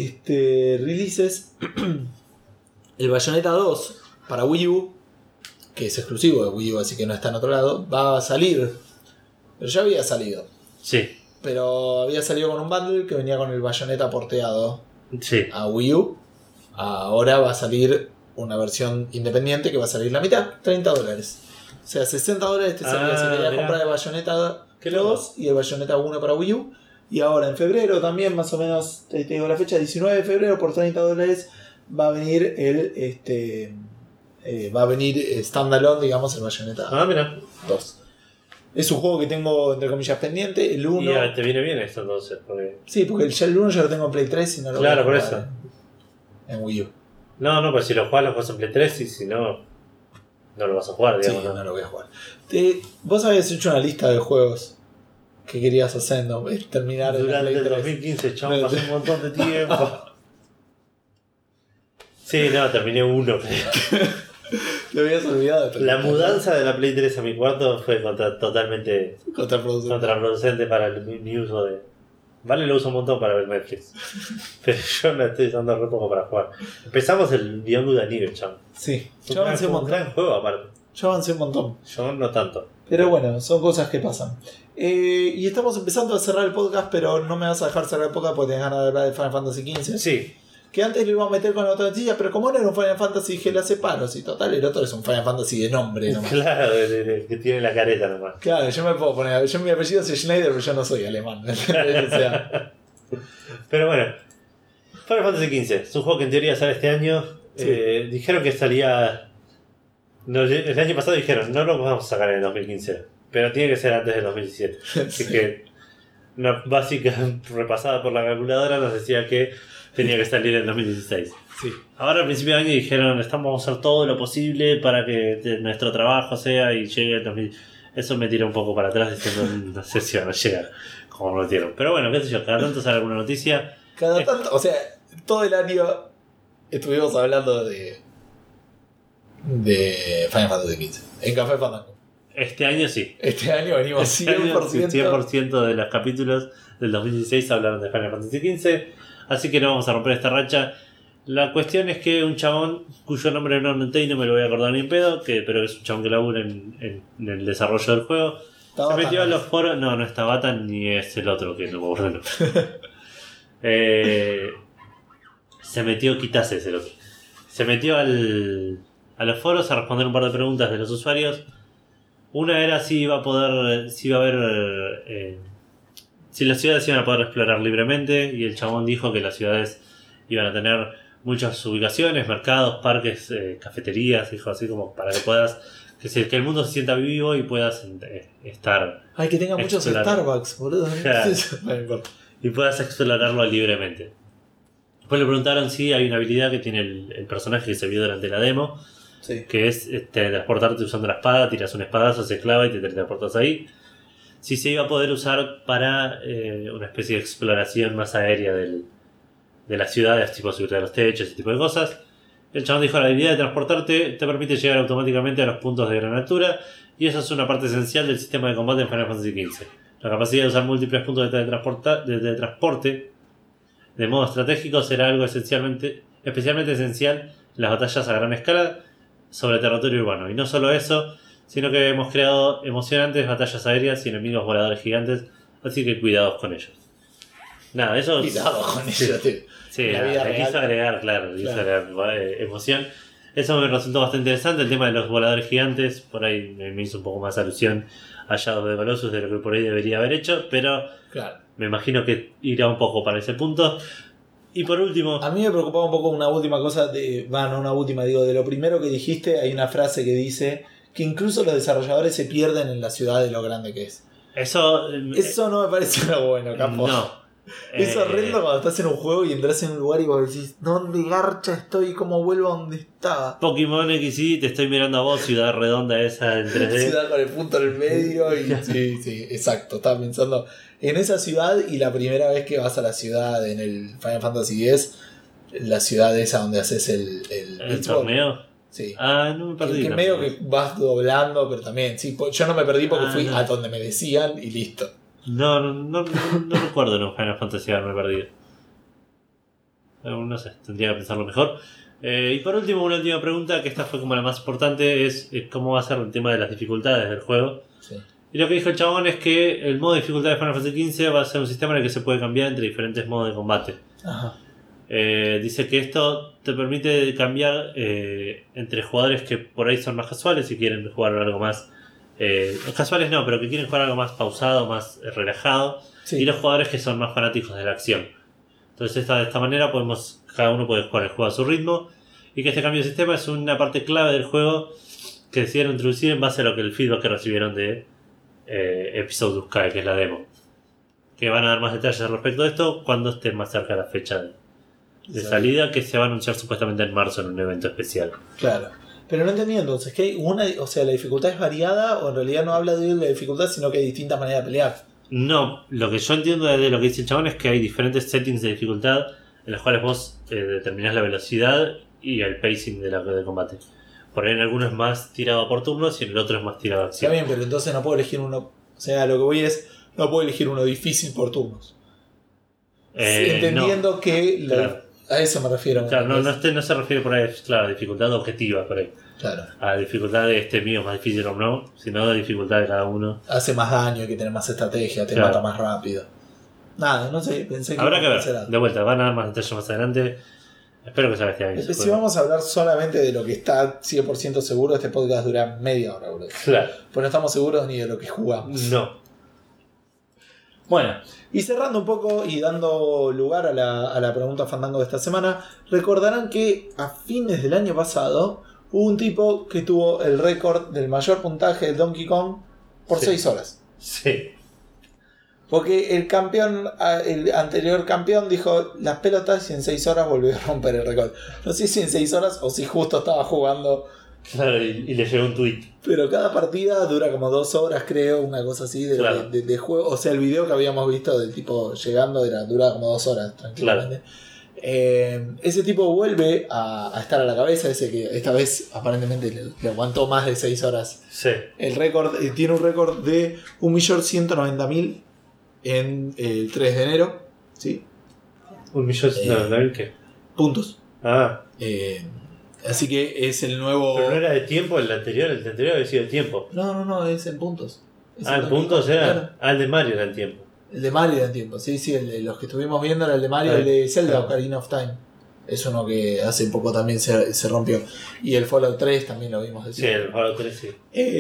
de releases, el Bayonetta 2 para Wii U, que es exclusivo de Wii U, así que no está en otro lado, va a salir. Pero ya había salido. Sí. Pero había salido con un bundle que venía con el Bayonetta porteado a Wii U. Ahora va a salir una versión independiente que va a salir la mitad, $30. O sea, $60 te salía si querías comprar el Bayonetta 2 y el Bayonetta 1 para Wii U. Y ahora en febrero también, más o menos, te digo la fecha, 19 de febrero por $30 va a venir va a venir standalone, digamos, el Bayonetta 2. Es un juego que tengo, entre comillas, pendiente. El 1. Y te viene bien esto entonces. Porque... Sí, porque el 1 ya lo tengo en Play 3 y no lo voy a jugar por eso. En Wii U. No, pues si lo juegas en Play 3 y si no, no lo vas a jugar, digamos. Sí, no lo voy a jugar. Vos habías hecho una lista de juegos que querías hacer, ¿no? Terminar durante el 2015, chabón, pasó un montón de tiempo. Sí, no, terminé uno. Lo habías olvidado. La mudanza de la Play 3 a mi cuarto fue totalmente contraproducente para mi uso de... Vale, lo uso un montón para ver Netflix. Pero yo la estoy usando re poco para jugar. Empezamos el Beyond Good and Evil, chabón. Sí, yo avancé un montón. Gran juego aparte. Yo avancé un montón. Yo no tanto. Pero bueno, son cosas que pasan. Y estamos empezando a cerrar el podcast, pero no me vas a dejar cerrar el podcast porque tenés ganas de hablar de Final Fantasy XV. Sí. Que antes lo iba a meter con la otra noticia, pero como no era un Final Fantasy, dije la separo. Si total, el otro es un Final Fantasy de nombre nomás. Claro, que tiene la careta nomás. Claro, yo me puedo poner. Yo mi apellido es Schneider, pero yo no soy alemán. O sea. Pero bueno, Final Fantasy XV es un juego que en teoría sale este año. Sí. Dijeron que salía. No, el año pasado dijeron, no lo vamos a sacar en el 2015, pero tiene que ser antes del 2017. Así que una básica repasada por la calculadora nos decía que tenía que salir en 2016. Sí. Ahora al principio de año dijeron, vamos a hacer todo lo posible para que nuestro trabajo sea y llegue el 2016. Eso me tira un poco para atrás diciendo, no sé si van a llegar como lo metieron. Pero bueno, qué sé yo, cada tanto sale alguna noticia. Cada tanto, o sea, todo el año estuvimos hablando de Final Fantasy XV en Café Fandango. Este año sí. Este año venimos 100%. 100% de los capítulos del 2016 hablaron de Final Fantasy XV. Así que no vamos a romper esta racha. La cuestión es que un chabón cuyo nombre no anoté y no me lo voy a acordar ni en pedo, pero es un chabón que labura en el desarrollo del juego. Se metió a los foros. No es Tabata ni es el otro que no me acuerdo. Se metió, quizás es el otro. Se metió a los foros a responder un par de preguntas de los usuarios. Una era si iba a poder, si iba a haber, si las ciudades iban a poder explorar libremente, y el chabón dijo que las ciudades iban a tener muchas ubicaciones, mercados, parques, cafeterías, dijo así como para que puedas, que el mundo se sienta vivo y puedas estar. Ay, que tenga muchos Starbucks, boludo. Y puedas explorarlo libremente. Después le preguntaron si hay una habilidad que tiene el personaje que se vio durante la demo. Sí. Que es teletransportarte usando la espada, tiras un espadazo, se clava y te teletransportas ahí. Si se iba a poder usar para una especie de exploración más aérea de las ciudades, tipo subirte a los techos, ese tipo de cosas. El chabón dijo: la habilidad de transportarte te permite llegar automáticamente a los puntos de gran altura, y eso es una parte esencial del sistema de combate en Final Fantasy XV. La capacidad de usar múltiples puntos de teletransporte de modo estratégico será algo especialmente esencial en las batallas a gran escala sobre territorio urbano. Y no solo eso, sino que hemos creado emocionantes batallas aéreas y enemigos voladores gigantes, así que cuidados con ellos. Nada, eso... Cuidado con ellos, tío. Sí, le quiso agregar, claro. Emoción. Eso me resultó bastante interesante, el tema de los voladores gigantes. Por ahí me hizo un poco más alusión a Shadow of the Colossus de lo que por ahí debería haber hecho, pero claro, me imagino que irá un poco para ese punto. Y por último... A mí me preocupaba un poco una última cosa, de lo primero que dijiste. Hay una frase que dice que incluso los desarrolladores se pierden en la ciudad de lo grande que es. Eso no me parece algo bueno, capo. No. Es horrendo cuando estás en un juego y entras en un lugar y vos decís, ¿dónde garcha estoy? ¿Cómo vuelvo a donde estaba? Pokémon XY, te estoy mirando a vos, ciudad redonda esa en 3D. Ciudad con el punto en el medio y sí, exacto. Estaba pensando en esa ciudad, y la primera vez que vas a la ciudad en el Final Fantasy X, la ciudad esa donde haces el torneo. Sí. No me perdí. Que medio que vas doblando, pero también, sí, yo no me perdí porque fui a donde me decían y listo. No recuerdo en un Final Fantasy haberme perdido. No sé, tendría que pensarlo mejor. Y por último, una última pregunta, que esta fue como la más importante, es cómo va a ser el tema de las dificultades del juego. Sí. Y lo que dijo el chabón es que el modo de dificultad de Final Fantasy XV va a ser un sistema en el que se puede cambiar entre diferentes modos de combate. Ajá. Dice que esto te permite cambiar entre jugadores que por ahí son más casuales y quieren jugar algo más... casuales no, pero que quieren jugar algo más pausado, más relajado. Sí. Y los jugadores que son más fanáticos de la acción. Entonces de esta manera cada uno puede jugar el juego a su ritmo. Y que este cambio de sistema es una parte clave del juego que decidieron introducir en base a lo que el feedback que recibieron de Episode Sky, que es la demo. Que van a dar más detalles al respecto de esto cuando estén más cerca de la fecha de salida, que se va a anunciar supuestamente en marzo en un evento especial. Claro. Pero no entendí entonces, que la dificultad es variada o en realidad no habla de la dificultad, sino que hay distintas maneras de pelear. No, lo que yo entiendo de lo que dice el chabón es que hay diferentes settings de dificultad en los cuales vos determinás la velocidad y el pacing de combate. Por ahí en algunos es más tirado por turnos y en el otro es más tirado a acción. Está bien, pero entonces no puedo elegir uno. O sea, lo que voy es, no puedo elegir uno difícil por turnos. Entendiendo no, que claro. A eso me refiero. Claro, no se refiere por ahí, claro, a dificultad objetiva por ahí. Claro. A dificultad de este mío es más difícil o no, sino a dificultad de cada uno. Hace más daño, hay que tener más estrategia, te mata más rápido. Nada, no sé, pensé que... Habrá que ver, de vuelta, van a dar más detalles más adelante. Espero que salga este año. Si vamos a hablar solamente de lo que está 100% seguro, este podcast dura media hora, bro. Claro. Pues no estamos seguros ni de lo que jugamos. No. Bueno, y cerrando un poco y dando lugar a la pregunta Fandango de esta semana, recordarán que a fines del año pasado hubo un tipo que tuvo el récord del mayor puntaje del Donkey Kong por 6 horas. Sí. Porque el anterior campeón dijo las pelotas y en 6 horas volvió a romper el récord. No sé si en 6 horas o si justo estaba jugando. Claro, y le llegó un tweet. Pero cada partida dura como 2 horas, creo, una cosa así de juego. O sea, el video que habíamos visto del tipo llegando dura como 2 horas, tranquilamente. Claro. Ese tipo vuelve a estar a la cabeza, ese que esta vez aparentemente le aguantó más de 6 horas. Sí. El récord tiene un récord de 1.190.000 en el 3 de enero. ¿Sí? 1.190.000 ¿qué? Puntos. Ah. Así que es el nuevo. Pero no era de tiempo el anterior había sido de tiempo. No, es en puntos. En puntos era. Claro. El de Mario era en tiempo. El de Mario era en tiempo, sí, los que estuvimos viendo era el de Mario, el de Zelda Ocarina of Time. Es uno que hace poco también se rompió. Y el Fallout 3 también lo vimos decir. Sí, el Fallout 3 sí.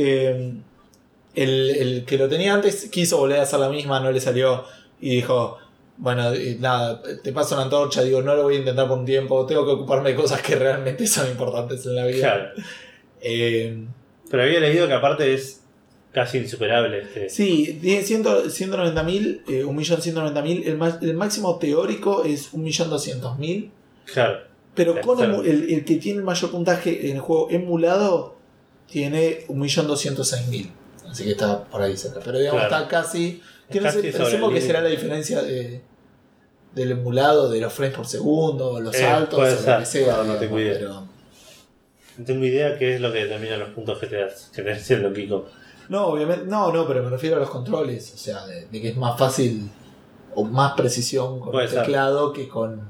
El que lo tenía antes quiso volver a hacer la misma, no le salió y dijo, bueno, nada, te paso una antorcha, digo, no lo voy a intentar por un tiempo, tengo que ocuparme de cosas que realmente son importantes en la vida. Claro. Pero había leído que aparte es casi insuperable. Sí, tiene 190.000, 1.190.000, el máximo teórico es 1.200.000. Claro. Pero con el que tiene el mayor puntaje en el juego emulado tiene 1.206.000. Así que está por ahí cerca. Pero digamos, está casi. Que no sé, pensemos que será la diferencia del emulado, de los frames por segundo, los saltos, o lo que sea. No tengo idea. Pero... No tengo idea qué es lo que determina los puntos que te das el Donkey Kong. No, obviamente. No, pero me refiero a los controles. O sea, de que es más fácil o más precisión con el teclado que con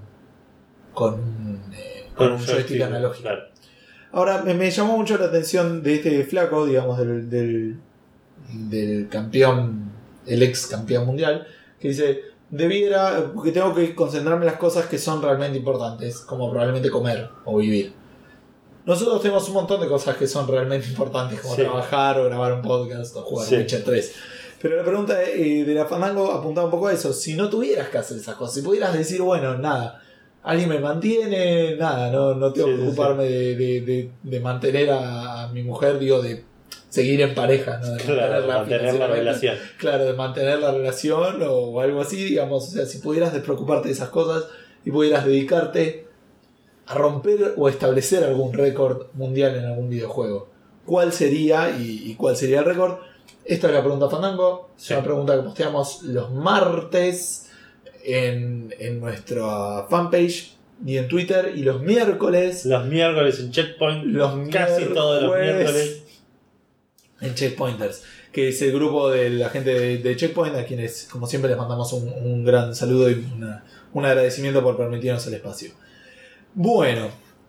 un joystick analógico. Claro. Ahora, me llamó mucho la atención de este flaco, digamos, del campeón, el ex campeón mundial, que dice, porque tengo que concentrarme en las cosas que son realmente importantes, como probablemente comer o vivir. Nosotros tenemos un montón de cosas que son realmente importantes, como trabajar o grabar un podcast o jugar Witcher 3. Pero la pregunta de la Fandango apuntaba un poco a eso. Si no tuvieras que hacer esas cosas, si pudieras decir, bueno, nada, alguien me mantiene, nada, no tengo que ocuparme de mantener a mi mujer, digo, de seguir en pareja, ¿no? De mantener la relación. Claro, de mantener la relación o algo así, digamos. O sea, si pudieras despreocuparte de esas cosas y pudieras dedicarte a romper o establecer algún récord mundial en algún videojuego, ¿cuál sería y cuál sería el récord? Esta es la pregunta Fandango. Es una pregunta que posteamos los martes en nuestra fanpage y en Twitter, y los miércoles en Checkpoint, casi todos los miércoles en Checkpointers, que es el grupo de la gente de Checkpoint, a quienes como siempre les mandamos un gran saludo y un agradecimiento por permitirnos el espacio. Bueno,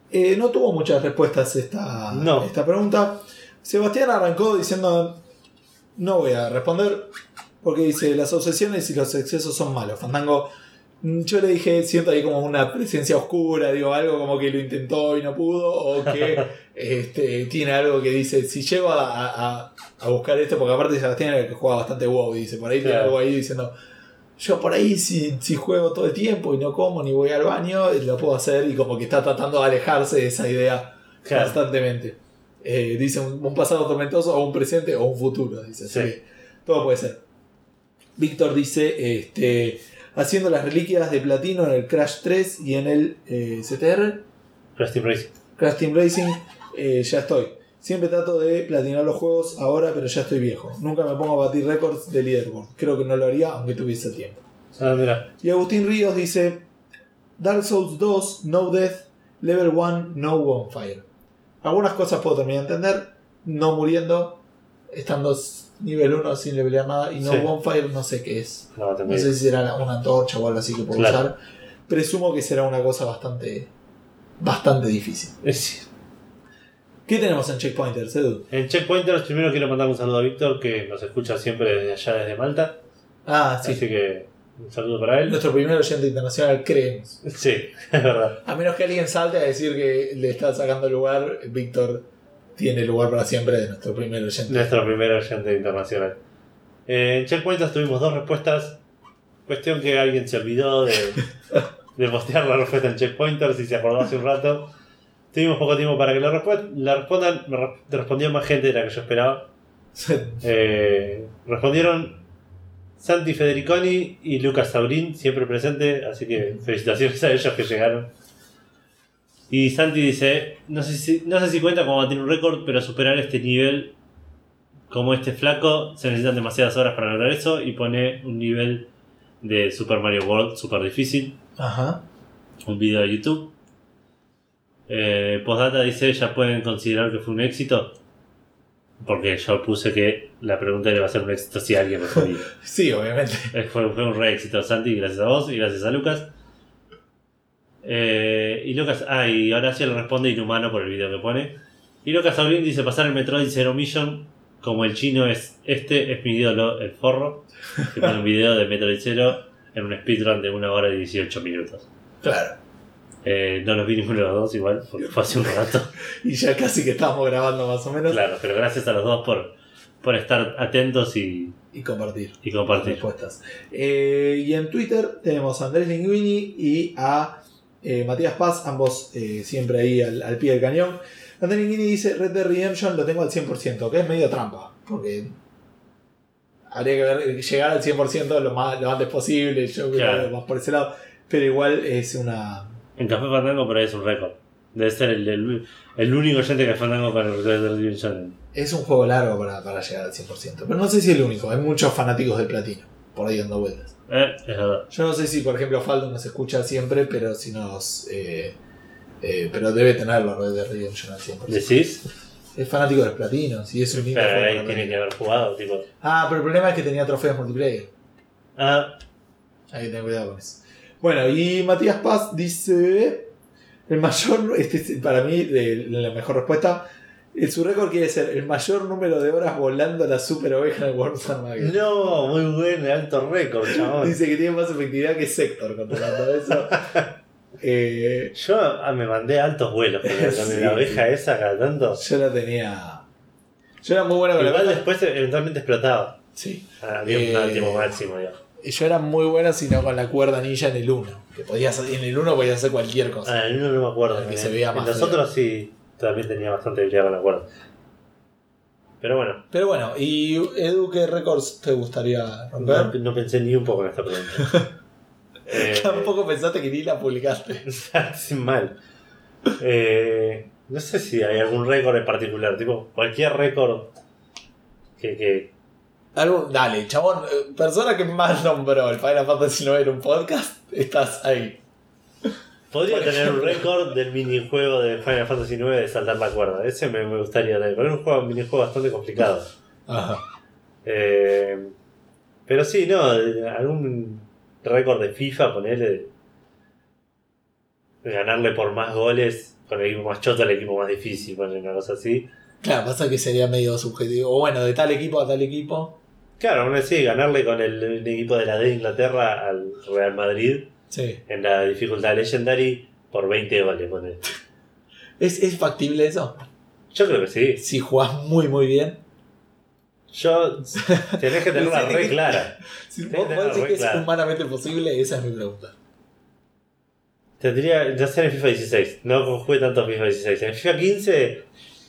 No tuvo muchas respuestas esta pregunta. Sebastián arrancó diciendo: no voy a responder porque dice: las obsesiones y los excesos son malos. Fandango, yo le dije, siento ahí como una presencia oscura, digo, algo como que lo intentó y no pudo, o que tiene algo que dice: si llego a buscar esto, porque aparte Sebastián era el que juega bastante WoW, dice, por ahí tiene algo ahí diciendo: yo por ahí si juego todo el tiempo y no como ni voy al baño, lo puedo hacer, y como que está tratando de alejarse de esa idea constantemente. Dice un pasado tormentoso o un presente o un futuro, dice, sí. Todo puede ser. Víctor dice, haciendo las reliquias de platino en el Crash 3 y en el CTR Crash Team Racing, ya estoy. Siempre trato de platinar los juegos ahora, pero ya estoy viejo. Nunca me pongo a batir récords de leaderboard. Creo que no lo haría aunque tuviese tiempo. Mira. Y Agustín Ríos dice: Dark Souls 2, No Death, Level 1, No Bonfire. Algunas cosas puedo también entender. No muriendo, estando nivel 1 sin levelear nada. Y No Bonfire no sé qué es. No sé si será una antorcha o algo así que puedo usar. Presumo que será una cosa bastante difícil. ¿Qué tenemos en Checkpointers, Edu? En Checkpointers primero quiero mandar un saludo a Víctor, que nos escucha siempre desde allá, desde Malta. Sí. Así que un saludo para él. Nuestro primer oyente internacional, creemos. Sí, es verdad. A menos que alguien salte a decir que le está sacando lugar, Víctor tiene lugar para siempre de nuestro primer oyente. Nuestro primer oyente internacional. En Checkpointers tuvimos 2 respuestas. Cuestión que alguien se olvidó de postear la respuesta en Checkpointers y se acordó hace un rato. Tuvimos poco tiempo para que la respondan. Respondió más gente de la que yo esperaba. Respondieron Santi Federiconi y Lucas Saurín, siempre presente, así que felicitaciones a ellos que llegaron. Y Santi dice: no sé si cuenta como batir un récord, pero superar este nivel como este flaco se necesitan demasiadas horas para lograr eso, y pone un nivel de Super Mario World super difícil. Ajá. Un video de YouTube. Postdata dice: ya pueden considerar que fue un éxito, porque yo puse que la pregunta le va a ser un éxito si alguien respondía. Sí, obviamente. Fue un re éxito, Santi, gracias a vos y gracias a Lucas. Y Lucas, y Horacio le responde inhumano por el video que pone. Y Lucas Saurín dice: pasar el Metroid Zero Mission como el chino es mi ídolo, el forro. Que pone un video de Metroid Zero en un speedrun de 1 hora y 18 minutos. Claro. No los vi ninguno de los dos igual, porque fue hace un rato. Y ya casi que estábamos grabando más o menos. Claro, pero gracias a los dos por estar atentos y compartir. Respuestas. Y en Twitter tenemos a Andrés Linguini y a Matías Paz, ambos siempre ahí al pie del cañón. Andrés Linguini dice: Red Dead Redemption lo tengo al 100%, que es medio trampa, porque habría que llegar al 100% lo antes posible. Yo creo más por ese lado, pero igual es una... En Café Fandango por ahí es un récord. Debe ser el único oyente de Café Fandango para el Red Dead Redemption. Es un juego largo para llegar al 100%, pero no sé si es el único. Hay muchos fanáticos del platino por ahí dando vueltas. Es verdad. Yo no sé si, por ejemplo, Faldo nos escucha siempre, pero si nos... pero debe tenerlo Red Dead Redemption al 100%. ¿Decís? Es fanático del platino, si es un lindo pero juego. Ahí tiene que haber jugado, tipo. Pero el problema es que tenía trofeos multiplayer. Hay que tener cuidado con eso. Bueno, y Matías Paz dice: el mayor, para mí, la mejor respuesta, su récord quiere ser el mayor número de horas volando la super oveja en el World Armageddon. No, muy bueno, alto récord, chabón. Dice que tiene más efectividad que Sector controlando eso. Yo me mandé altos vuelos con la oveja esa cada tanto. Yo la tenía. Yo era muy buena con la oveja. Igual después eventualmente explotaba. Sí. Había un último máximo, ya. Yo era muy buena, sino con la cuerda ninja en el 1. Que en el 1 podías hacer cualquier cosa. En el 1 no me acuerdo. Que se veía más. En los otros sí, también tenía bastante habilidad con la cuerda. Pero bueno. ¿Y Edu, qué récords te gustaría romper? No pensé ni un poco en esta pregunta. Tampoco pensaste que ni la publicaste. Sin mal. No sé si hay algún récord en particular. Tipo, cualquier récord que Dale, chabón, persona que más nombró el Final Fantasy IX en un podcast, estás ahí. Podría tener un récord del minijuego de Final Fantasy IX de saltar la cuerda. Ese me gustaría tener. Pero es un minijuego bastante complicado. Ajá. Pero sí, no, algún récord de FIFA, ponerle ganarle por más goles con el equipo más choto al equipo más difícil, poner una cosa así. Claro, pasa que sería medio subjetivo. O bueno, de tal equipo a tal equipo. Claro, aún así, ganarle con el equipo de la D de Inglaterra al Real Madrid en la dificultad Legendary por 20 goles. Poner. ¿Es factible eso? Yo creo que sí. Si jugás muy muy bien. Tenés que tenerla re clara. Si vos decís que es humanamente posible, esa es mi pregunta. Tendría que hacer en FIFA 16. No jugué tanto FIFA 16. En FIFA 15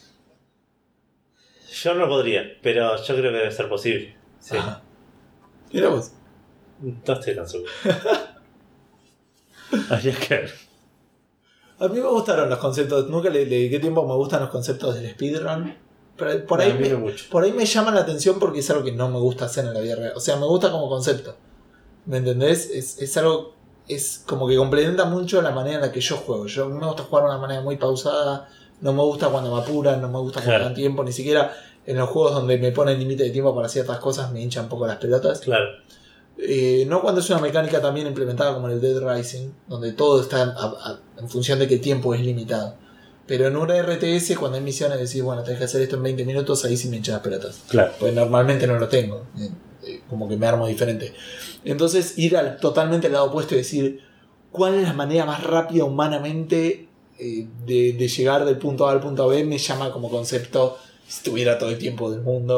yo no podría, pero yo creo que debe ser posible. Sí. Ajá. Mira vos. No estoy tan seguro. Habría que ver. A mí me gustaron los conceptos. Nunca le dediqué tiempo. Me gustan los conceptos del speedrun. Pero por ahí me llama la atención porque es algo que no me gusta hacer en la vida real. O sea, me gusta como concepto. ¿Me entendés? Es algo... Es como que complementa mucho la manera en la que yo juego. A mí me gusta jugar de una manera muy pausada. No me gusta cuando me apuran. No me gusta cuando me dan tiempo. Ni siquiera en los juegos donde me ponen límite de tiempo para ciertas cosas me hinchan un poco las pelotas. Claro. No cuando es una mecánica también implementada como en el Dead Rising, donde todo está en función de que el tiempo es limitado. Pero en una RTS, cuando hay misiones, decís, bueno, tenés que hacer esto en 20 minutos, ahí sí me hinchan las pelotas. Claro. Pues normalmente no lo tengo. Como que me armo diferente. Entonces, ir totalmente al lado opuesto y decir, ¿cuál es la manera más rápida humanamente de llegar del punto A al punto B? Me llama como concepto. Si tuviera todo el tiempo del mundo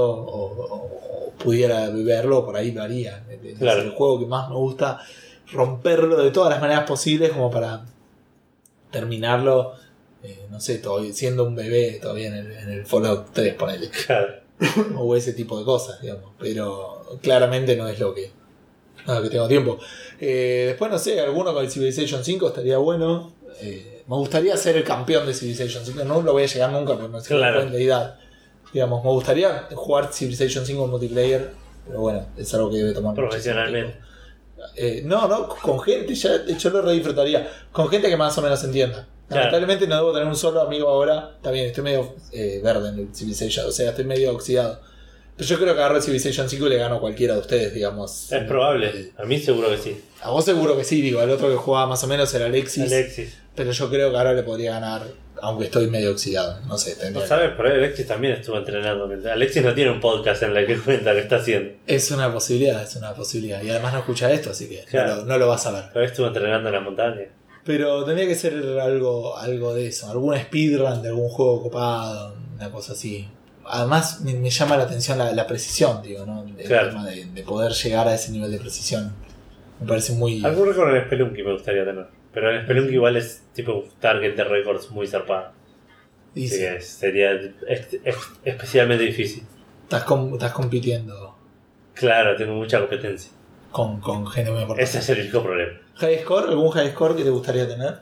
o pudiera viverlo, por ahí lo haría. Claro. Es el juego que más me gusta, romperlo de todas las maneras posibles como para terminarlo, no sé, todavía, siendo un bebé todavía en el Fallout 3, ponele. Claro. O ese tipo de cosas, digamos. Pero claramente no es lo que tengo tiempo. Después, no sé, alguno con el Civilization 5 estaría bueno. Me gustaría ser el campeón de Civilization 5. No lo voy a llegar nunca porque no sé la edad. Digamos, me gustaría jugar Civilization 5 en multiplayer, pero bueno, es algo que debe tomar profesionalmente. No, con gente, ya yo lo re disfrutaría. Con gente que más o menos entienda. Lamentablemente no debo tener un solo amigo ahora. Está bien, estoy medio verde en el Civilization, o sea, estoy medio oxidado. Pero yo creo que agarro el Civilization 5 y le gano a cualquiera de ustedes, digamos. Es probable, a mí seguro que sí. A vos seguro que sí, digo, al otro que jugaba más o menos era Alexis. Pero yo creo que ahora le podría ganar, aunque estoy medio oxidado. No sé, no sabes, por ahí Alexis también estuvo entrenando. Alexis no tiene un podcast en el que cuenta que está haciendo. Es una posibilidad. Y además no escucha esto, así que claro, no lo vas a ver. Pero estuvo entrenando en la montaña. Pero tendría que ser algo de eso, algún speedrun de algún juego copado, una cosa así. Además me llama la atención la precisión, digo, ¿no? El tema de poder llegar a ese nivel de precisión. Me parece muy... Algún récord en el Spelunky me gustaría tener. Pero el Spelunky igual es tipo target de récords muy zarpado. Así que sería especialmente difícil. Estás compitiendo. Claro, tengo mucha competencia. Con gente muy importante. Ese es el único problema. ¿High score? ¿Algún high score que te gustaría tener?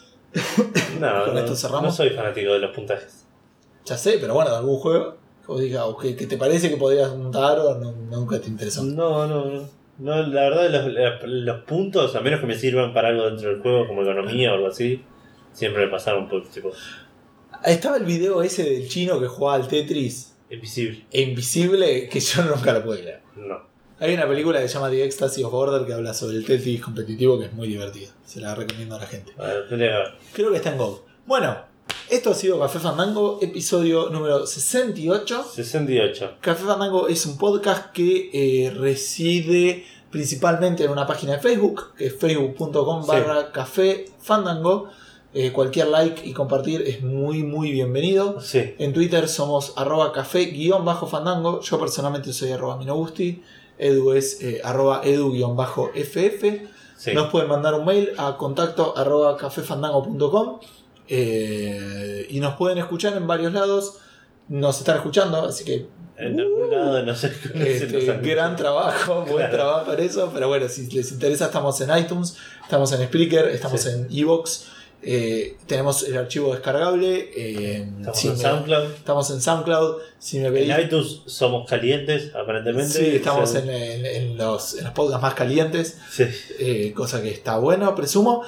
No soy fanático de los puntajes. Ya sé, pero bueno, de algún juego que vos digas, o que te parece que podrías montar o nunca te interesó. No, la verdad los puntos, a menos que me sirvan para algo dentro del juego, como economía o algo así, siempre me pasaron por tipo. Estaba el video ese del chino que jugaba al Tetris. Invisible, que yo nunca lo pude creer. No. Hay una película que se llama The Ecstasy of Order que habla sobre el Tetris competitivo, que es muy divertida. Se la recomiendo a la gente. Creo que está en Go. Bueno, esto ha sido Café Fandango, episodio número 68. 68. Café Fandango es un podcast que reside principalmente en una página de Facebook, que es facebook.com/Café Fandango. Cualquier like y compartir es muy muy bienvenido. Sí. En Twitter somos @café_fandango. Yo personalmente soy @minogusti. Edu es @edu_ff. Sí. Nos pueden mandar un mail a contacto@cafefandango.com y nos pueden escuchar en varios lados. Nos están escuchando, así que en algún lado no sé. Gran trabajo, buen trabajo en eso. Pero bueno, si les interesa, estamos en iTunes, estamos en Spreaker, estamos en Evox. Tenemos el archivo descargable. Estamos en SoundCloud. Si me pedís, en iTunes somos calientes, aparentemente. Sí, estamos en los podcasts más calientes. Sí. Cosa que está bueno, presumo.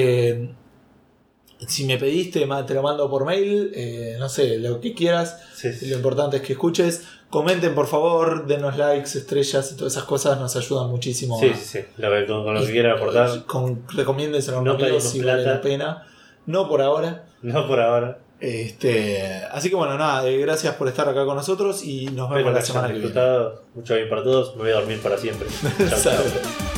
Si me pediste, te lo mando por mail. No sé, lo que quieras. Sí. Lo importante es que escuches. Comenten, por favor, denos likes, estrellas y todas esas cosas nos ayudan muchísimo. Sí. Con lo que quieran aportar. Recomiéndenselo a un amigo si vale la pena. No por ahora. No por ahora. Así que bueno, nada, gracias por estar acá con nosotros y nos vemos la semana que viene. Mucho bien para todos, me voy a dormir para siempre. Chao, chao.